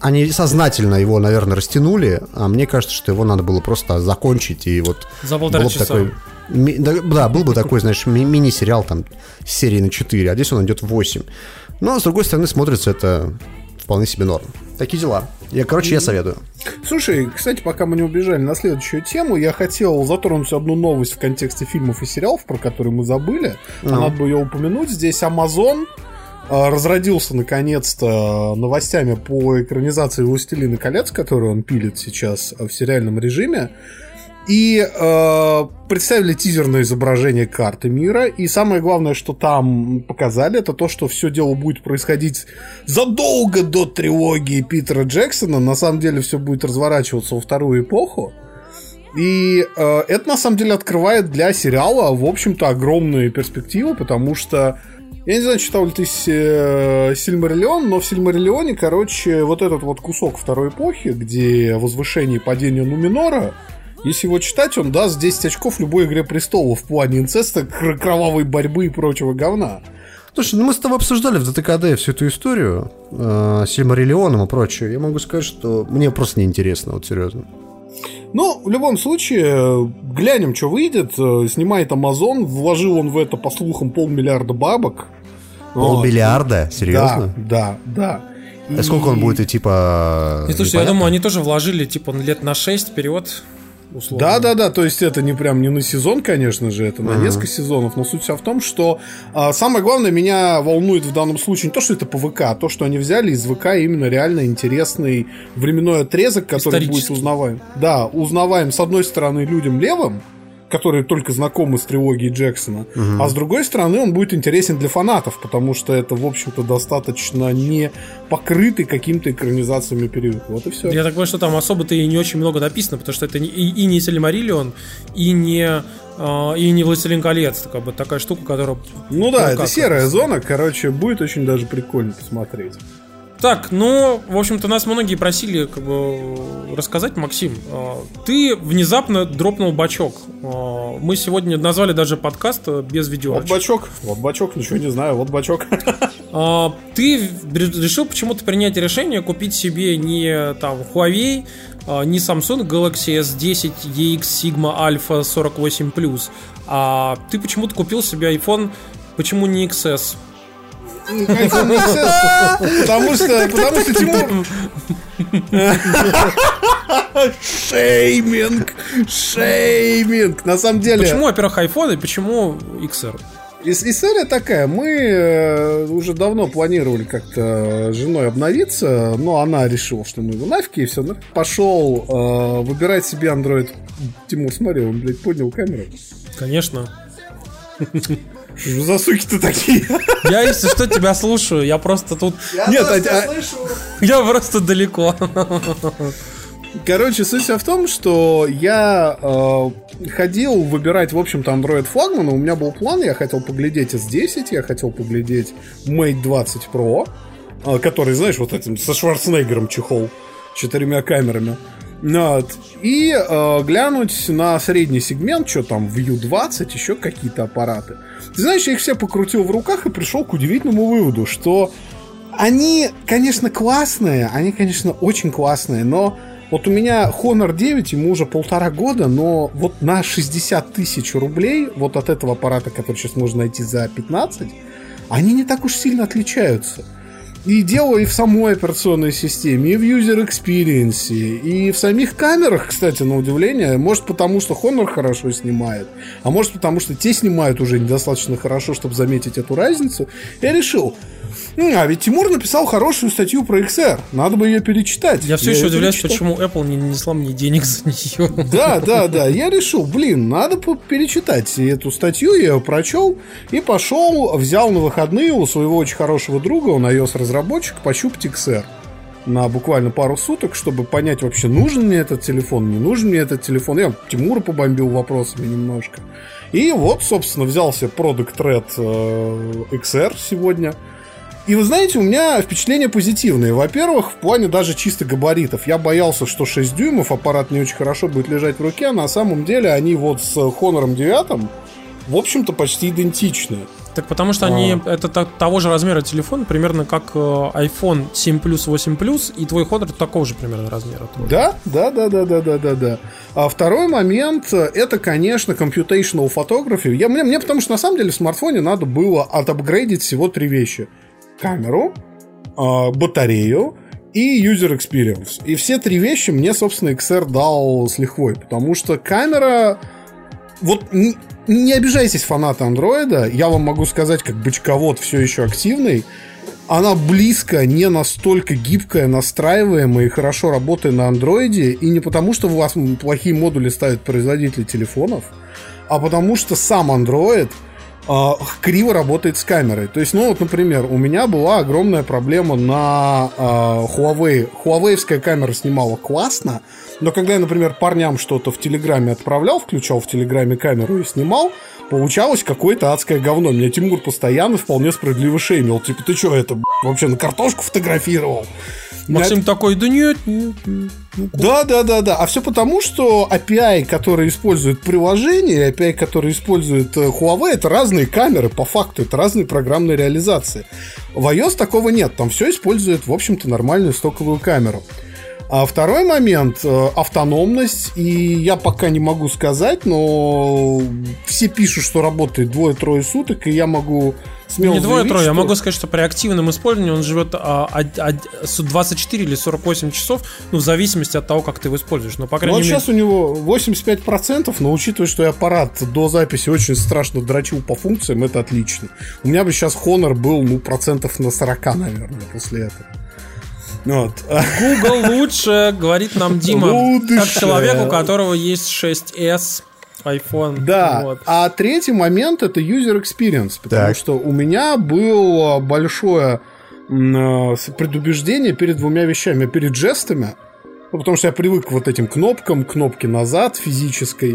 Speaker 2: они сознательно его, наверное, растянули, а мне кажется, что его надо было просто закончить и вот...
Speaker 4: За полтора часа.
Speaker 2: Такой, ми, да, да, был бы такой, знаешь, ми- мини-сериал там серии на четыре, а здесь он идет восемь. Но, с другой стороны, смотрится это вполне себе норм. Такие дела. Я, короче, я советую.
Speaker 3: Слушай, кстати, пока мы не убежали на следующую тему, я хотел затронуть одну новость в контексте фильмов и сериалов, про которые мы забыли. Ну. Надо бы ее упомянуть. Здесь Amazon разродился наконец-то новостями по экранизации «Властелина колец», которую он пилит сейчас в сериальном режиме. И э, представили тизерное изображение карты мира. И самое главное, что там показали, это то, что все дело будет происходить задолго до трилогии Питера Джексона. На самом деле все будет разворачиваться во вторую эпоху. И э, это на самом деле открывает для сериала, в общем-то, огромные перспективы, потому что я не знаю, читал ли ты Сильмариллион, но в Сильмариллионе, короче, вот этот вот кусок второй эпохи, где возвышение и падение Нуменора, если его читать, он даст десять очков любой «Игре престолов» в плане инцеста, кровавой борьбы и прочего говна.
Speaker 2: Слушай, ну мы с тобой обсуждали в ДТКД всю эту историю э, с Сильмариллионом и прочее. Я могу сказать, что мне просто неинтересно, вот серьезно.
Speaker 3: Ну, в любом случае, глянем, что выйдет. Снимает Amazon, вложил он в это, по слухам, полмиллиарда бабок.
Speaker 2: Полмиллиарда? Серьезно?
Speaker 3: Да, да, да.
Speaker 2: А и... сколько он будет идти по...
Speaker 4: И, слушай, я думаю, они тоже вложили, типа, лет на шесть вперед. Условно.
Speaker 3: Да, да, да, то есть это не прям не на сезон, конечно же, это на uh-huh. несколько сезонов, но суть вся в том, что а, самое главное меня волнует в данном случае не то, что это по ВК, а то, что они взяли из ВК именно реально интересный временной отрезок, который будет узнаваем. Да, узнаваем с одной стороны людям левым, которые только знакомы с трилогией Джексона, uh-huh. а с другой стороны он будет интересен для фанатов, потому что это, в общем-то, достаточно не покрытый какими-то экранизациями период. Вот и все.
Speaker 4: Я так понимаю, что там особо-то и не очень много написано, потому что это и, и не Сильмариллион, и не, э, и не Властелин колец. Это как бы такая штука, которая...
Speaker 3: Ну да, ну, это серая зона, короче, будет очень даже прикольно посмотреть.
Speaker 4: Так, ну, в общем-то, нас многие просили как бы рассказать, Максим. Ты внезапно дропнул бачок. Мы сегодня назвали даже подкаст без видео.
Speaker 3: Вот бачок, вот бачок, ничего не знаю, вот бачок.
Speaker 4: Ты решил почему-то принять решение купить себе не там Huawei, не Samsung Galaxy эс десять и икс Sigma Alpha сорок восемь плюс, а ты почему-то купил себе iPhone, почему не икс эс?
Speaker 3: iPhone икс эс, потому что, потому что Тимур... Шейминг, шейминг. На самом деле...
Speaker 4: Почему, во-первых, iPhone и почему икс эр?
Speaker 3: История такая, мы уже давно планировали как-то с женой обновиться, но она решила, что ну его нафиг, и все, пошел э, выбирать себе Android. Тимур, смотри, он, блядь, поднял камеру.
Speaker 4: Конечно.
Speaker 3: Что за суки-то такие?
Speaker 4: Я, если что, тебя слушаю, я просто тут...
Speaker 3: Я Нет, а... слышу.
Speaker 4: Я просто далеко.
Speaker 3: Короче, суть в том, что я э, ходил выбирать, в общем-то, Android флагман. У меня был план, я хотел поглядеть эс десять, я хотел поглядеть Mate двадцать Pro, э, который, знаешь, вот этим со Шварценеггером чехол, четырьмя камерами. Вот. И э, глянуть на средний сегмент, что там, View двадцать, еще какие-то аппараты. Ты знаешь, я их все покрутил в руках и пришел к удивительному выводу, что они, конечно, классные, они, конечно, очень классные, но вот у меня Honor девять, ему уже полтора года, но вот на шестьдесят тысяч рублей вот от этого аппарата, который сейчас можно найти за пятнадцать, они не так уж сильно отличаются. И дело и в самой операционной системе, и в user experience, и в самих камерах, кстати, на удивление. Может, потому что Honor хорошо снимает, а может, потому что те снимают уже недостаточно хорошо, чтобы заметить эту разницу. Я решил, а ведь Тимур написал хорошую статью про икс эр, надо бы ее перечитать.
Speaker 4: Я все
Speaker 3: я
Speaker 4: еще удивляюсь, почему Apple не нанесла мне денег за нее.
Speaker 3: Да, да, да, я решил, блин, надо перечитать эту статью, я ее прочел и пошел, взял на выходные у своего очень хорошего друга, он iOS-разработчик, пощупать икс эр на буквально пару суток, чтобы понять вообще, нужен мне этот телефон, не нужен мне этот телефон. Я Тимура побомбил вопросами немножко. И вот, собственно, взялся Product Red икс эр сегодня. И вы знаете, у меня впечатления позитивные. Во-первых, в плане даже чисто габаритов. Я боялся, что шесть дюймов аппарат не очень хорошо будет лежать в руке, а на самом деле они вот с Honor девять, в общем-то, почти идентичны.
Speaker 4: Так потому что они, а. это так, того же размера телефон, примерно как э, iPhone семь плюс, восемь плюс, и твой Honor такого же примерно размера.
Speaker 3: Да, да, да, да, да, да, да, да. А второй момент, это, конечно, computational photography. Я, мне, мне потому что на самом деле в смартфоне надо было отапгрейдить всего три вещи. Камеру, э, батарею и user experience. И все три вещи мне, собственно, икс ар дал с лихвой, потому что камера... Вот не, не обижайтесь, фанаты андроида, я вам могу сказать, как бычковод все еще активный, она близко, не настолько гибкая, настраиваемая и хорошо работает на андроиде, и не потому, что у вас плохие модули ставят производители телефонов, а потому что сам андроид э, криво работает с камерой. То есть, ну вот, например, у меня была огромная проблема на э, Huawei. Huawei-ская камера снимала классно, но когда я, например, парням что-то в Телеграме отправлял, включал в Телеграме камеру и снимал, получалось какое-то адское говно. Меня Тимур постоянно вполне справедливо шеймил. Типа, ты что, это вообще на картошку фотографировал?
Speaker 4: Максим это... такой, да нет, нет, нет.
Speaker 3: Да, да, да, да. А все потому, что эй пи ай, который использует приложение, эй пи ай, который использует Huawei, это разные камеры, по факту, это разные программные реализации. В iOS такого нет. Там все использует, в общем-то, нормальную стоковую камеру. А второй момент — автономность. И я пока не могу сказать, но все пишут, что работает двое-трое суток, и я могу смело
Speaker 4: не
Speaker 3: заявить,
Speaker 4: двое-трое,
Speaker 3: что...
Speaker 4: я могу сказать, что при активном использовании он живет а, а, а, двадцать четыре или сорок восемь часов, ну, в зависимости от того, как ты его используешь. Но, по крайней
Speaker 3: ну, вот
Speaker 4: мере...
Speaker 3: сейчас у него восемьдесят пять процентов, но учитывая, что я аппарат до записи очень страшно дрочил по функциям, это отлично. У меня бы сейчас Honor был, ну, процентов на сорок, наверное, после этого. Вот.
Speaker 4: Google лучше, говорит нам Дима,
Speaker 3: лучше.
Speaker 4: Как человек, у которого есть шесть эс iPhone.
Speaker 3: Да,
Speaker 4: вот.
Speaker 3: А третий момент — это user experience, потому так. что у меня было большое предубеждение перед двумя вещами. Перед жестами, ну, потому что я привык к вот этим кнопкам, кнопки назад физической,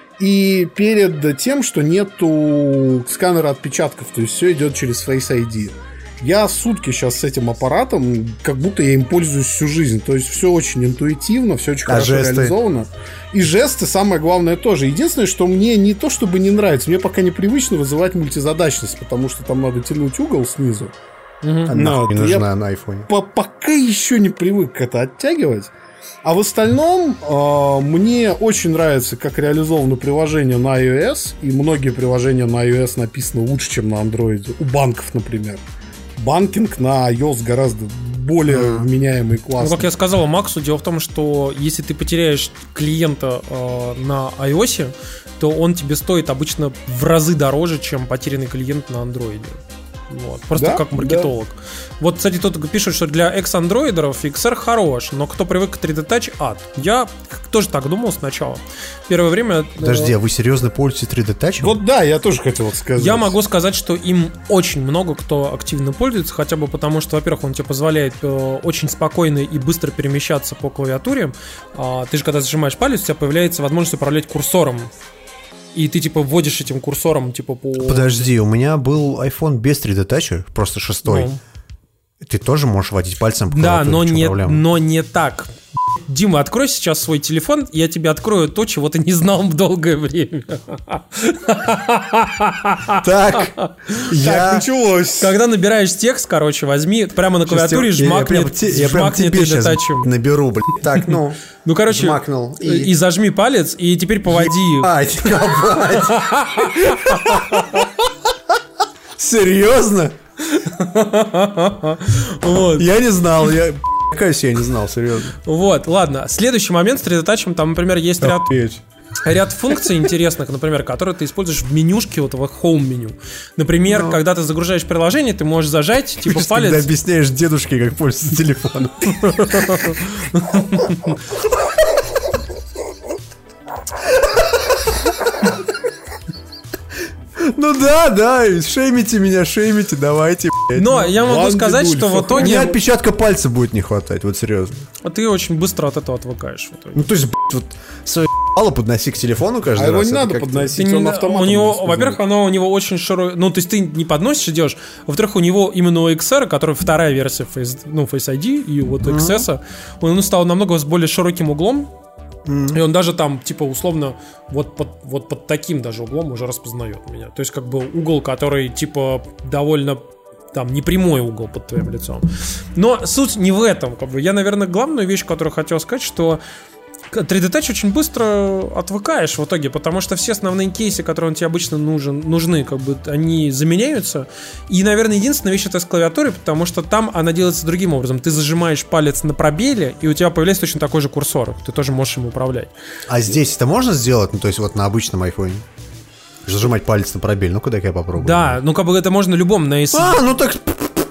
Speaker 3: и перед тем, что нету сканера отпечатков, то есть все идет через Face ай ди. Я сутки сейчас с этим аппаратом, как будто я им пользуюсь всю жизнь. То есть все очень интуитивно, все очень а хорошо жесты? реализовано. И жесты, самое главное, тоже. Единственное, что мне не то чтобы не нравится, мне пока непривычно вызывать мультизадачность, потому что там надо тянуть угол снизу.
Speaker 2: Угу. Она не нужна я на айфоне.
Speaker 3: По- пока еще не привык это оттягивать. А в остальном э, мне очень нравится, как реализовано приложение на iOS. И многие приложения на iOS написаны лучше, чем на Android. У банков, например. Банкинг на iOS гораздо более mm. вменяемый и классный.
Speaker 4: Ну, как я сказал Максу, дело в том, что если ты потеряешь клиента э, на iOS, то он тебе стоит обычно в разы дороже, чем потерянный клиент на Android. Вот. Просто да? как маркетолог. Да. Вот, кстати, кто-то пишет, что для экс-андроидеров икс ар хорош, но кто привык к три дэ Touch — ад. Я тоже так думал сначала. Первое время...
Speaker 2: Подожди, а вы серьезно пользуетесь три дэ Touch?
Speaker 3: Вот да, я тоже хотел сказать.
Speaker 4: Я могу сказать, что им очень много кто активно пользуется, хотя бы потому, что, во-первых, он тебе позволяет э, очень спокойно и быстро перемещаться по клавиатуре. А, ты же, когда зажимаешь палец, у тебя появляется возможность управлять курсором. И ты, типа, вводишь этим курсором, типа, по...
Speaker 2: Подожди, у меня был iPhone без три дэ Touch, просто шестой. Ну. Ты тоже можешь водить пальцем по
Speaker 4: клавиатуре? Да, но не, но не так. Дима, открой сейчас свой телефон, и я тебе открою то, чего ты не знал долгое время.
Speaker 2: Так,
Speaker 3: я... началось.
Speaker 4: Когда набираешь текст, короче, возьми прямо на клавиатуре, жмакни три дэ Touch.
Speaker 2: Наберу, блин. Так, ну...
Speaker 4: Ну, короче,
Speaker 2: жмакнул,
Speaker 4: и... и зажми палец, и теперь поводи.
Speaker 2: Ебать, ебать. Серьезно?
Speaker 4: Вот.
Speaker 2: Я не знал, я... Каюсь, я не знал, серьезно.
Speaker 4: Вот, ладно. Следующий момент с три дэ Touch, там, например, есть ряд... Ряд функций интересных, например, которые ты используешь в менюшке вот этого home-меню. Например, no. когда ты загружаешь приложение, ты можешь зажать, типа,
Speaker 2: ты
Speaker 4: палец...
Speaker 2: Ты объясняешь дедушке, как пользоваться телефоном. Ну да, да, шеймите меня, шеймите, давайте, блядь.
Speaker 4: Но я могу сказать, что в итоге...
Speaker 2: Мне отпечатка пальца будет не хватать, вот серьезно.
Speaker 4: А ты очень быстро от этого отвыкаешь в итоге.
Speaker 2: Ну то есть, блядь, вот свое ебало подноси к телефону каждый
Speaker 3: а
Speaker 2: раз.
Speaker 3: А его не надо подносить, он автоматом.
Speaker 4: У него, во-первых, оно у него очень широкое... Ну, то есть ты не подносишь и делаешь. Во-вторых, у него именно у икс ар, который вторая версия Face, ну, Face ай ди и вот у икс эс, он стал намного с более широким углом. Mm. И он даже там, типа, условно, вот под, вот под таким даже углом уже распознает меня. То есть, как бы, угол, который, типа, довольно, там, не прямой угол под твоим лицом. Но суть не в этом, как бы. Я, наверное, главную вещь, которую хотел сказать, что три дэ Touch очень быстро отвыкаешь в итоге, потому что все основные кейсы, которые тебе обычно нужен, нужны, как бы, они заменяются. И, наверное, единственная вещь — это с клавиатурой, потому что там она делается другим образом. Ты зажимаешь палец на пробеле, и у тебя появляется точно такой же курсор. Ты тоже можешь им управлять.
Speaker 2: А здесь это можно сделать? Ну, то есть вот на обычном айфоне? Зажимать палец на пробеле. Ну-ка, дай-ка я попробую.
Speaker 4: Да, ну как бы это можно любом на эс эс ди.
Speaker 2: А, ну так...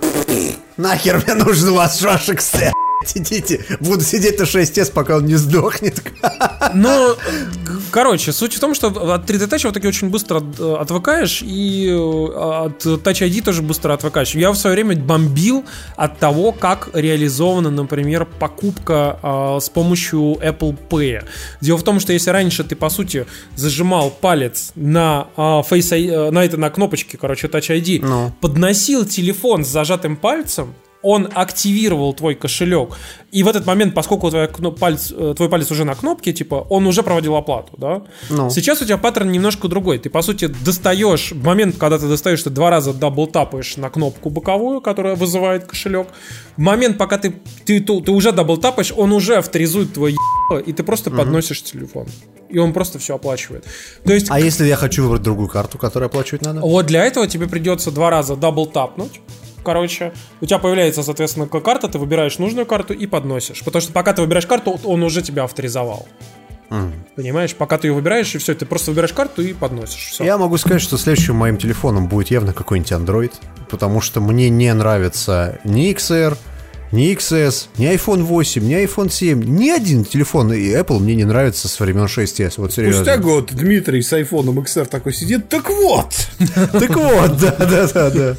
Speaker 2: Нахер мне нужен у вас шашек сэр. Идите, буду сидеть на шесть эс, пока он не сдохнет.
Speaker 4: Ну, короче, суть в том, что от три дэ Touch в итоге очень быстро отвыкаешь, и от Touch ай ди тоже быстро отвыкаешь. Я в свое время бомбил от того, как реализована, например, покупка э, с помощью Apple Pay. Дело в том, что если раньше ты, по сути, зажимал палец на, э, Face, на, это, на кнопочке, короче, Touch ай ди, no. подносил телефон с зажатым пальцем, он активировал твой кошелек, и в этот момент, поскольку твой палец, твой палец уже на кнопке, типа, он уже проводил оплату, да? No. Сейчас у тебя паттерн немножко другой. Ты, по сути, достаешь, в момент, когда ты достаешь, ты два раза дабл-тапаешь на кнопку боковую, которая вызывает кошелек. В момент, пока ты, ты, ты, ты уже дабл-тапаешь, он уже авторизует твой ебало, и ты просто mm-hmm. подносишь телефон. И он просто все оплачивает. То есть,
Speaker 2: а если я хочу выбрать другую карту, которую оплачивать надо?
Speaker 4: Вот для этого тебе придется два раза дабл-тапнуть. Короче, у тебя появляется, соответственно, карта, ты выбираешь нужную карту и подносишь. Потому что пока ты выбираешь карту, он уже тебя авторизовал. Mm. Понимаешь? Пока ты ее выбираешь, и все, ты просто выбираешь карту и подносишь. Все.
Speaker 2: Я могу сказать, что следующим моим телефоном будет явно какой-нибудь Android, потому что мне не нравится ни икс эр, ни икс эс, ни айфон восемь, ни айфон семь. Ни один телефон и Apple мне не нравится со времен шесть эс. Вот серьезно.
Speaker 3: Спустя год Дмитрий с айфоном икс эр такой сидит. Так вот!
Speaker 2: Так вот, да-да-да.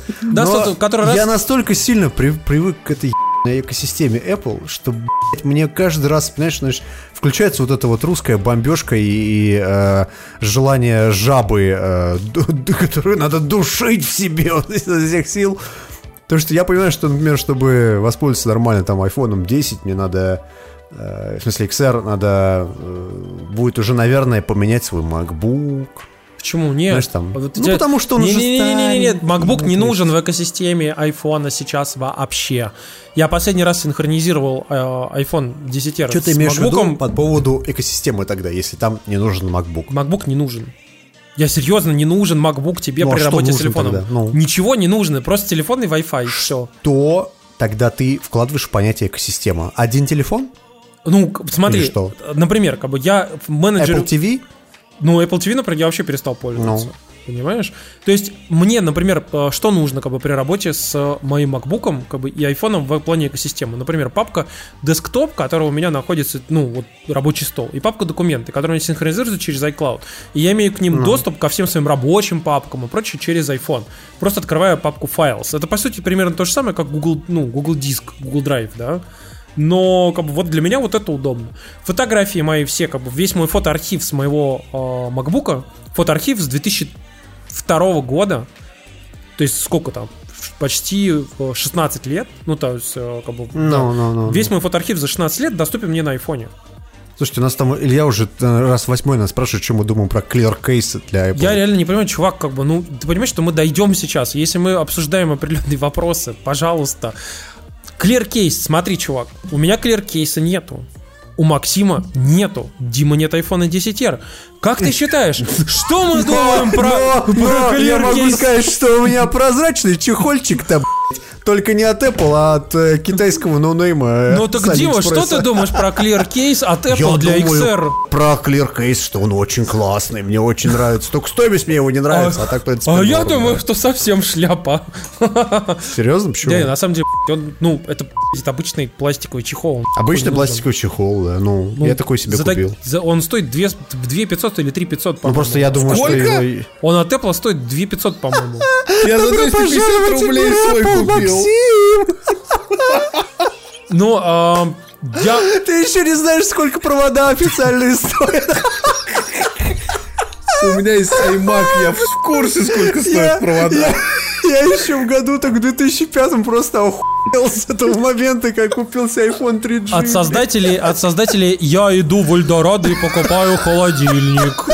Speaker 2: Я настолько сильно привык к этой экосистеме Apple, что, блядь, мне каждый раз, понимаешь, знаешь, включается вот эта вот русская бомбежка и, и э, желание жабы, э, которую надо душить в себе вот, из всех сил. Потому что я понимаю, что, например, чтобы воспользоваться нормально там айфон десять, мне надо, э, в смысле икс эр, надо э, будет уже, наверное, поменять свой MacBook.
Speaker 4: Почему? Нет.
Speaker 2: Знаешь, там, вот ну, тебя... потому что он не, уже
Speaker 4: не, не, не, не, нет, MacBook не нужен в экосистеме айфона сейчас вообще. Я последний раз синхронизировал э, iPhone десять эр с MacBook.
Speaker 2: Что ты имеешь в виду по поводу экосистемы тогда, если там не нужен MacBook?
Speaker 4: MacBook не нужен. Я серьезно, не нужен MacBook тебе ну, при а работе с телефоном. Ну. Ничего не нужно, просто телефонный Wi-Fi, все.
Speaker 2: То тогда ты вкладываешь в понятие экосистема. Один телефон?
Speaker 4: Ну, смотри, что? Например, как бы я менеджер...
Speaker 2: Apple ти ви?
Speaker 4: Ну, Apple ти ви, например, я вообще перестал пользоваться. No. Понимаешь? То есть мне, например, что нужно как бы при работе с моим MacBook'ом как бы, и айфоном в плане экосистемы? Например, папка десктоп, которая у меня находится, ну, вот рабочий стол, и папка документы, которые синхронизируются через iCloud. И я имею к ним mm. доступ ко всем своим рабочим папкам и прочее через iPhone. Просто открываю папку Files. Это, по сути, примерно то же самое, как Google, ну, Google Диск, Google Drive, да? Но как бы вот для меня вот это удобно. Фотографии мои все, как бы весь мой фотоархив с моего э, MacBook'а, фотоархив с две тысячи второго года, то есть сколько там, почти шестнадцать лет, ну то есть как бы, no, да. no, no, весь no. мой фотоархив за шестнадцать лет доступен мне на айфоне.
Speaker 2: Слушайте, у нас там Илья уже раз восьмой нас спрашивает, что мы думаем про clear case для Apple.
Speaker 4: Я реально не понимаю, чувак, как бы, ну ты понимаешь, что мы дойдем сейчас, если мы обсуждаем определенные вопросы, пожалуйста. Clear case, смотри, чувак, у меня clear кейса нету. У Максима нету. Дима нет айфон десять эр. Как ты считаешь, что мы думаем про clear case?
Speaker 2: Я могу сказать, что у меня прозрачный чехольчик-то, блядь. Только не от Apple, а от э, китайского ноунейма.
Speaker 4: Ну так, Дима, что ты думаешь про Clear Case от Apple я для икс эр?
Speaker 2: Про Clear Case, что он очень классный, мне очень нравится. Только стоимость мне его не нравится, а, а так, в принципе,
Speaker 4: А
Speaker 2: норм,
Speaker 4: я думаю,
Speaker 2: да.
Speaker 4: что совсем шляпа.
Speaker 2: Серьезно? Почему?
Speaker 4: Да, на самом деле, он, ну, это обычный пластиковый чехол.
Speaker 2: Обычный пластиковый чехол, да. Ну, ну я такой себе за, купил.
Speaker 4: За, он стоит две тысячи пятьсот или три тысячи пятьсот, по-моему.
Speaker 2: Ну просто я думаю,
Speaker 3: Сколько?
Speaker 2: что его...
Speaker 4: Он от Apple стоит две тысячи пятьсот, по-моему.
Speaker 3: Я за двести пятьдесят рублей свой купил.
Speaker 4: Ну, а, я...
Speaker 2: Ты еще не знаешь, сколько провода официальные стоят.
Speaker 3: У меня есть iMac, я в курсе, сколько стоят провода.
Speaker 2: Я еще в году так в две тысячи пятом просто охуел с этого момента, как купился айфон три джи.
Speaker 4: От создателей, от создателей я иду в Эльдорадо и покупаю холодильник.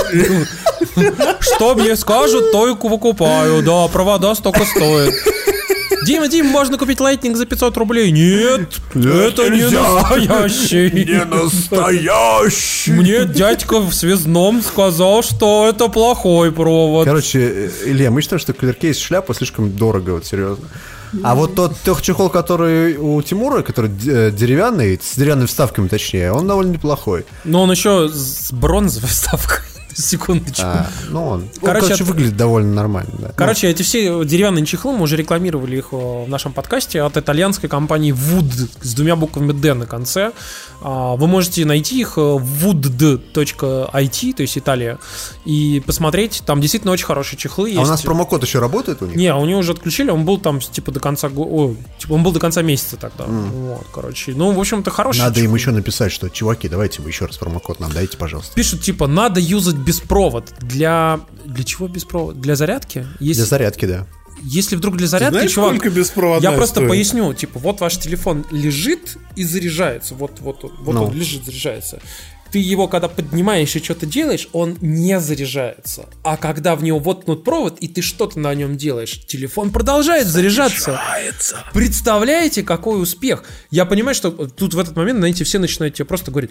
Speaker 4: Что мне скажут, то и покупаю. Да, провода столько стоят. Дима, Дима, можно купить Lightning за пятьсот рублей. Нет, это не настоящий.
Speaker 2: Не настоящий.
Speaker 4: Мне дядька в связном сказал, что это плохой провод.
Speaker 2: Короче, Илья, мы считаем, что клеркейс шляпа слишком дорого, вот серьезно. А вот тот чехол, который у Тимура, который деревянный, с деревянными вставками точнее, он довольно неплохой.
Speaker 4: Но он еще с бронзовой вставкой. Секундочку.
Speaker 2: А, ну он, короче, он, короче, выглядит довольно нормально. Да.
Speaker 4: Короче, ну. эти все деревянные чехлы, мы уже рекламировали их в нашем подкасте от итальянской компании Wood с двумя буквами D на конце. Вы можете найти их в wood точка ай ти, то есть Италия, и посмотреть. Там действительно очень хорошие чехлы.
Speaker 2: А есть. У нас промокод еще работает у них?
Speaker 4: Не, у него уже отключили, он был там типа до конца О, типа, он был до конца месяца тогда. Mm. Вот, короче. Ну, в общем-то, хороший.
Speaker 2: Надо чехлы. Им еще написать, что, чуваки, давайте вы еще раз промокод нам дайте, пожалуйста.
Speaker 4: Пишут, типа, надо юзать беспровод. Для... Для чего беспровод? Для зарядки?
Speaker 2: Если... Для зарядки, да.
Speaker 4: Если вдруг для зарядки,
Speaker 3: знаешь,
Speaker 4: чувак,
Speaker 3: сколько беспроводная
Speaker 4: я просто
Speaker 3: стоит?
Speaker 4: Поясню, типа, вот ваш телефон лежит и заряжается, вот, вот, вот, вот ну. он лежит, заряжается. Ты его, когда поднимаешь и что-то делаешь, он не заряжается. А когда в него воткнут провод, и ты что-то на нем делаешь, телефон продолжает заряжаться. Заряжается. Представляете, какой успех? Я понимаю, что тут в этот момент, знаете, все начинают тебе просто говорить: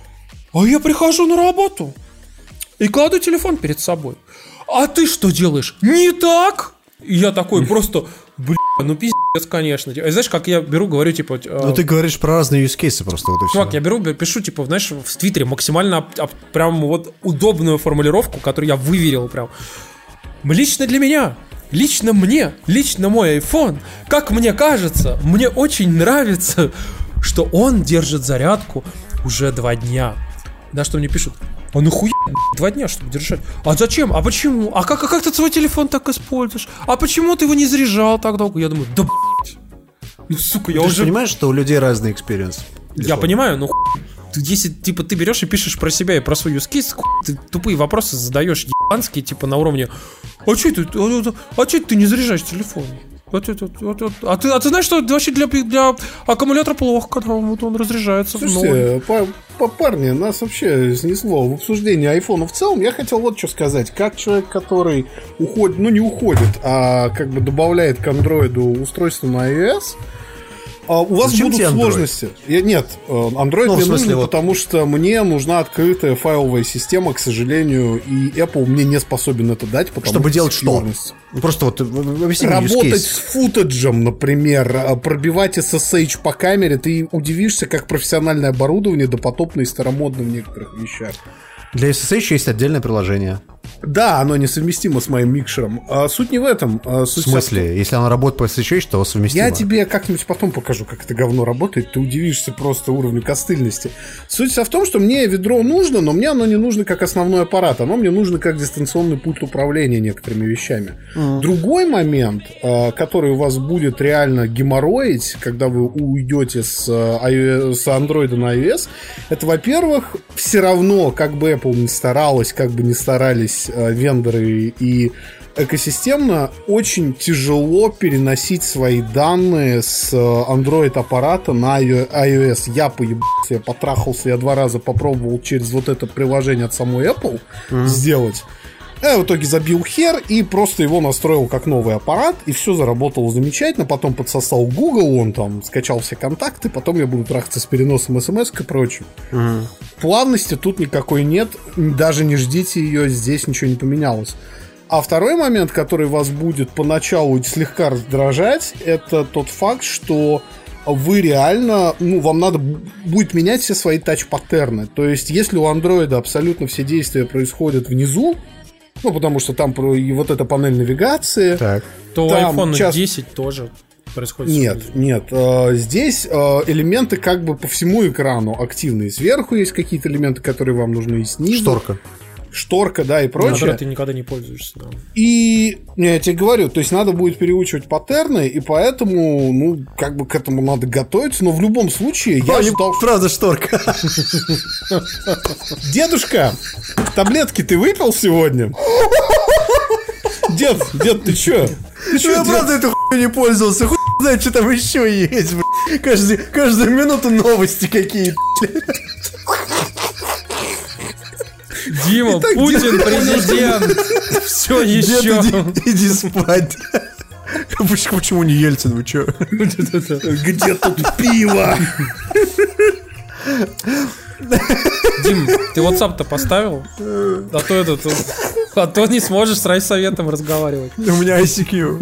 Speaker 4: а я прихожу на работу и кладу телефон перед собой. А ты что делаешь? Не так? И я такой просто, бля, ну пиздец, конечно. И знаешь, как я беру, говорю, типа...
Speaker 2: Ну ты говоришь про разные юзкейсы просто, вот и
Speaker 4: чувак,
Speaker 2: все.
Speaker 4: Я беру, пишу, типа, знаешь, в Твиттере максимально об, об, прям вот удобную формулировку, которую я выверил прям. Лично для меня, лично мне, лично мой iPhone, как мне кажется, мне очень нравится, что он держит зарядку уже два дня. Да, что мне пишут? А нахуя два дня, чтобы держать? А зачем? А почему? А как, а как ты свой телефон так используешь? А почему ты его не заряжал так долго? Я думаю, да блядь. Ну, сука, я
Speaker 2: ты
Speaker 4: уже...
Speaker 2: Ты понимаешь, что у людей разный экспириенс?
Speaker 4: Я понимаю, но если, типа, ты берешь и пишешь про себя и про свой use case, ты тупые вопросы задаешь ебанские, типа, на уровне: а че ты, а, а че ты не заряжаешь телефон? Вот, вот, вот, вот. А, ты, а ты знаешь, что вообще для, для аккумулятора плохо, когда он, вот он разряжается?
Speaker 3: Слушайте, по, по, парни, нас вообще снесло в обсуждении айфона в целом. Я хотел вот что сказать. Как человек, который уходит, ну не уходит, а как бы добавляет к андроиду устройство на iOS, а у вас Зачем будут сложности. Я, нет, Android ну, мне нужен, вот... потому что мне нужна открытая файловая система, к сожалению, и Apple мне не способен это дать, потому
Speaker 2: Чтобы
Speaker 3: что
Speaker 2: делать что? Ну, просто вот
Speaker 3: работать с футаджем, например, пробивать эс эс эйч по камере, ты удивишься, как профессиональное оборудование допотопно и старомодно в некоторых вещах.
Speaker 2: Для эс эс эйч есть отдельное приложение.
Speaker 3: Да, оно несовместимо с моим микшером. А суть не в этом. А суть
Speaker 2: в смысле?
Speaker 3: В...
Speaker 2: Если оно работает по эс эс эйч, то совместимо.
Speaker 3: Я тебе как-нибудь потом покажу, как это говно работает. Ты удивишься просто уровню костыльности. Суть вся в том, что мне ведро нужно, но мне оно не нужно как основной аппарат. Оно мне нужно как дистанционный пульт управления некоторыми вещами. Mm. Другой момент, который у вас будет реально геморроить, когда вы уйдете с, iOS, с Android на iOS, это, во-первых, все равно, как бы Apple не старалась, как бы не старались вендоры и экосистемно, очень тяжело переносить свои данные с Android аппарата на iOS. Я поебался, я потрахался, я два раза попробовал через вот это приложение от самой Apple mm-hmm. сделать. Я в итоге забил хер и просто его настроил как новый аппарат, и все заработало замечательно. Потом подсосал Google, он там скачал все контакты, потом я буду трахаться с переносом смс и прочим. Угу. Плавности тут никакой нет, даже не ждите ее, здесь ничего не поменялось. А второй момент, который вас будет поначалу слегка раздражать, это тот факт, что вы реально, ну, вам надо будет менять все свои тач-паттерны. То есть, если у Android абсолютно все действия происходят внизу, ну, потому что там и вот эта панель навигации,
Speaker 2: так.
Speaker 4: то у iPhone часто... десять тоже происходит.
Speaker 3: Нет, нет. Э, здесь э, элементы как бы по всему экрану активные. Сверху есть какие-то элементы, которые вам нужны, и снизу.
Speaker 2: Шторка.
Speaker 3: Шторка, да, и прочее.
Speaker 4: Которой ты никогда не пользуешься. Да.
Speaker 3: И я тебе говорю, то есть надо будет переучивать паттерны, и поэтому, ну, как бы к этому надо готовиться, но в любом случае я ждал...
Speaker 2: Правда, шторка.
Speaker 3: Дедушка, таблетки ты выпил сегодня? Дед, дед, ты чё? Ты чё,
Speaker 2: я правда эту хуйню не пользовался. Хуй знает, что там еще есть, блядь. Каждый, каждую минуту новости какие-то.
Speaker 4: Дима, Итак, Путин дед, президент. Все еще.
Speaker 2: Дед, иди, иди спать. Почему не Ельцин, вы чё?
Speaker 3: Где тут пиво?
Speaker 4: Дим, ты WhatsApp-то поставил? А то этот, а то не сможешь с райсоветом разговаривать.
Speaker 2: У меня ай си кью.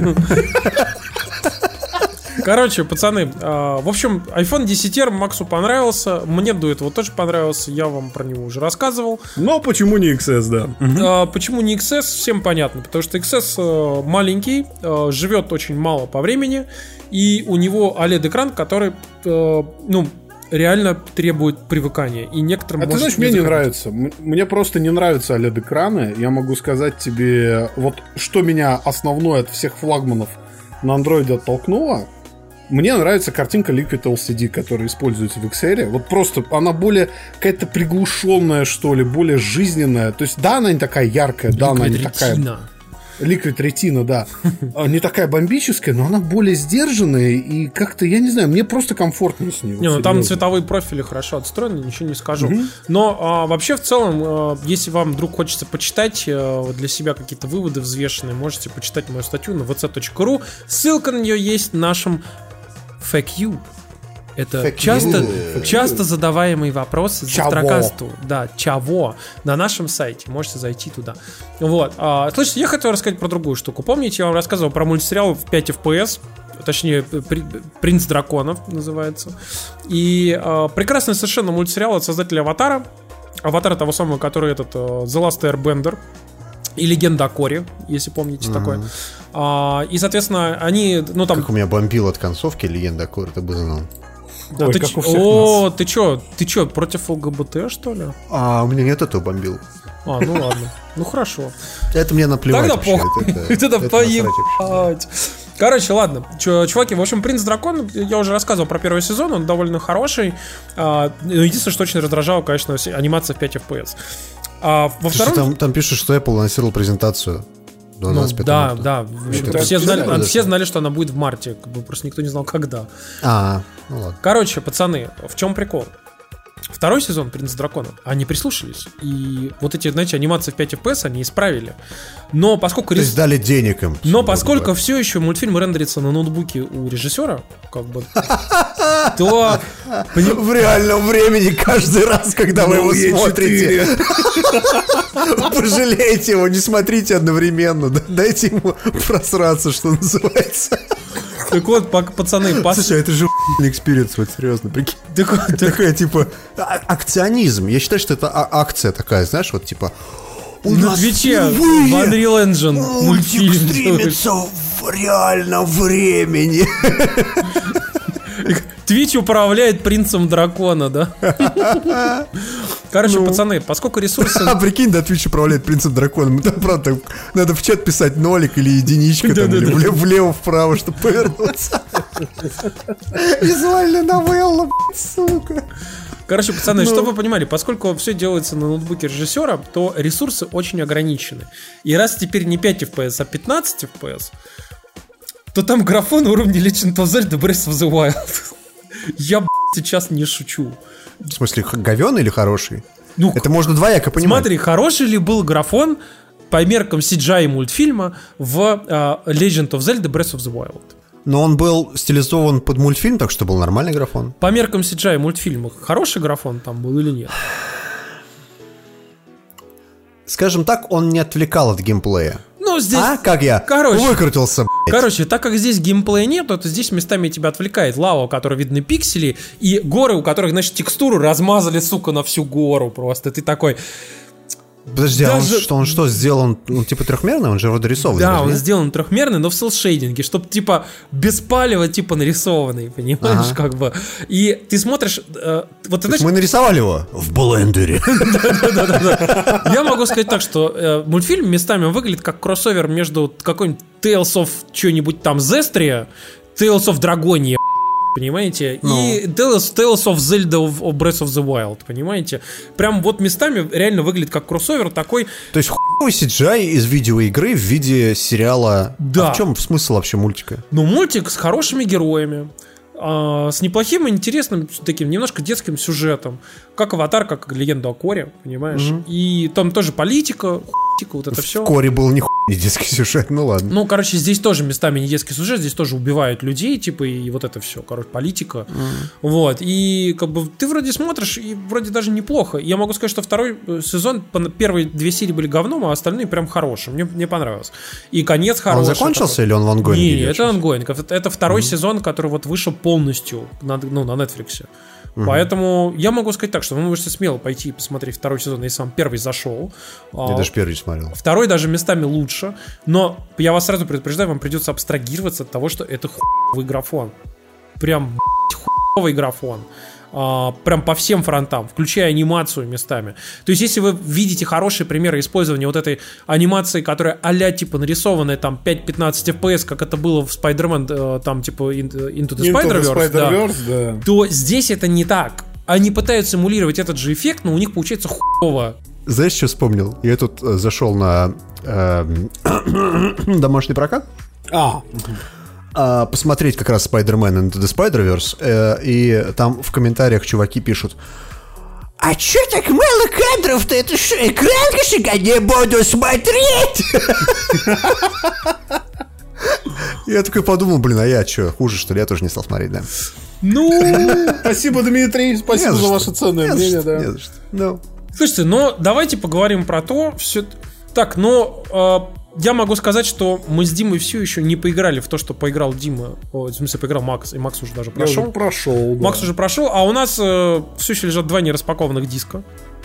Speaker 4: Короче, пацаны, э, в общем, iPhone десять эр Максу понравился. Мне дует вот тоже понравился. Я вам про него уже рассказывал.
Speaker 3: Но почему не икс эс, да?
Speaker 4: э, Почему не икс эс, всем понятно. Потому что икс эс э, маленький, э, живет очень мало по времени. И у него о лед-экран, который, э, ну, реально требует привыкания. И некоторым
Speaker 3: А ты знаешь, мне не нравится. Мне просто не нравятся о лед-экраны. Я могу сказать тебе, вот что меня основное от всех флагманов на андроиде оттолкнуло. Мне нравится картинка Liquid эл си ди, которая используется в икс эр. Вот просто она более какая-то приглушенная, что ли, более жизненная. То есть, да, она не такая яркая, да, она не такая... Liquid Retina, да. Не такая бомбическая, но она более сдержанная. И как-то, я не знаю, мне просто комфортнее с ней.
Speaker 4: Не, ну там цветовые профили хорошо отстроены, ничего не скажу. Угу. Но а, вообще в целом, а, если вам вдруг хочется почитать а, для себя какие-то выводы взвешенные, можете почитать мою статью на ви си точка ру. Ссылка на нее есть в нашем Fake You. Это часто, часто задаваемый вопрос за Завтракасту. Да, чего? На нашем сайте. Можете зайти туда. Вот. А, слушайте, я хотел рассказать про другую штуку. Помните, я вам рассказывал про мультсериал в пять эф пи эс? Точнее, «Принц драконов» называется. И а, прекрасный совершенно мультсериал от создателя «Аватара». «Аватара» того самого, который этот The Last Airbender. И «Легенда о Корре», если помните, mm-hmm. такое. А, и, соответственно, они... Ну, там...
Speaker 2: Как у меня бомбил от концовки «Легенда о Корре», ты бы знал.
Speaker 4: Да, Ой, ты, ч... О, ты чё, ты чё, против ЛГБТ, что ли?
Speaker 2: А, у меня нет этого бомбил.
Speaker 4: А, ну ладно, ну хорошо.
Speaker 2: Это мне наплевать.
Speaker 4: Тогда похуй, это поебать. Короче, ладно, чуваки, в общем, «Принц Дракон», я уже рассказывал про первый сезон, он довольно хороший. Единственное, что очень раздражало, конечно, анимация в пять эф пи эс. А во втором...
Speaker 2: там, там пишут, что Apple анонсировал презентацию.
Speaker 4: Ну, да, марта. Да. В общем, это все, знали, знали, все знали, что она будет в марте. Как бы просто никто не знал, когда.
Speaker 2: А, ну ладно.
Speaker 4: Короче, пацаны, в чем прикол? Второй сезон «Принца дракона» они прислушались. И вот эти, знаете, анимации в пять эф пи эс они исправили. Но поскольку...
Speaker 2: То есть дали денег им.
Speaker 4: Но поскольку все еще мультфильм рендерится на ноутбуке у режиссера, как бы, то...
Speaker 2: В реальном времени каждый раз, когда вы его смотрите, пожалейте его, не смотрите одновременно. Дайте ему просраться, что называется.
Speaker 4: Так вот, пацаны,
Speaker 2: пас... Слушай, это же экспириенс, вот серьезно, прикинь.
Speaker 4: Так,
Speaker 2: такая, типа, акционизм. Я считаю, что это акция такая, знаешь, вот типа...
Speaker 4: У на нас Твиче в Unreal Engine
Speaker 2: мультфильм стримится в реальном времени.
Speaker 4: Твич управляет принцем дракона, да? Короче, ну, пацаны, поскольку ресурсы...
Speaker 2: А прикинь, да, Твич управляет принцем драконом. Там, правда, надо в чат писать нолик или единичка, да, там, да, или да. влево-вправо, чтобы повернуться. Визуальная новелла, сука.
Speaker 4: Короче, пацаны, ну. чтобы вы понимали, поскольку все делается на ноутбуке режиссера, то ресурсы очень ограничены. И раз теперь не пять эф пи эс, а пятнадцать эф пи эс, то там графон уровня Legend of Zelda Breath of the Wild. Я, б***ь, сейчас не шучу.
Speaker 2: В смысле, говёный или хороший?
Speaker 4: Ну,
Speaker 2: это можно двояко понимать.
Speaker 4: Смотри, хороший ли был графон по меркам си джи ай мультфильма в uh, Legend of Zelda Breath of the Wild?
Speaker 2: Но он был стилизован под мультфильм, так что был нормальный графон.
Speaker 4: По меркам си джи ай мультфильма хороший графон там был или нет?
Speaker 2: Скажем так, он не отвлекал от геймплея.
Speaker 4: Ну, здесь...
Speaker 2: А, как я
Speaker 4: короче,
Speaker 2: выкрутился, блядь.
Speaker 4: Короче, так как здесь геймплея нет, то здесь местами тебя отвлекает лава, у которой видны пиксели, и горы, у которых, значит, текстуру размазали, сука, на всю гору просто. Ты такой...
Speaker 2: Подожди, даже... а он что, он что, сделан, ну, типа трехмерный? Он же вроде рисованный.
Speaker 4: Да, он сделан трехмерный, но в селшейдинге, чтобы, типа, без палева, типа, нарисованный, понимаешь, ага. как бы. И ты смотришь... Э, вот, ты знаешь...
Speaker 2: Мы нарисовали его в блендере.
Speaker 4: Да-да-да. Я могу сказать так, что мультфильм местами выглядит как кроссовер между какой-нибудь Tales of что-нибудь там Zestria, Tales of Dragonia, понимаете? Ну. И Tales, Tales of Zelda of, of Breath of the Wild, понимаете? Прям вот местами реально выглядит как кроссовер такой.
Speaker 2: То есть хуй такой си джи ай из видеоигры в виде сериала?
Speaker 4: Да.
Speaker 2: А в чем смысл вообще мультика?
Speaker 4: Ну, мультик с хорошими героями, а, с неплохим и интересным таким немножко детским сюжетом. Как «Аватар», как «Легенда о Корре», понимаешь? Mm-hmm. И там тоже политика, хуйтика, вот это
Speaker 2: в
Speaker 4: все.
Speaker 2: В Корре был нихуя не детский сюжет, ну ладно.
Speaker 4: Ну, короче, здесь тоже местами не детский сюжет, здесь тоже убивают людей, типа, и вот это все, короче, политика. Mm-hmm. Вот, и как бы ты вроде смотришь, и вроде даже неплохо. Я могу сказать, что второй сезон, первые две серии были говном, а остальные прям хорошие. Мне, мне понравилось. И конец хороший.
Speaker 2: Он закончился такой. Или он в ангоинге?
Speaker 4: Не, это ангоинг. Это, это второй mm-hmm. сезон, который вот вышел полностью на, ну, на Netflix. Mm-hmm. Поэтому я могу сказать так, что вы можете смело пойти и посмотреть второй сезон, если вам первый зашел.
Speaker 2: Я а, даже первый смотрел.
Speaker 4: Второй даже местами лучше. Но я вас сразу предупреждаю, вам придется абстрагироваться от того, что это хуевый графон. Прям хуевый графон. А, прям по всем фронтам, включая анимацию местами. То есть, если вы видите хорошие примеры использования вот этой анимации, которая а-ля типа нарисованная там пять-пятнадцать эф пи эс, как это было в Spider-Man, там типа Into the Spider-Verse,
Speaker 3: Spider-Verse да,
Speaker 4: да. то здесь это не так. Они пытаются эмулировать этот же эффект, но у них получается хуево.
Speaker 2: Знаешь, что вспомнил? Я тут э, зашел на э, домашний прокат.
Speaker 3: А,
Speaker 2: Uh, посмотреть как раз Spider-Man Into the Spider-Verse, uh, и там в комментариях чуваки пишут: а чё так мало кадров-то? Это что, экран, я не буду смотреть? Я такой подумал, блин, а я чё, хуже что ли? Я тоже не стал смотреть, да.
Speaker 3: Ну, спасибо, Дмитрий, спасибо за ваше ценное мнение, да.
Speaker 2: Не за что, no.
Speaker 4: Слушайте, ну давайте поговорим про то, все... Так, но... Я могу сказать, что мы с Димой все еще не поиграли в то, что поиграл Дима. О, в смысле, поиграл Макс, и Макс уже даже прошел.
Speaker 3: Я уже прошел, да.
Speaker 4: Макс уже прошел, а у нас э, все еще лежат два нераспакованных диска.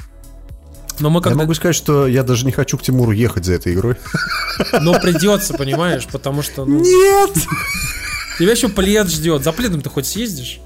Speaker 4: Но мы когда...
Speaker 2: Я могу сказать, что я даже не хочу к Тимуру ехать за этой игрой.
Speaker 4: Но придется, понимаешь, потому что... Ну,
Speaker 2: нет!
Speaker 4: Тебя еще плед ждет. За пледом ты хоть съездишь?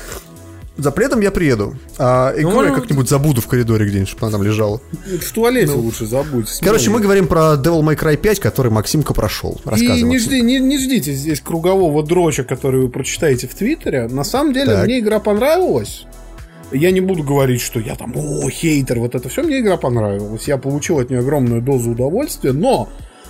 Speaker 2: За пледом я приеду, а игру ну, я как-нибудь забуду в коридоре где-нибудь, чтобы она там лежала.
Speaker 3: В туалете ну. лучше забудь.
Speaker 2: Короче, мы говорим про Devil May Cry пять, который Максимка прошел.
Speaker 3: И не, жди, не, не ждите здесь кругового дроча, который вы прочитаете в Твиттере. На самом деле, так. мне игра понравилась. Я не буду говорить, что я там, о, хейтер, вот это все. Мне игра понравилась. Я получил от нее огромную дозу удовольствия, но,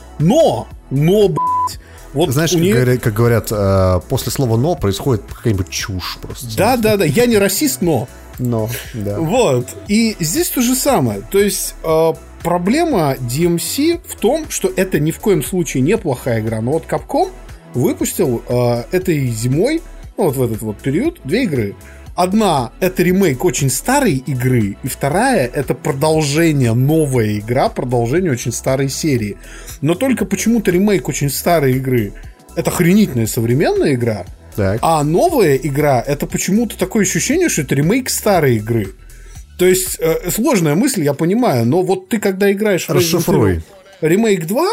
Speaker 3: но, но, блядь, вот
Speaker 2: знаешь, как, нее... говорят, как говорят, э, после слова «но» происходит какая-нибудь чушь просто.
Speaker 3: Да, да, да, я не расист, но.
Speaker 2: Но, да.
Speaker 3: Вот, и здесь то же самое. То есть, э, проблема ди эм си в том, что это ни в коем случае не плохая игра. Но вот Capcom выпустил э, этой зимой, ну вот в этот вот период, две игры. Одна — это ремейк очень старой игры, и вторая — это продолжение, новая игра, продолжение очень старой серии. Но только почему-то ремейк очень старой игры — это охренительная современная игра, так. А новая игра — это почему-то такое ощущение, что это ремейк старой игры. То есть, э, сложная мысль, я понимаю, но вот ты когда играешь в
Speaker 2: Расшифруй.
Speaker 3: ремейк два,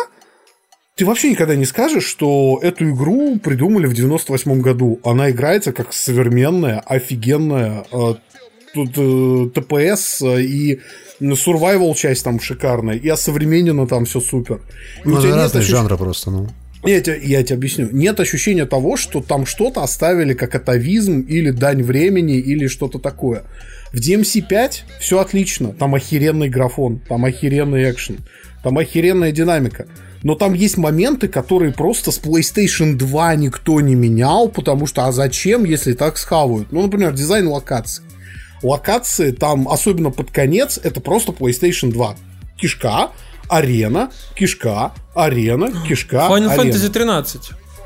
Speaker 3: ты вообще никогда не скажешь, что эту игру придумали в девяносто восьмом году. Она играется как современная, офигенная э, тут, э, тэ пэ эс и survival часть там шикарная, и осовремененно там все супер. И
Speaker 2: ну, это разные ощущ... жанры просто, ну.
Speaker 3: Я тебе, я тебе объясню. Нет ощущения того, что там что-то оставили как атовизм или дань времени, или что-то такое. В ди эм си пять все отлично. Там охеренный графон, там охеренный экшен, там охеренная динамика. Но там есть моменты, которые просто с PlayStation два никто не менял, потому что, а зачем, если так схавают? Ну, например, дизайн локаций. Локации там, особенно под конец, это просто PlayStation два. Кишка, арена, кишка, арена, кишка,
Speaker 4: Final
Speaker 3: арена.
Speaker 4: Fantasy тринадцать.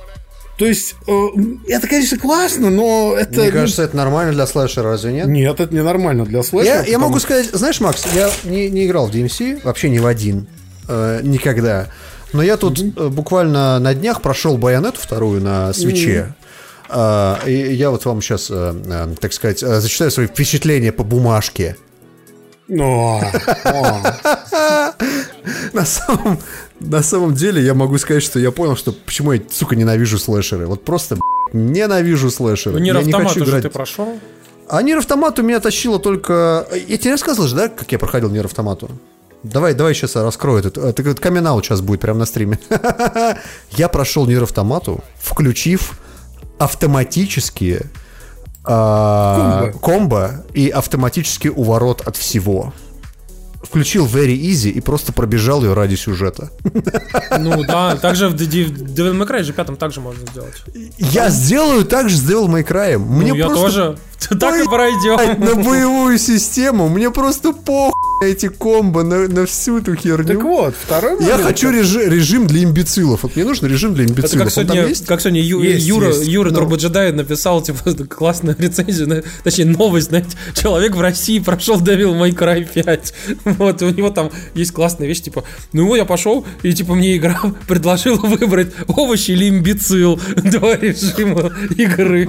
Speaker 3: То есть, э, это, конечно, классно, но это...
Speaker 2: Мне кажется, это нормально для слэшера, разве нет?
Speaker 3: Нет, это не нормально для слэшера.
Speaker 2: Я, потому... я могу сказать, знаешь, Макс, я не, не играл в ди эм си, вообще ни в один, э, никогда. Но я тут mm-hmm. буквально на днях прошел Байонету вторую на свитче. Mm-hmm. Uh, и я вот вам сейчас, uh, uh, так сказать, uh, зачитаю свои впечатления по бумажке.
Speaker 3: Oh. Oh.
Speaker 2: на, самом, на самом деле я могу сказать, что я понял, что почему я, сука, ненавижу слэшеры. Вот просто, ненавижу слэшеры.
Speaker 4: Нир Автомат уже играть... ты прошел?
Speaker 2: А Нир Автомату меня тащило только... Я тебе рассказывал же, да, как я проходил Нир Автомату? Давай, давай сейчас раскрою этот. Это камин-аут сейчас будет прямо на стриме. Я прошел Нир Автомату, включив автоматические а, комбо. комбо и автоматический уворот от всего. включил Very Easy и просто пробежал ее ради сюжета.
Speaker 4: Ну да, также в Devil May Cry же пятом также можно сделать.
Speaker 2: Я сделаю так же с Devil May Cry. Мне
Speaker 4: ну, я
Speaker 2: просто
Speaker 4: тоже. Так и пройдем.
Speaker 2: На боевую систему. Мне просто похуй на эти комбо, на, на всю эту херню.
Speaker 3: Так вот, второй
Speaker 2: момент. Я хочу режим, режим для имбецилов. Вот мне нужен режим для имбецилов.
Speaker 4: Это как сегодня, как сегодня Ю,
Speaker 3: есть,
Speaker 4: Юра,
Speaker 3: есть.
Speaker 4: Юра
Speaker 3: Но...
Speaker 4: Турбоджедай написал типа классную рецензию, на, точнее новость, знаете, человек в России прошел Devil May Cry пять. Вот, у него там есть классная вещь, типа, ну я пошел, и типа мне игра предложила выбрать овощи или имбецил. Два режима игры.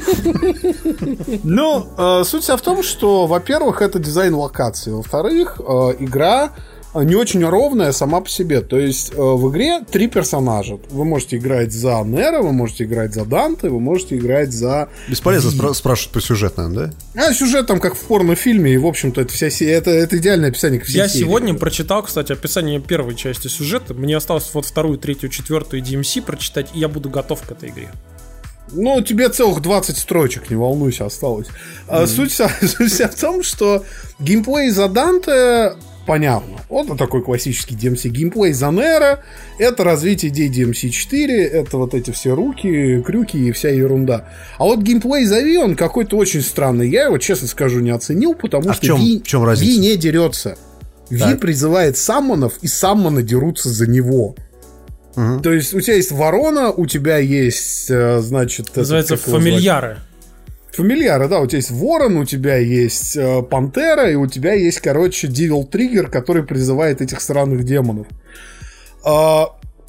Speaker 3: Ну, э, суть вся в том, что, во-первых, это дизайн локации. Во-вторых, э, игра не очень ровная сама по себе. То есть э, в игре три персонажа. Вы можете играть за Нера, вы можете играть за Данте, вы можете играть за...
Speaker 2: Бесполезно спра- спрашивать про сюжет, наверное, да?
Speaker 3: А сюжет там как в порнофильме, и, в общем-то, это, вся, это, это идеальное описание к всей
Speaker 4: Я
Speaker 3: серии.
Speaker 4: сегодня прочитал, кстати, описание первой части сюжета. Мне осталось вот вторую, третью, четвертую ди эм си прочитать, и я буду готов к этой игре.
Speaker 3: Ну, тебе целых двадцать строчек, не волнуйся, осталось. Mm-hmm. Суть, вся, суть вся в том, что геймплей за Данте понятно. Вот такой классический ди эм си. Геймплей за Нера — это развитие идей ди эм си четыре, это вот эти все руки, крюки и вся ерунда. А вот геймплей за Ви, он какой-то очень странный. Я его, честно скажу, не оценил, потому
Speaker 2: а
Speaker 3: что
Speaker 2: в чем,
Speaker 3: Ви,
Speaker 2: в чем разница?
Speaker 3: Ви не дерется. Ви призывает саммонов, и саммоны дерутся за него. Uh-huh. То есть у тебя есть ворона, у тебя есть, значит...
Speaker 4: Называется
Speaker 3: это,
Speaker 4: фамильяры.
Speaker 3: Фамильяры, да, у тебя есть ворон, у тебя есть э, пантера, и у тебя есть, короче, Devil Trigger, который призывает этих странных демонов. Э,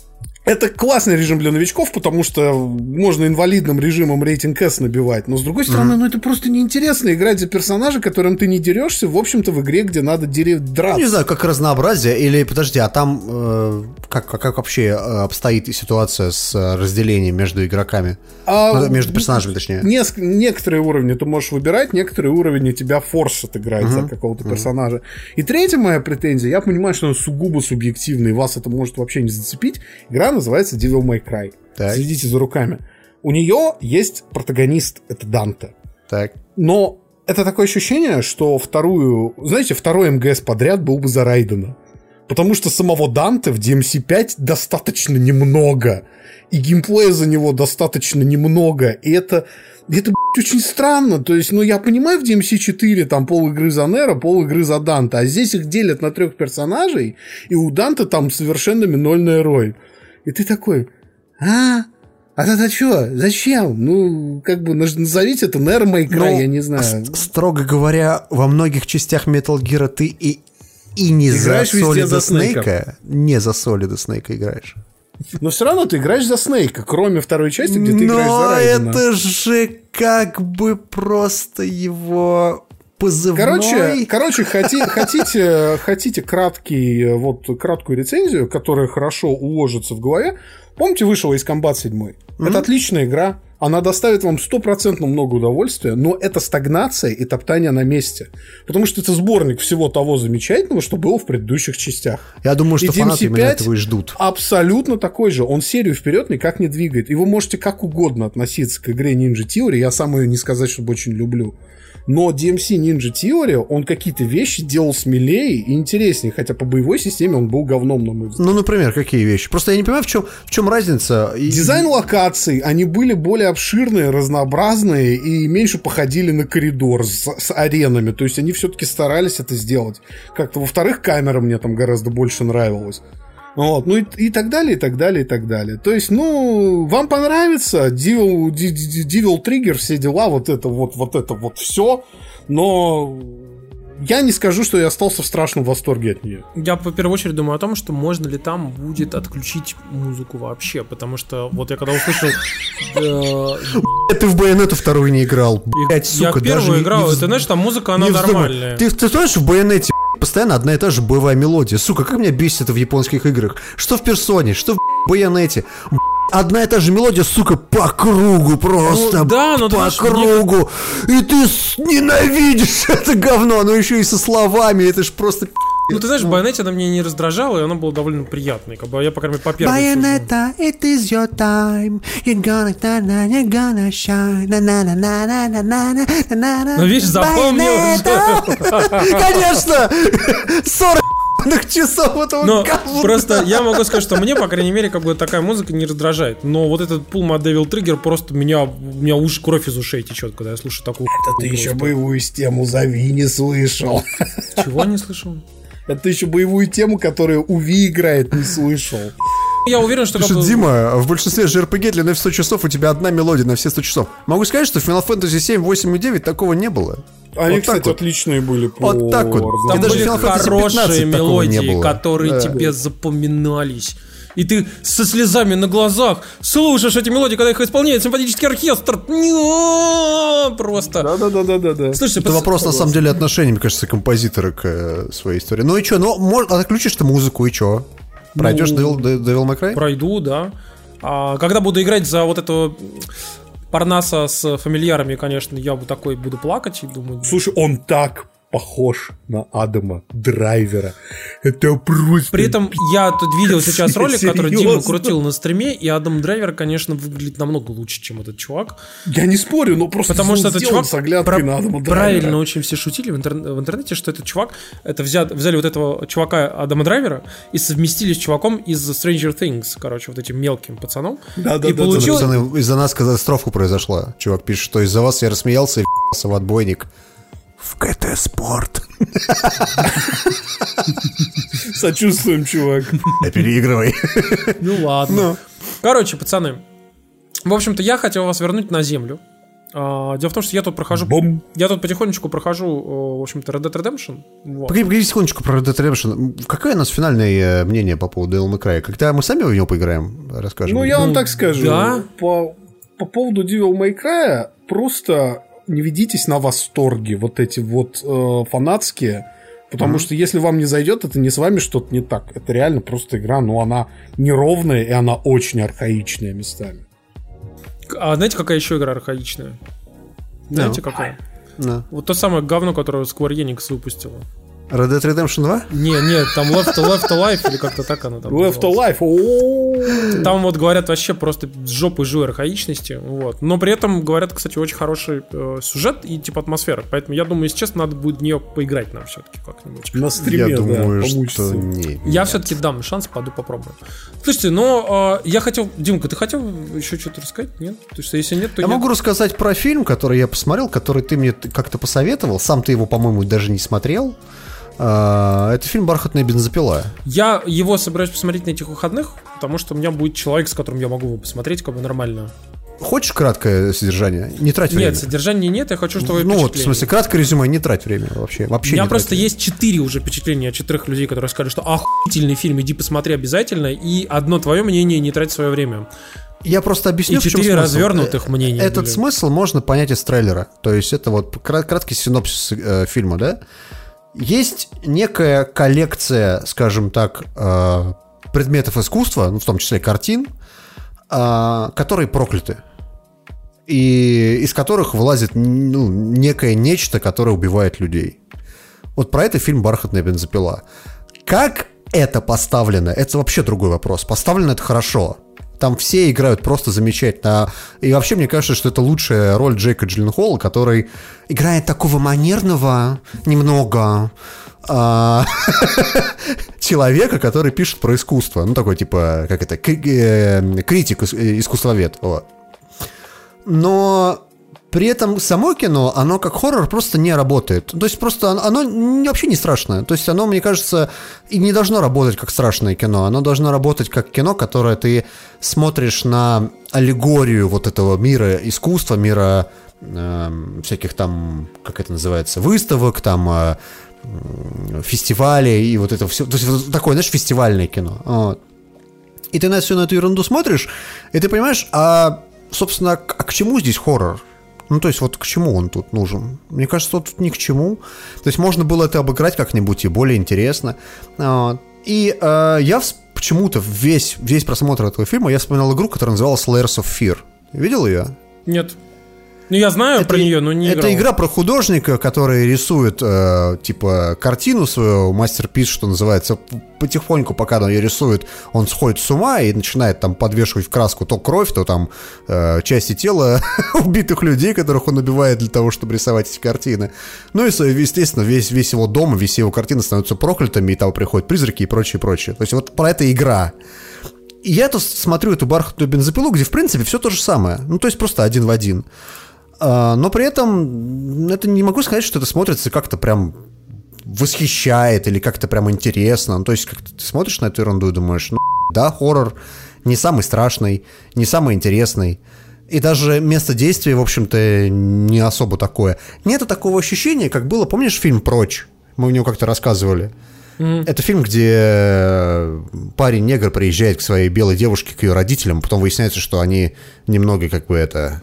Speaker 3: это классный режим для новичков, потому что можно инвалидным режимом рейтинг эс набивать, но, с другой стороны, mm-hmm. ну это просто неинтересно играть за персонажа, которым ты не дерешься, в общем-то, в игре, где надо дере- драться.
Speaker 2: Не знаю, как разнообразие, или, подожди, а там э, как, как вообще обстоит ситуация с разделением между игроками? А, ну, между персонажами, точнее.
Speaker 3: Неск- некоторые уровни ты можешь выбирать, некоторые уровни тебя форсят играть mm-hmm. за какого-то mm-hmm. персонажа. И третья моя претензия, я понимаю, что она сугубо субъективная, и вас это может вообще не зацепить. Игра называется Devil May Cry. Так. Следите за руками. У нее есть протагонист, это Данте.
Speaker 2: Так.
Speaker 3: Но это такое ощущение, что вторую, знаете, второй эм гэ эс подряд был бы за Райдена. Потому что самого Данте в ди эм си пять достаточно немного. И геймплея за него достаточно немного. И это, это блядь, очень странно. То есть, ну, я понимаю, в ди эм си четыре там пол игры за Нера, пол игры за Данте. А здесь их делят на трех персонажей. И у Данте там совершенно минольная роль. И ты такой, а? А это что? Зачем? Ну, как бы, назовите это Нер May Cry, ну, я не знаю.
Speaker 2: С- строго говоря, во многих частях Metal Gear ты и, и не играешь за Солида Снейка, не за Солида Снейка играешь.
Speaker 3: Но все равно ты играешь за Снейка, кроме второй части, где ты
Speaker 2: Но
Speaker 3: играешь за Райдена.
Speaker 2: Но это же как бы просто его... Позывной.
Speaker 3: Короче, короче хоти, хотите, хотите краткий, вот, краткую рецензию, которая хорошо уложится в голове. Помните, вышел Ace Combat семь? Mm-hmm. Это отличная игра. Она доставит вам стопроцентно много удовольствия, но это стагнация и топтание на месте. Потому что это сборник всего того замечательного, что было в предыдущих частях.
Speaker 2: Я думаю, что фанаты именно этого и ждут.
Speaker 3: Абсолютно такой же. Он серию вперед никак не двигает. И вы можете как угодно относиться к игре Ninja Theory. Я сам ее не сказать, чтобы очень люблю. Но ди эм си Ninja Theory, он какие-то вещи делал смелее и интереснее, хотя по боевой системе он был говном, на мой взгляд.
Speaker 2: Ну, например, какие вещи? Просто я не понимаю, в чем, в чем разница.
Speaker 3: Дизайн локаций, они были более обширные, разнообразные и меньше походили на коридор с, с аренами. То есть они все-таки старались это сделать. Как-то, во-вторых, камера мне там гораздо больше нравилась. Вот, ну и, и так далее, и так далее, и так далее. То есть, ну, вам понравится Devil, Devil Trigger, все дела, вот это вот, вот это вот все, но я не скажу, что я остался в страшном восторге от нее.
Speaker 4: Я, по первую очередь, думаю о том, что можно ли там будет отключить музыку вообще, потому что вот я когда услышал...
Speaker 2: Ты в Байонету вторую не играл, блять, сука.
Speaker 4: Я первую играл, ты знаешь, там музыка, она нормальная.
Speaker 2: Ты знаешь, в Байонете постоянно одна и та же боевая мелодия. Сука, как меня бесит это в японских играх. Что в Персоне, что в Байонете. Одна и та же мелодия, сука, по кругу просто. Ну, да, но по кругу. Не... И ты ненавидишь это говно, но еще и со словами. Это ж просто...
Speaker 4: Ну, ты знаешь, в Байонете она меня не раздражала, и она была довольно приятной. Как бы я, по крайней мере, по первой
Speaker 2: Bayonetta, it is your time. You're gonna, you're gonna shine.
Speaker 4: Ну, видишь, запомнил.
Speaker 2: Конечно! сорок часов этого
Speaker 4: Но
Speaker 2: говна.
Speaker 4: просто я могу сказать, что мне, по крайней мере, как бы такая музыка не раздражает. Но вот этот Pull My Devil Trigger просто меня, у меня уж кровь из ушей течет, когда я слушаю такую.
Speaker 3: Это ты еще боевую тему «Зови» не слышал.
Speaker 4: Чего не слышал?
Speaker 3: Это еще боевую тему, которую у Ви играет, не слышал.
Speaker 4: Я уверен, что...
Speaker 2: Слушай, Дима, в большинстве джей ар пи джи длиной в сто часов у тебя одна мелодия на все сто часов. Могу сказать, что в Final Fantasy семь, восемь и девять такого не было.
Speaker 3: Они,
Speaker 2: вот
Speaker 3: кстати,
Speaker 2: вот.
Speaker 3: отличные были по...
Speaker 2: Вот так вот.
Speaker 4: Там
Speaker 2: даже
Speaker 4: были хорошие мелодии, которые
Speaker 2: да.
Speaker 4: тебе запоминались. И ты со слезами на глазах слушаешь эти мелодии, когда их исполняет симфонический оркестр. Просто.
Speaker 3: Да-да-да-да-да.
Speaker 2: Слушайте, это вопрос, на самом деле, отношения, мне кажется, композитора к э, своей истории. Ну и что? Ну, может, отключишь ты музыку, и что? Пройдешь ну, Devil, Devil May Cry?
Speaker 4: Пройду, да. А, когда буду играть за вот этого Парнаса с фамильярами, конечно, я бы такой буду плакать и думаю...
Speaker 3: Слушай, он так похож на Адама Драйвера. Это просто...
Speaker 4: При этом я тут видел сейчас ролик,
Speaker 3: Серьезно?
Speaker 4: который Дима крутил на стриме, и Адам Драйвер, конечно, выглядит намного лучше, чем этот чувак.
Speaker 3: Я не спорю, но просто
Speaker 4: потому что этот чувак
Speaker 3: с оглядкой
Speaker 4: про-
Speaker 3: на Адама Драйвера.
Speaker 4: правильно очень все шутили в, интер- в интернете, что этот чувак, это взят, взяли вот этого чувака Адама Драйвера и совместили с чуваком из Stranger Things, короче, вот этим мелким пацаном.
Speaker 3: Да, да,
Speaker 4: и
Speaker 3: да,
Speaker 4: получил...
Speaker 2: да. Пацаны, из-за нас катастрофа произошла. Чувак пишет, что из-за вас я рассмеялся и в***ся в отбойник. В КТ Спорт.
Speaker 3: Сочувствуем, чувак.
Speaker 2: Да переигрывай.
Speaker 4: Ну ладно. Короче, пацаны, в общем-то, я хотел вас вернуть на землю. А, дело в том, что я тут прохожу...
Speaker 3: Бом.
Speaker 4: Я тут потихонечку прохожу, в общем-то, Red Dead Redemption. Вот.
Speaker 2: Погоди, погоди секундочку про Red Dead Redemption. Какое у нас финальное мнение по поводу Devil May Cry? Когда мы сами в него поиграем, расскажем.
Speaker 3: Ну, я вам
Speaker 4: Ну,
Speaker 3: так скажу.
Speaker 4: да.
Speaker 3: По, по поводу Devil May Cry просто не ведитесь на восторги вот эти вот э, фанатские. Потому mm-hmm. что если вам не зайдет, это не с вами что-то не так. Это реально просто игра, но она неровная и она очень архаичная местами.
Speaker 4: А знаете, какая еще игра архаичная? Знаете,
Speaker 2: No.
Speaker 4: какая?
Speaker 2: No.
Speaker 4: Вот то самое говно, которое Square Enix выпустила.
Speaker 2: Red Dead Redemption два?
Speaker 4: Не, нет, там Left, Left Alive или как-то так она там
Speaker 3: Left
Speaker 4: называлась.
Speaker 3: Alive, о-о-о.
Speaker 4: Там вот говорят вообще просто с жопой жуй архаичности, вот. Но при этом говорят, кстати, очень хороший э, сюжет и типа атмосфера. Поэтому я думаю, если честно, надо будет в нее поиграть нам все-таки как-нибудь.
Speaker 3: На стриме,
Speaker 2: Я
Speaker 3: да,
Speaker 2: думаю,
Speaker 3: помучиться.
Speaker 2: что не.
Speaker 4: Я
Speaker 2: нет.
Speaker 4: все-таки дам шанс, пойду попробую. Слушайте, но э, я хотел... Димка, ты хотел еще что-то рассказать? Нет? То есть, если нет, то
Speaker 2: Я
Speaker 4: нет.
Speaker 2: могу рассказать про фильм, который я посмотрел, который ты мне как-то посоветовал. Сам ты его, по-моему, даже не смотрел. Это фильм «Бархатная бензопила».
Speaker 4: Я его собираюсь посмотреть на этих выходных, потому что у меня будет человек, с которым я могу его посмотреть как бы нормально.
Speaker 2: Хочешь краткое содержание? Не трать время.
Speaker 4: Нет, содержания нет, я хочу, чтобы...
Speaker 2: Ну вот, в смысле, краткое резюме, не трать время вообще. Вообще
Speaker 4: У меня
Speaker 2: не
Speaker 4: просто
Speaker 2: трать
Speaker 4: есть четыре уже впечатления от четырех людей, которые скажут, что охуительный фильм, иди посмотри обязательно, и одно твое мнение, не трать свое время.
Speaker 2: Я просто объясню,
Speaker 4: И
Speaker 2: в чем
Speaker 4: четыре
Speaker 2: смысл.
Speaker 4: развернутых мнения
Speaker 2: Этот
Speaker 4: были.
Speaker 2: смысл можно понять из трейлера. То есть это вот краткий синопсис э, фильма, да? Есть некая коллекция, скажем так, э, предметов искусства, ну, в том числе картин, э, которые прокляты. И из которых вылазит ну, некое нечто, которое убивает людей. Вот про это фильм «Бархатная бензопила». Как это поставлено, это вообще другой вопрос. Поставлено это хорошо. Там все играют просто замечательно. И вообще, мне кажется, что это лучшая роль Джейка Джилленхола, который играет такого манерного немного а, человека, который пишет про искусство. Ну, такой, типа, как это, критик, искусствовед. Вот. Но при этом само кино, оно как хоррор просто не работает. То есть просто оно вообще не страшное. То есть оно, мне кажется, и не должно работать как страшное кино. Оно должно работать как кино, которое ты смотришь на аллегорию вот этого мира искусства, мира э, всяких там, как это называется, выставок, там э, фестивалей и вот это все. То есть вот такое, знаешь, фестивальное кино. Вот. И ты на всю на эту ерунду смотришь, и ты понимаешь, а, собственно, а к чему здесь хоррор? Ну, то есть, вот к чему он тут нужен? Мне кажется, он тут ни к чему. То есть, можно было это обыграть как-нибудь и более интересно. И э, я почему-то весь, весь просмотр этого фильма я вспоминал игру, которая называлась Layers of Fear. Видел ее?
Speaker 4: Нет. Ну, я знаю
Speaker 2: это,
Speaker 4: про нее, но не
Speaker 2: Это
Speaker 4: играл.
Speaker 2: игра про художника, который рисует, э, типа, картину свою, мастер-пис, что называется. Потихоньку, пока он ее рисует, он сходит с ума и начинает там подвешивать в краску то кровь, то там э, части тела убитых людей, которых он убивает для того, чтобы рисовать эти картины. Ну и, естественно, весь, весь его дом, весь его картины становятся проклятыми, и там приходят призраки и прочее, прочее. То есть вот про это игра. И я тут смотрю эту бархатную бензопилу, где, в принципе, все то же самое. Ну, то есть просто один в один. А, но при этом это не могу сказать, что это смотрится как-то прям восхищает или как-то прям интересно. Ну, то есть как-то ты смотришь на эту ерунду и думаешь, ну, да, хоррор не самый страшный, не самый интересный. И даже место действия, в общем-то, не особо такое. Нету такого ощущения, как было, помнишь фильм «Прочь»? Мы в него как-то рассказывали. Mm-hmm. Это фильм, где парень-негр приезжает к своей белой девушке, к ее родителям, потом выясняется, что они немного как бы это...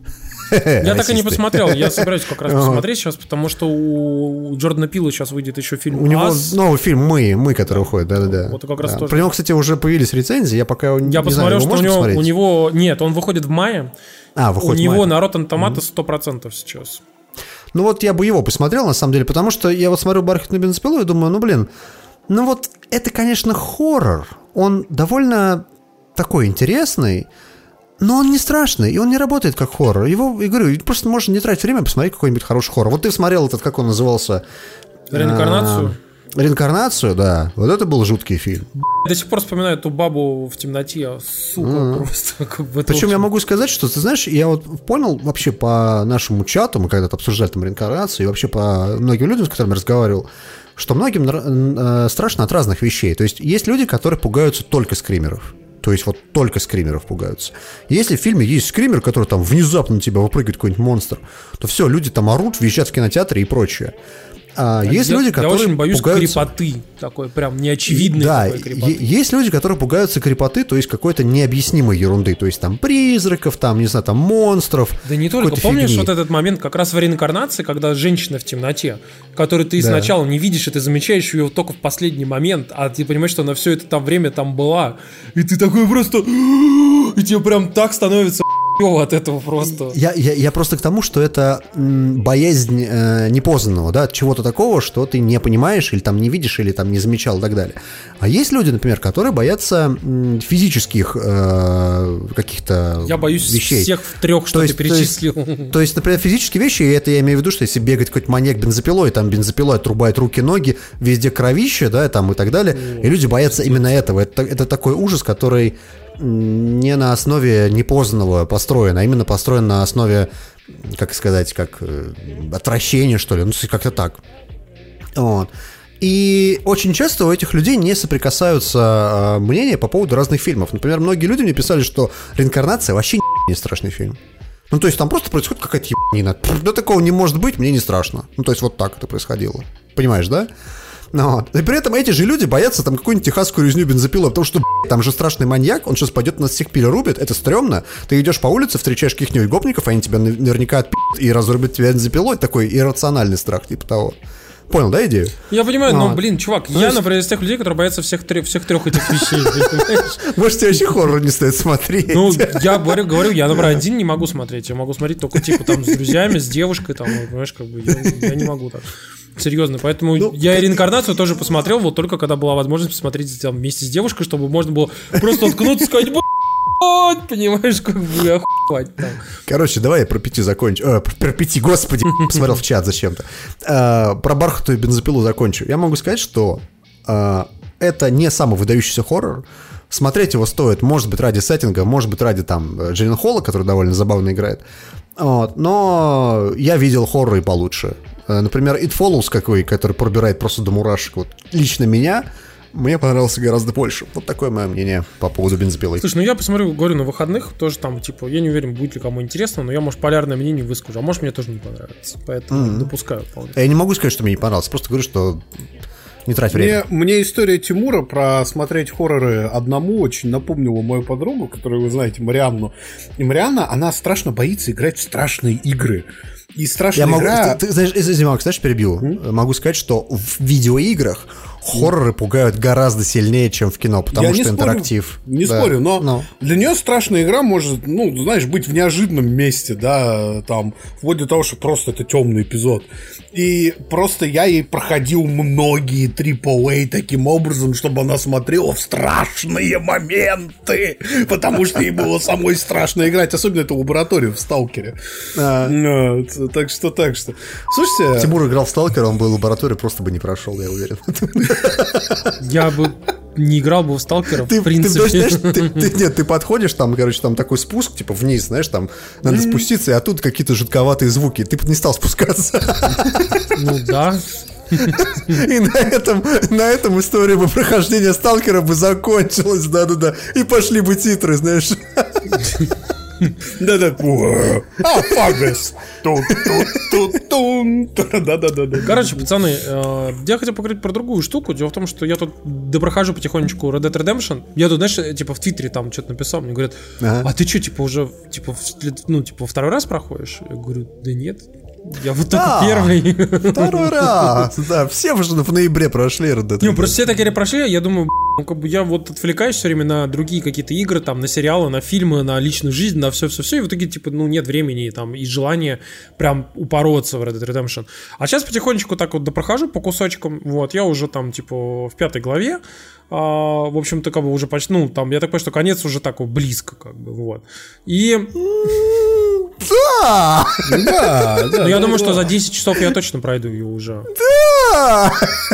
Speaker 4: Я так и не посмотрел, я собираюсь как раз посмотреть сейчас, потому что у Джордана Пила сейчас выйдет еще фильм
Speaker 2: «Ас». У него новый фильм «Мы», «Мы», который уходит, да-да-да.
Speaker 4: Вот как раз тоже.
Speaker 2: Про него, кстати, уже появились рецензии, я пока не
Speaker 4: Я посмотрел,
Speaker 2: знаю,
Speaker 4: что у него, у него... Нет, он выходит в мае.
Speaker 2: А, выходит
Speaker 4: у него
Speaker 2: в мае.
Speaker 4: на Rotten Tomatoes сто процентов сейчас.
Speaker 2: Ну вот я бы его посмотрел, на самом деле, потому что я вот смотрю «Бархатную бензопилу» и думаю, ну блин, ну вот это, конечно, хоррор. Он довольно такой интересный, но он не страшный, и он не работает как хоррор. Его, я говорю, просто можно не тратить время, посмотреть какой-нибудь хороший хоррор. Вот ты смотрел этот, как он назывался?
Speaker 4: «Реинкарнацию».
Speaker 2: «Реинкарнацию», да. Вот это был жуткий фильм.
Speaker 4: До сих пор вспоминаю эту бабу в темноте, сука, mm-hmm. просто как бы...
Speaker 2: Причем очень... я могу сказать, что, ты знаешь, я вот понял вообще по нашему чату, мы когда-то обсуждали там реинкарнацию, и вообще по многим людям, с которыми я разговаривал, что многим э, страшно от разных вещей. То есть есть люди, которые пугаются только скримеров. То есть вот только скримеров пугаются. Если в фильме есть скример, который там внезапно на тебя выпрыгивает какой-нибудь монстр, то все, люди там орут, визжат в кинотеатре и прочее. А есть
Speaker 4: я,
Speaker 2: люди, которые
Speaker 4: я очень боюсь
Speaker 2: пугаются...
Speaker 4: крепоты, такой прям неочевидной
Speaker 2: да,
Speaker 4: такой крепоты.
Speaker 2: Есть люди, которые пугаются крепоты, то есть какой-то необъяснимой ерунды, то есть там призраков, там, не знаю, там монстров.
Speaker 4: Да не только, помнишь фигни. Вот этот момент как раз в «Реинкарнации», когда женщина в темноте, которую ты да. сначала не видишь, и ты замечаешь ее только в последний момент, а ты понимаешь, что она все это там время там была, и ты такой просто... И тебе прям так становится... от этого просто.
Speaker 2: Я, я, я просто к тому, что это м, боязнь э, непознанного, да, чего-то такого, что ты не понимаешь, или там не видишь, или там не замечал и так далее. А есть люди, например, которые боятся м, физических э, каких-то
Speaker 4: Я боюсь
Speaker 2: вещей.
Speaker 4: всех трех, что
Speaker 2: то
Speaker 4: ты
Speaker 2: есть,
Speaker 4: перечислил.
Speaker 2: То есть, то есть, например, физические вещи, и это я имею в виду, что если бегать какой-то маньяк бензопилой, там бензопилой отрубает руки, ноги, везде кровище, да, там и так далее, О, и люди боятся именно этого. Это, это такой ужас, который не на основе непознанного построен, а именно построен на основе, как сказать, как э, отвращения, что ли, ну, как-то так. Вот. И очень часто у этих людей не соприкасаются э, мнения по поводу разных фильмов. Например, многие люди мне писали, что «Реинкарнация» вообще не страшный фильм. Ну, то есть там просто происходит какая-то ебанина. Да такого не может быть, мне не страшно. Ну, то есть вот так это происходило. Понимаешь, да? Ну, вот. И при этом эти же люди боятся там какую-нибудь техасскую резню бензопилой, потому что, блядь, там же страшный маньяк, он сейчас пойдет нас всех перерубит, это стрёмно. Ты идешь по улице, встречаешь каких-нибудь гопников, они тебя наверняка отпи***т и разрубят тебя бензопилой, такой иррациональный страх, типа того. Понял, да, идею?
Speaker 4: Я понимаю, но, блин, чувак, ну, я, например, из тех людей, которые боятся всех, трех, всех трех этих вещей.
Speaker 2: Может, тебе вообще хоррор не стоит смотреть?
Speaker 4: Ну, я говорю, говорю, я, например, один не могу смотреть. Я могу смотреть только, типа, там, с друзьями, с девушкой, там, понимаешь, как бы, я, я не могу так. Серьезно, поэтому ну, я как... «Реинкарнацию» тоже посмотрел, вот только когда была возможность посмотреть там вместе с девушкой, чтобы можно было просто уткнуться и сказать, понимаешь, как бы охуевать там.
Speaker 2: Короче, давай я про пяти закончу. Э, про пяти, господи, посмотрел в чат зачем-то. Э, про бархатную бензопилу закончу. Я могу сказать, что э, это не самый выдающийся хоррор. Смотреть его стоит, может быть, ради сеттинга, может быть, ради там Джилленхола, который довольно забавно играет. Вот. Но я видел хорроры получше. Например, It Follows какой, который пробирает просто до мурашек. Вот лично меня, мне понравился гораздо больше. Вот такое мое мнение по поводу бензопилы.
Speaker 4: Слушай, ну я посмотрю, говорю, на выходных тоже там, типа, я не уверен, будет ли кому интересно, но я, может, полярное мнение выскажу, а может, мне тоже не понравится. Поэтому mm-hmm. допускаю вполне.
Speaker 2: Я не могу сказать, что мне не понравилось, просто говорю, что не трать время.
Speaker 3: Мне, мне история Тимура про смотреть хорроры одному очень напомнила мою подругу, которую вы знаете, Марианну. И Марианна, она страшно боится играть в страшные игры. И страшная
Speaker 2: я
Speaker 3: игра...
Speaker 2: Могу, ты, ты знаешь, извини, Макс, знаешь, перебью. Mm-hmm. Могу сказать, что в видеоиграх хорроры пугают гораздо сильнее, чем в кино, потому Я что не интерактив.
Speaker 3: Спорю, не да. спорю, но, но для нее страшная игра может, ну, знаешь, быть в неожиданном месте, да, там, вплоть до того, что просто это темный эпизод. И просто я ей проходил многие трипл эй таким образом, чтобы она смотрела в страшные моменты, потому что ей было самой страшно играть, особенно эту лабораторию в Сталкере. А. Вот, так что, так что. Слушайте...
Speaker 2: Тимур играл в Сталкера, он бы лабораторию просто бы не прошел, я уверен.
Speaker 4: Я бы не играл бы в Сталкера, в принципе.
Speaker 2: Ты, знаешь, ты, ты, нет, ты подходишь, там, короче, там такой спуск, типа, вниз, знаешь, там, надо mm-hmm. спуститься, и оттуда какие-то жутковатые звуки. Ты бы не стал спускаться.
Speaker 4: Ну, да.
Speaker 2: И на этом, на этом история бы прохождения Сталкера бы закончилась, да-да-да. И пошли бы титры, знаешь.
Speaker 3: Да-да. А, фагас. Да-да-да-да.
Speaker 4: Короче, пацаны, я хотел поговорить про другую штуку. Дело в том, что я тут допрохожу потихонечку Red Dead Redemption. Я тут, знаешь, типа в Твиттере там что-то написал. Мне говорят, а ты что, типа уже, типа, ну, типа второй раз проходишь? Я говорю, да нет. Я вот только первый.
Speaker 2: Второй раз. Да, все уже в ноябре прошли Red Dead.
Speaker 4: Не, просто все так прошли, я думаю, ну, как бы я вот отвлекаюсь все время на другие какие-то игры, там, на сериалы, на фильмы, на личную жизнь, на все-все-все, и в итоге, типа, ну, нет времени там и желания прям упороться в Red Dead Redemption. А сейчас потихонечку так вот допрохожу по кусочкам, вот, я уже там, типа, в пятой главе, а, в общем-то, как бы уже почти, ну, там, я так понимаю, что конец уже так вот близко, как бы, вот. И...
Speaker 2: Да!
Speaker 4: Да, да. Ну, я думаю, что за десять часов я точно пройду ее уже.
Speaker 2: Да!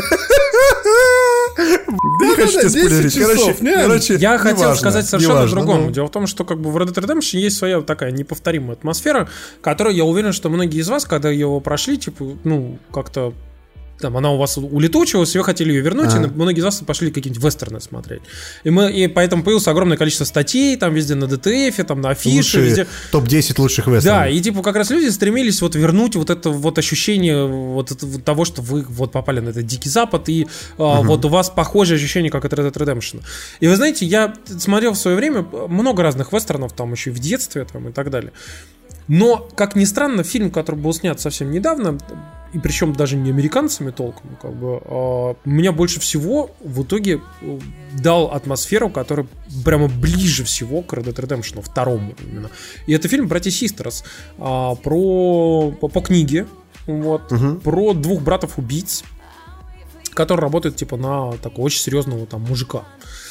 Speaker 2: Не хочу спойлерить. Короче, короче,
Speaker 4: я хотел сказать совершенно другому. Дело в том, что как бы в Red Dead Redemption есть своя такая неповторимая атмосфера, которую я уверен, что многие из вас, когда ее прошли, типа, ну, как-то там она у вас улетучилась, вы хотели ее вернуть, а. и многие из вас пошли какие-нибудь вестерны смотреть. И, мы, и поэтому появилось огромное количество статей, там везде на ди ти эф, там на афише, везде.
Speaker 2: топ десять лучших вестернов.
Speaker 4: Да, и типа как раз люди стремились вот вернуть вот это вот ощущение вот, это, вот того, что вы вот попали на этот Дикий Запад, и угу. а, вот у вас похожее ощущение, как от Red Dead Redemption. И вы знаете, я смотрел в свое время много разных вестернов, там еще и в детстве, там, и так далее. Но, как ни странно, фильм, который был снят совсем недавно, и причем даже не американцами толком, как бы, а, меня больше всего в итоге дал атмосферу, которая прямо ближе всего к Red Dead Redemption, второму именно. И это фильм «Братья Систерс», а, про, по, по книге, вот, угу. про двух братов-убийц, которые работают типа на такого очень серьезного там мужика.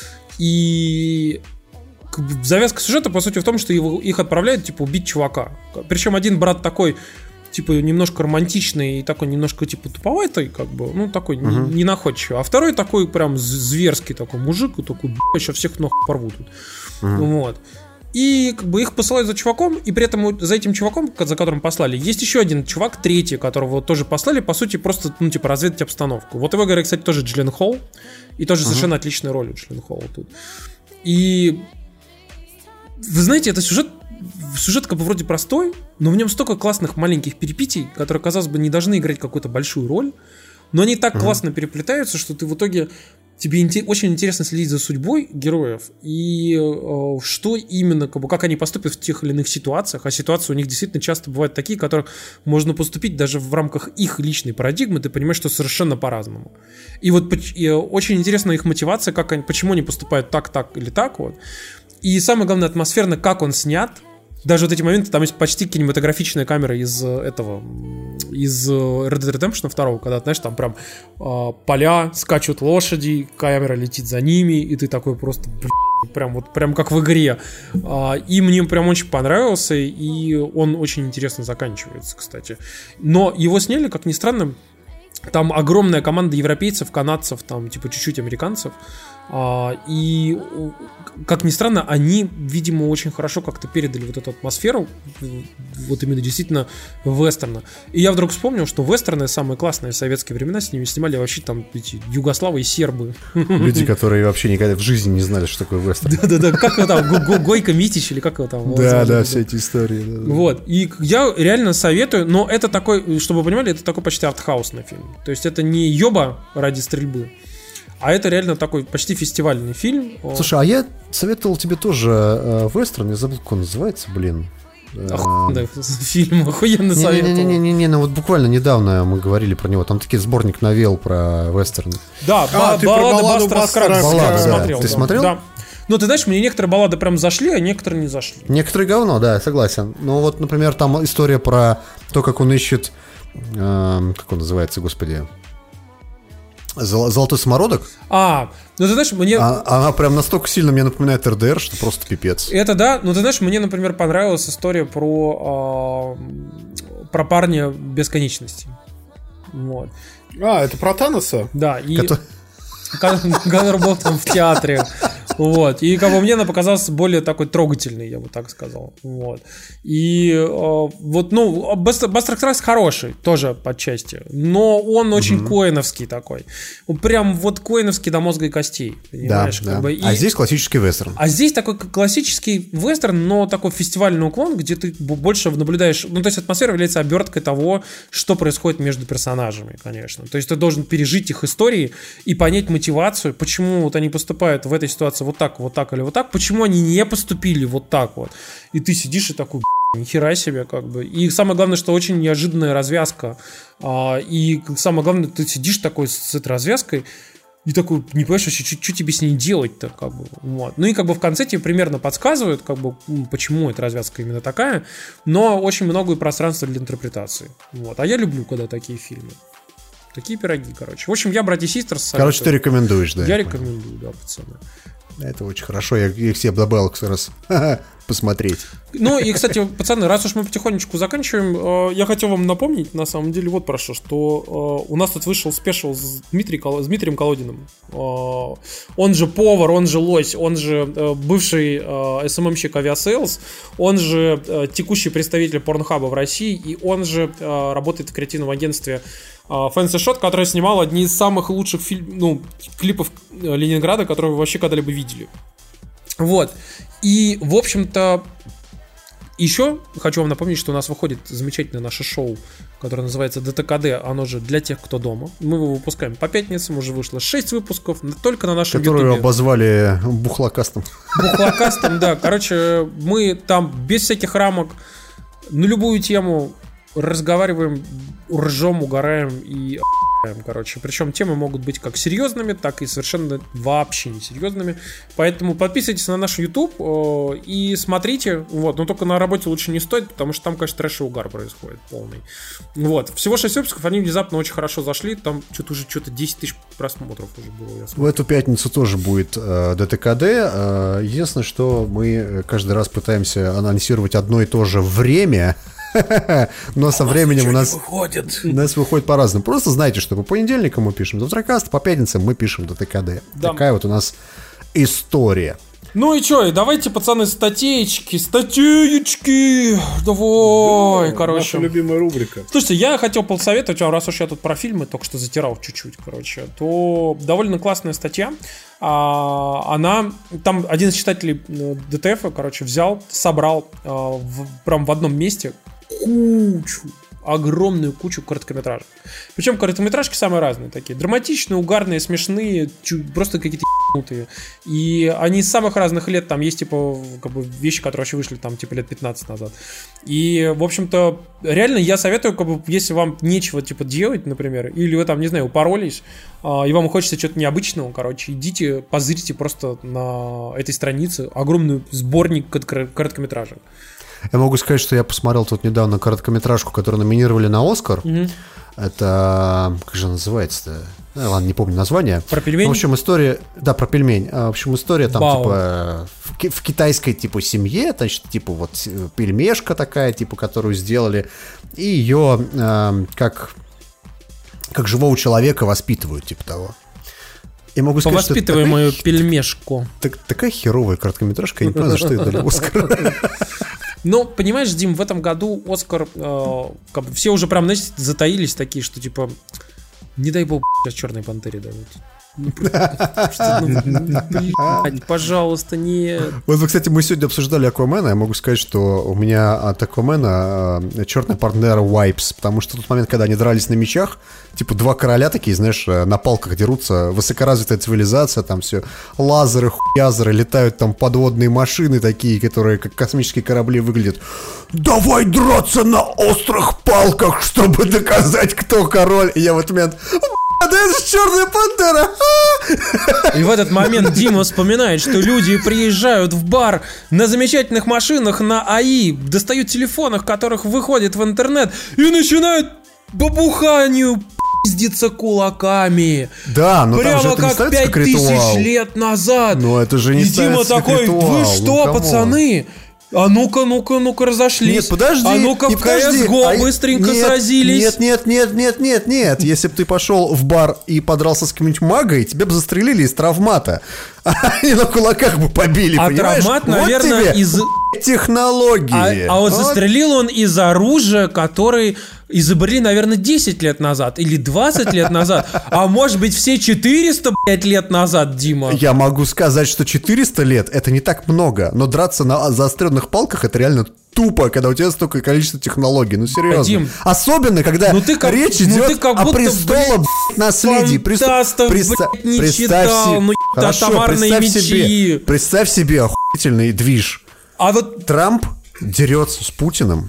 Speaker 4: И... завязка сюжета, по сути, в том, что его, их отправляют, типа, убить чувака. Причем один брат такой, типа, немножко романтичный и такой немножко, типа, туповатый, как бы, ну, такой uh-huh. не, не находчивый. А второй такой прям зверский такой мужик, и такой, б***ь, сейчас всех нахуй порву тут. Uh-huh. Вот. И, как бы, их посылают за чуваком, и при этом за этим чуваком, за которым послали, есть еще один чувак, третий, которого тоже послали, по сути, просто, ну, типа, разведать обстановку. Вот его играет, кстати, тоже Джилленхол, и тоже uh-huh. совершенно отличная роль у Джилленхола тут. И... вы знаете, это сюжет, сюжет как бы вроде простой, но в нем столько классных маленьких перипетий, которые, казалось бы, не должны играть какую-то большую роль, но они так uh-huh. классно переплетаются, что ты в итоге... тебе инте- очень интересно следить за судьбой героев и э, что именно, как, бы, как они поступят в тех или иных ситуациях. А ситуации у них действительно часто бывают такие, в которых можно поступить даже в рамках их личной парадигмы, ты понимаешь, что совершенно по-разному. И вот и, очень интересна их мотивация, как они, почему они поступают так, так или так вот. И самое главное, атмосферно, как он снят. Даже вот эти моменты, там есть почти кинематографичная камера из этого, из Red Dead Redemption два, когда, знаешь, там прям э, поля, скачут лошади, камера летит за ними, и ты такой просто, блин, прям вот, прям как в игре. Э, и мне прям очень понравился, и он очень интересно заканчивается, кстати. Но его сняли, как ни странно, там огромная команда европейцев, канадцев, там, типа, чуть-чуть американцев. А, и, как ни странно, они, видимо, очень хорошо как-то передали вот эту атмосферу, вот именно действительно вестерна. И я вдруг вспомнил, что вестерны самые классные в советские времена, с ними снимали вообще там эти югославы и сербы.
Speaker 2: Люди, которые вообще никогда в жизни не знали, что такое вестерн.
Speaker 4: Да-да-да, как его там, Гойко Митич или как его там?
Speaker 2: Да-да, все эти истории.
Speaker 4: Вот, и я реально советую, но это такой, чтобы вы понимали, это такой почти артхаусный фильм. То есть это не ёба ради стрельбы, а это реально такой почти фестивальный фильм.
Speaker 2: Слушай, а я советовал тебе тоже э, вестерн, я забыл, как он называется, блин.
Speaker 4: Охуенный фильм, охуенно советовал.
Speaker 2: Не-не-не, ну вот буквально недавно мы говорили про него. Там такие сборник новелл про вестерн.
Speaker 4: Да,
Speaker 3: а,
Speaker 4: ба- баллада Бастера Скраггса смотрел.
Speaker 2: Ты смотрел?
Speaker 4: Да. Ну, ты знаешь, мне некоторые баллады прям зашли, а некоторые не зашли.
Speaker 2: Некоторые говно, да, согласен. Ну вот, например, там история про то, как он ищет... Э, как он называется, господи? Золотой самородок?
Speaker 4: А, ну ты знаешь, мне...
Speaker 2: А, она прям настолько сильно мне напоминает эр дэ эр, что просто пипец.
Speaker 4: Это да, но ты знаешь, мне, например, понравилась история про, э, про парня бесконечности. Вот.
Speaker 3: А, это про Таноса?
Speaker 4: Да, и...
Speaker 2: Который...
Speaker 4: Который был там в театре. Вот. И как бы мне она показалась более такой трогательной, я бы так сказал. Вот. И э, вот, ну, Бастер Скраггс хороший, тоже подчасти. Но он очень mm-hmm. коэновский такой. Он прям вот коэновский до мозга и костей. Понимаешь?
Speaker 2: Да,
Speaker 4: как
Speaker 2: да.
Speaker 4: бы. И...
Speaker 2: А здесь классический вестерн.
Speaker 4: А здесь такой классический вестерн, но такой фестивальный уклон, где ты больше наблюдаешь. Ну, то есть атмосфера является оберткой того, что происходит между персонажами, конечно. То есть ты должен пережить их истории и понять мотивацию, почему вот они поступают в этой ситуации вот так, вот так или вот так, почему они не поступили вот так вот. И ты сидишь и такой, нихера себе, как бы. И самое главное, что очень неожиданная развязка. А, и самое главное, ты сидишь такой с этой развязкой и такой, не понимаешь вообще, что тебе с ней делать-то, как бы. Вот. Ну и как бы в конце тебе примерно подсказывают, как бы, почему эта развязка именно такая, но очень много и пространства для интерпретации. Вот. А я люблю, когда такие фильмы. Такие пироги, короче. В общем, я «Братья Систерс».
Speaker 2: Короче, ты рекомендуешь, да?
Speaker 4: Я рекомендую, да, пацаны.
Speaker 2: Это очень хорошо, я их себе добавил как раз посмотреть.
Speaker 4: Ну и, кстати, пацаны, раз уж мы потихонечку заканчиваем, я хотел вам напомнить, на самом деле, вот про что, что у нас тут вышел спешл с, Дмитрий, с Дмитрием Колодиным. Он же повар, он же лось, он же бывший эс эм эм-щик Aviasales, он же текущий представитель Порнхаба в России, и он же работает в креативном агентстве Fancy Shot, который снимал одни из самых лучших фильм, ну, клипов Ленинграда, которые вы вообще когда-либо видели. Вот. И, в общем-то, еще хочу вам напомнить, что у нас выходит замечательное наше шоу, которое называется дэ тэ ка дэ, оно же для тех, кто дома. Мы его выпускаем по пятницам, уже вышло шесть выпусков, только на нашем
Speaker 2: Которую
Speaker 4: ютубе.
Speaker 2: Обозвали бухлокастом.
Speaker 4: Бухлокастом, да. Короче, мы там без всяких рамок на любую тему разговариваем, ржем, угораем и охуеваем, короче. Причем темы могут быть как серьезными, так и совершенно вообще несерьезными. Поэтому подписывайтесь на наш YouTube э, и смотрите. Вот. Но только на работе лучше не стоит, потому что там, конечно, трэш и угар происходит полный. Вот. Всего шесть выпусков, они внезапно очень хорошо зашли. Там что-то уже что-то десять тысяч просмотров уже было.
Speaker 2: В эту пятницу тоже будет э, дэ тэ ка дэ. Э, единственное, что мы каждый раз пытаемся анонсировать одно и то же время. Но со временем у нас выходит. У нас выходит по-разному. Просто знайте, что по понедельникам мы пишем Завтракаст, по пятницам мы пишем дэ тэ ка дэ. Да. Такая вот у нас история.
Speaker 4: Ну и чё, и давайте, пацаны, статейки, статейки, давай, да, короче.
Speaker 3: Наша любимая рубрика.
Speaker 4: Слушайте, я хотел посоветовать вам, раз уж я тут про фильмы только что затирал чуть-чуть, короче, то довольно классная статья. Она, там один из читателей дэ тэ эф, короче, взял, собрал в, прям в одном месте кучу, огромную кучу короткометражек. Причем короткометражки самые разные такие. Драматичные, угарные, смешные, просто какие-то ебанутые. И они из самых разных лет. Там есть, типа, как бы вещи, которые вообще вышли там, типа, лет пятнадцать назад. И, в общем-то, реально я советую, как бы, если вам нечего, типа, делать, например, или вы там, не знаю, упоролись, и вам хочется чего-то необычного, короче, идите, позырьте просто на этой странице огромный сборник короткометражек.
Speaker 2: Я могу сказать, что я посмотрел тут недавно короткометражку, которую номинировали на Оскар. Mm-hmm. Это... Как же называется-то? Ну, ладно, не помню название.
Speaker 4: Про пельмень?
Speaker 2: В общем, история... Да, про пельмень. В общем, история там,
Speaker 4: Бау.
Speaker 2: типа... В, в китайской, типа, семье, значит, типа, вот пельмешка такая, типа, которую сделали. И ее э, как... Как живого человека воспитывают, типа того. Я могу сказать,
Speaker 4: повоспитывай мою такая... пельмешку.
Speaker 2: Так, такая херовая короткометражка, я не понимаю, за что это дали Оскар.
Speaker 4: Ну, понимаешь, Дим, в этом году Оскар, э, как бы все уже прям, знаете, затаились такие, что типа, не дай бог, сейчас Черной Пантере дадут. Пожалуйста, нет.
Speaker 2: Вот, кстати, мы сегодня обсуждали Аквамена. Я могу сказать, что у меня от Аквамена черный партнер Wipes, потому что в тот момент, когда они дрались на мечах, типа два короля такие, знаешь, на палках дерутся, высокоразвитая цивилизация, там все лазеры, хуязеры, летают там подводные машины такие, которые как космические корабли выглядят. Давай драться на острых палках, чтобы доказать, кто король. И я в этот момент... Да это же черная пантера!
Speaker 4: И в этот момент Дима вспоминает, что люди приезжают в бар на замечательных машинах на АИ, достают телефоны, в которых выходят в интернет и начинают по буханию пиздиться кулаками.
Speaker 2: Да, но
Speaker 4: прямо
Speaker 2: там же это
Speaker 4: как пять тысяч лет назад.
Speaker 2: Но это же не
Speaker 4: и Дима такой, вы что, ну, пацаны? А ну-ка, ну-ка, ну-ка, разошлись.
Speaker 2: Нет, подожди.
Speaker 4: А ну-ка, в кс го а быстренько
Speaker 2: нет,
Speaker 4: сразились.
Speaker 2: Нет, нет, нет, нет, нет, нет. Если бы ты пошел в бар и подрался с каким-нибудь магой, тебя бы застрелили из травмата. А они на кулаках бы побили,
Speaker 4: а
Speaker 2: понимаешь?
Speaker 4: Травмат,
Speaker 2: вот
Speaker 4: наверное,
Speaker 2: тебе
Speaker 4: из...
Speaker 2: технологии.
Speaker 4: А, а вот, вот застрелил он из оружия, который изобрели, наверное, десять лет назад или двадцать лет назад. А может быть, все четыреста, блядь, лет назад, Дима?
Speaker 2: Я могу сказать, что четыреста лет это не так много, но драться на заостренных палках это реально тупо, когда у тебя столько количество технологий. Ну, серьезно. Дим, особенно, когда ну, ты как, речь идет ну, как о престоле, блядь, наследии.
Speaker 4: Фантастов,
Speaker 2: Преста...
Speaker 4: блядь, не
Speaker 2: представь
Speaker 4: читал.
Speaker 2: себе...
Speaker 4: Ну,
Speaker 2: Хорошо, представь себе, представь себе охуительный движ.
Speaker 4: А вот...
Speaker 2: Трамп дерется с Путиным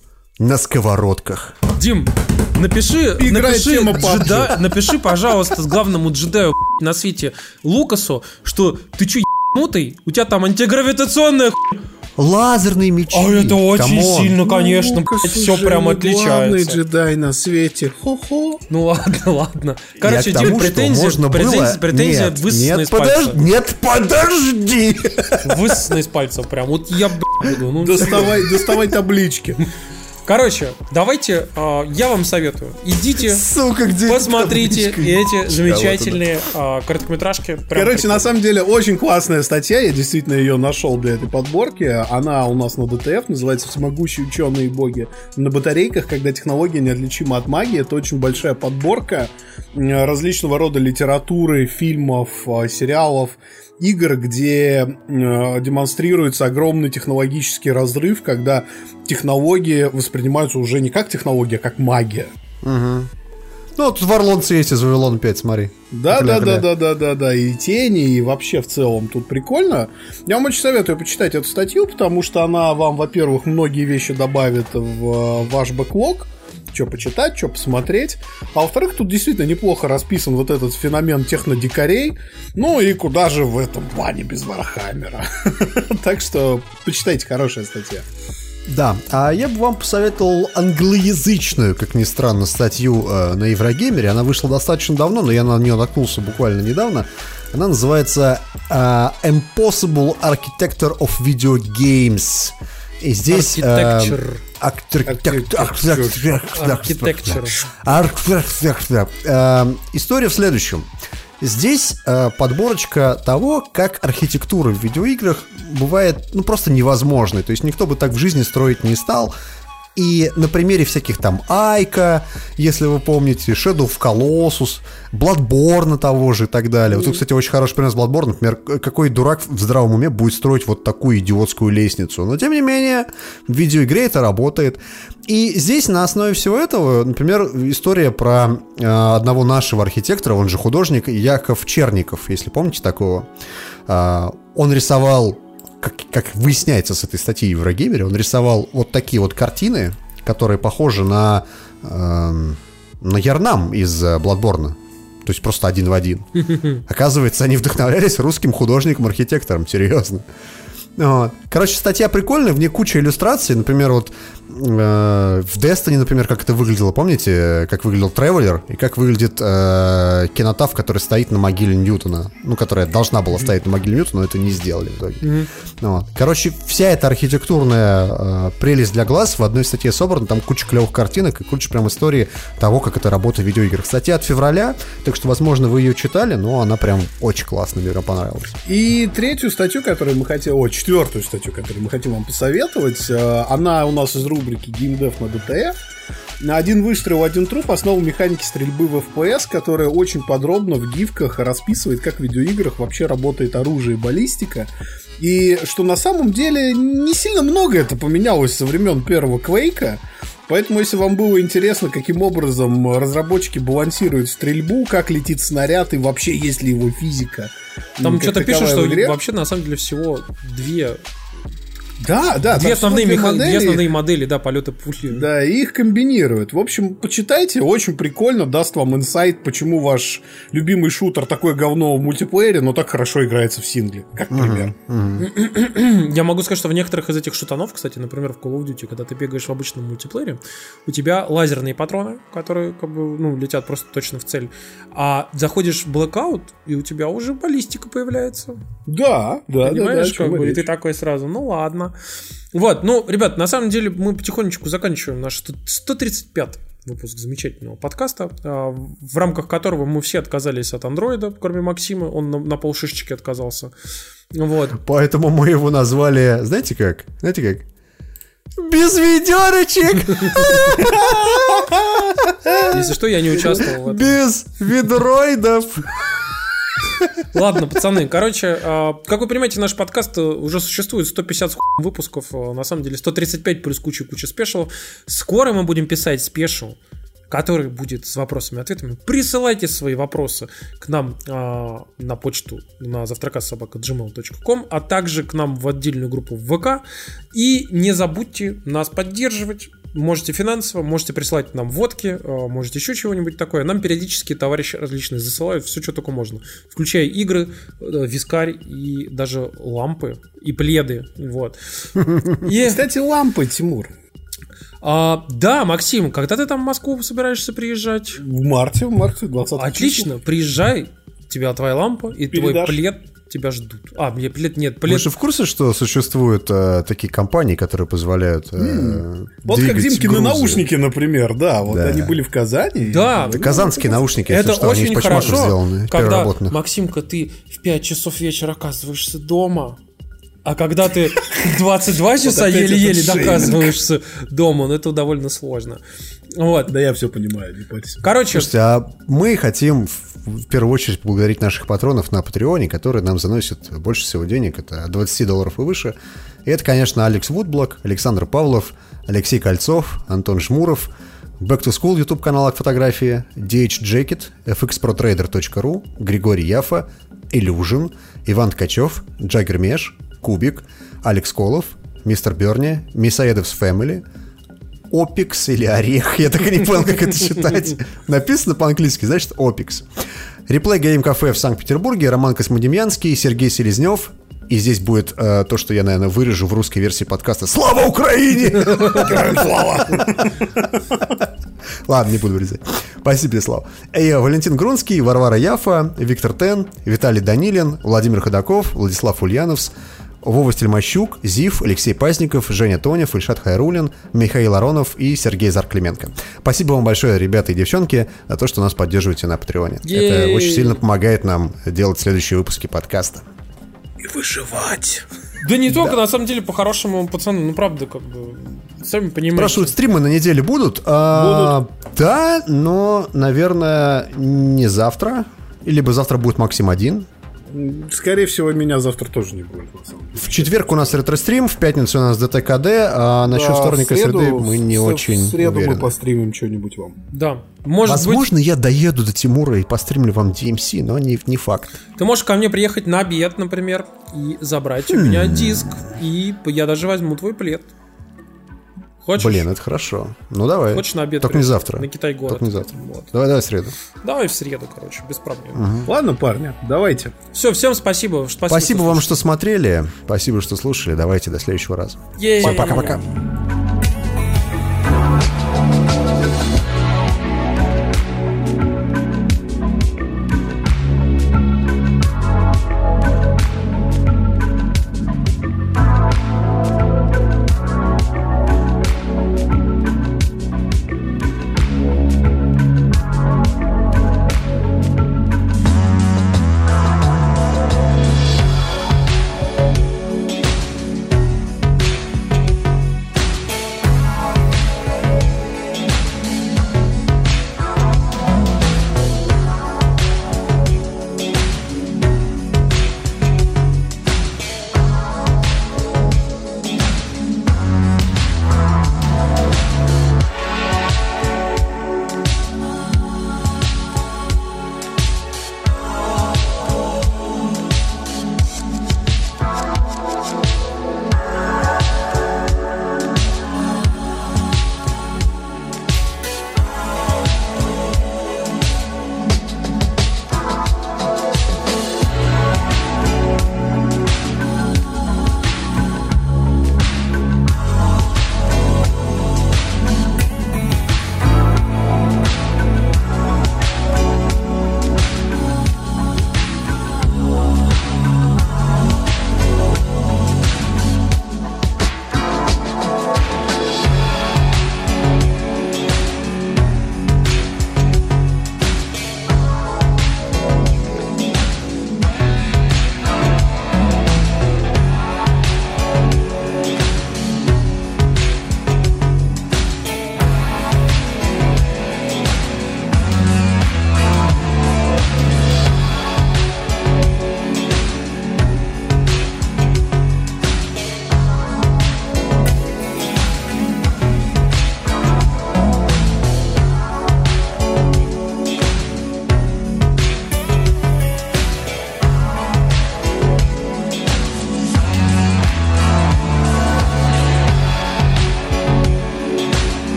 Speaker 2: на сковородках.
Speaker 4: Дим, напиши, напиши, джеда, напиши, пожалуйста, с главному джедаю на свете Лукасу, что ты че ебанутый? У тебя там антигравитационная хуйня.
Speaker 2: Лазерные мечи.
Speaker 4: А это очень Камон. сильно, конечно, блядь, все прям отличается.
Speaker 3: Главный джедай на свете. Хо-хо.
Speaker 4: Ну ладно, ладно. Короче,
Speaker 2: Дим, претензия, претензия,
Speaker 4: претензия высосана из пальца.
Speaker 2: Нет, подожди.
Speaker 4: Высосана из пальца прям. Вот я буду. Ну,
Speaker 3: доставай, доставай таблички.
Speaker 4: Короче, давайте, э, я вам советую, идите,
Speaker 2: Сука, где
Speaker 4: посмотрите эти замечательные э, короткометражки.
Speaker 3: Короче, на самом деле, очень классная статья, я действительно ее нашел для этой подборки. Она у нас на ди ти эф, называется «Всемогущие ученые и боги на батарейках, когда технология неотличима от магии». Это очень большая подборка различного рода литературы, фильмов, сериалов, игр, где э, демонстрируется огромный технологический разрыв, когда технологии воспринимаются уже не как технология, а как магия.
Speaker 2: Угу. Ну, вот в Варлонце есть из Вавилона пять, смотри.
Speaker 3: Да, да, да, да, да, да, да, и тени, и вообще в целом тут прикольно. Я вам очень советую почитать эту статью, потому что она вам, во-первых, многие вещи добавит в ваш бэклог. Что почитать, что посмотреть. А во-вторых, тут действительно неплохо расписан вот этот феномен технодикарей. Ну и куда же в этом плане без Вархаммера. Так что почитайте, хорошая статья.
Speaker 2: Да, а я бы вам посоветовал англоязычную, как ни странно, статью э, на Еврогеймере. Она вышла достаточно давно, но я на нее наткнулся буквально недавно. Она называется э, Impossible Architecture of Video Games. И здесь...
Speaker 4: Architecture.
Speaker 2: История в следующем. Здесь э, подборочка того, как архитектура в видеоиграх бывает, ну, просто невозможной. То есть никто бы так в жизни строить не стал. И на примере всяких там Айка, если вы помните, Shadow of Colossus, Bloodborne того же и так далее. Вот тут, кстати, очень хороший пример с Bloodborne. Например, какой дурак в здравом уме будет строить вот такую идиотскую лестницу. Но, тем не менее, в видеоигре это работает. И здесь на основе всего этого, например, история про э, одного нашего архитектора, он же художник, Яков Черников, если помните такого. Э, он рисовал... Как, как выясняется с этой статьи в Еврогеймере, он рисовал вот такие вот картины, которые похожи на, э, на Ярнам из Bloodborne. То есть просто один в один. Оказывается, они вдохновлялись русским художником-архитектором, серьезно. Вот. Короче, статья прикольная, в ней куча иллюстраций. Например, вот э, в Destiny, например, как это выглядело, помните, как выглядел Тревелер и как выглядит э, Кинотав, который стоит на могиле Ньютона. Ну, которая должна была стоять на могиле Ньютона, но это не сделали в итоге. Mm-hmm. Вот. Короче, вся эта архитектурная э, прелесть для глаз в одной статье собрана. Там куча клевых картинок и куча прям истории того, как это работает в видеоиграх. Статья от февраля, так что, возможно, вы ее читали, но она прям очень классная, мне понравилась.
Speaker 3: И третью статью, которую мы хотели... О, четвертую статью, которую мы хотим вам посоветовать, она у нас из рубрики GameDev на ди ти эф. на один выстрел, один труп, основа механики стрельбы в эф пи эс, которая очень подробно в гифках расписывает, как в видеоиграх вообще работает оружие и баллистика. И что на самом деле не сильно много это поменялось со времен первого Квейка. Поэтому, если вам было интересно, каким образом разработчики балансируют стрельбу, как летит снаряд и вообще есть ли его физика.
Speaker 4: Там что-то пишут, что вообще на самом деле всего две...
Speaker 3: Да, да.
Speaker 4: Две основные, меха... модели, две основные модели, да, полета пули.
Speaker 3: Да, и их комбинируют. В общем, почитайте, очень прикольно, даст вам инсайт, почему ваш любимый шутер такое говно в мультиплеере, но так хорошо играется в сингле, как пример.
Speaker 4: Uh-huh, uh-huh. Я могу сказать, что в некоторых из этих шутанов, кстати, например, в Call of Duty, когда ты бегаешь в обычном мультиплеере, у тебя лазерные патроны, которые как бы, ну, летят просто точно в цель, а заходишь в Blackout, и у тебя уже баллистика появляется.
Speaker 3: Да, да,
Speaker 4: понимаешь,
Speaker 3: да, да,
Speaker 4: как бы, и ты такой сразу, ну ладно. Вот, ну, ребят, на самом деле мы потихонечку заканчиваем наш сто тридцать пятый выпуск замечательного подкаста, в рамках которого мы все отказались от андроида, кроме Максима, он на, на полшишечки отказался. Вот.
Speaker 2: Поэтому мы его назвали, знаете как? Знаете как? Без ведерочек!
Speaker 4: Если что, я не участвовал в этом.
Speaker 2: Без ведроидов!
Speaker 4: Ладно, пацаны, короче, как вы понимаете, наш подкаст уже существует сто пятьдесят выпусков, на самом деле сто тридцать пять плюс куча-куча спешалов. Скоро мы будем писать спешл, который будет с вопросами-ответами. Присылайте свои вопросы к нам а, на почту на завтракаст собака джимейл точка ком, а также к нам в отдельную группу в ВК. И не забудьте нас поддерживать. Можете финансово, можете присылать нам водки, можете еще чего-нибудь такое. Нам периодически товарищи различные засылают все, что только можно. Включая игры, вискарь и даже лампы и пледы. Вот.
Speaker 3: И... Кстати, лампы, Тимур.
Speaker 4: А, да, Максим, когда ты там в Москву собираешься приезжать?
Speaker 3: В марте, в марте двадцатого
Speaker 4: Отлично, числа. Приезжай, у тебя твоя лампа и Передашь. Твой плед тебя ждут. А, мне плед нет. Плед...
Speaker 2: Вы же в курсе, что существуют э, такие компании, которые позволяют э,
Speaker 3: mm. Вот как Димкины наушники, например, да, вот да. Они были в Казани.
Speaker 4: Да.
Speaker 2: Это казанские наушники,
Speaker 4: это
Speaker 2: если что,
Speaker 4: очень
Speaker 2: они из
Speaker 4: хорошо,
Speaker 2: сделаны,
Speaker 4: когда, Максимка, ты в пять часов вечера оказываешься дома, а когда ты в двадцать два часа еле-еле доказываешься дома, ну это довольно сложно. Вот.
Speaker 3: Да я все понимаю, не парься.
Speaker 2: Короче, слушайте, а мы хотим в первую очередь поблагодарить наших патронов на Патреоне, которые нам заносят больше всего денег, это от двадцати долларов и выше. И это, конечно, Алекс Вудблок, Александр Павлов, Алексей Кольцов, Антон Жмуров, Back to School, YouTube канал от фотографии, ди эйч Jacket, эф икс про трейдер точка ру, Григорий Яфа, Illusion, Иван Ткачев, Джаггер Меш, Кубик, Алекс Колов, Мистер Берни, Мисаедовс Фэмили, Опикс или Орех, я так и не понял, как это читать. Написано по-английски, значит Опикс. Реплей Гейм Кафе в Санкт-Петербурге, Роман Космодемьянский, Сергей Селезнев. И здесь будет э, то, что я, наверное, вырежу в русской версии подкаста. Слава Украине! Слава! Ладно, не буду вырезать. Спасибо тебе, Слава. Валентин Грунский, Варвара Яфа, Виктор Тен, Виталий Данилин, Владимир Ходаков, Владислав Ульяновс, Вова Стельмощук, Зив, Алексей Пасников, Женя Тонев, Ильшат Хайрулин, Михаил Аронов и Сергей Зарклименко. Спасибо вам большое, ребята и девчонки, за то, что нас поддерживаете на Патреоне. Это очень сильно помогает нам делать следующие выпуски подкаста.
Speaker 3: И выживать.
Speaker 4: Да не только, да. На самом деле, по-хорошему, пацаны, ну правда, как бы, сами понимаете.
Speaker 2: Спрашивают, стримы на неделе будут? А, будут. Да, но, наверное, не завтра. Либо завтра будет Максим один.
Speaker 3: Скорее всего, меня завтра тоже не будет.
Speaker 2: В четверг у нас ретро-стрим, в пятницу у нас ди ти ка ди, а насчет да, вторника и среды мы не в, очень
Speaker 3: В среду
Speaker 2: уверены.
Speaker 3: Мы постримим что-нибудь вам.
Speaker 4: Да. Может
Speaker 2: Возможно,
Speaker 4: быть...
Speaker 2: я доеду до Тимура и постримлю вам ди эм си, но не, не факт.
Speaker 4: Ты можешь ко мне приехать на обед, например, и забрать у меня диск, и я даже возьму твой плед. Хочешь?
Speaker 2: Блин, это хорошо. Ну давай.
Speaker 4: Хочешь на обед?
Speaker 2: Только не завтра.
Speaker 4: На Китай-город.
Speaker 2: Только не завтра. Вот. Давай, давай в среду.
Speaker 4: Давай в среду, короче, без проблем.
Speaker 3: Угу. Ладно, парни, давайте.
Speaker 4: Все, всем спасибо.
Speaker 2: Спасибо, спасибо вам, что смотрели. Спасибо, что слушали. Давайте до следующего раза.
Speaker 4: Е-е-е.
Speaker 2: Пока-пока.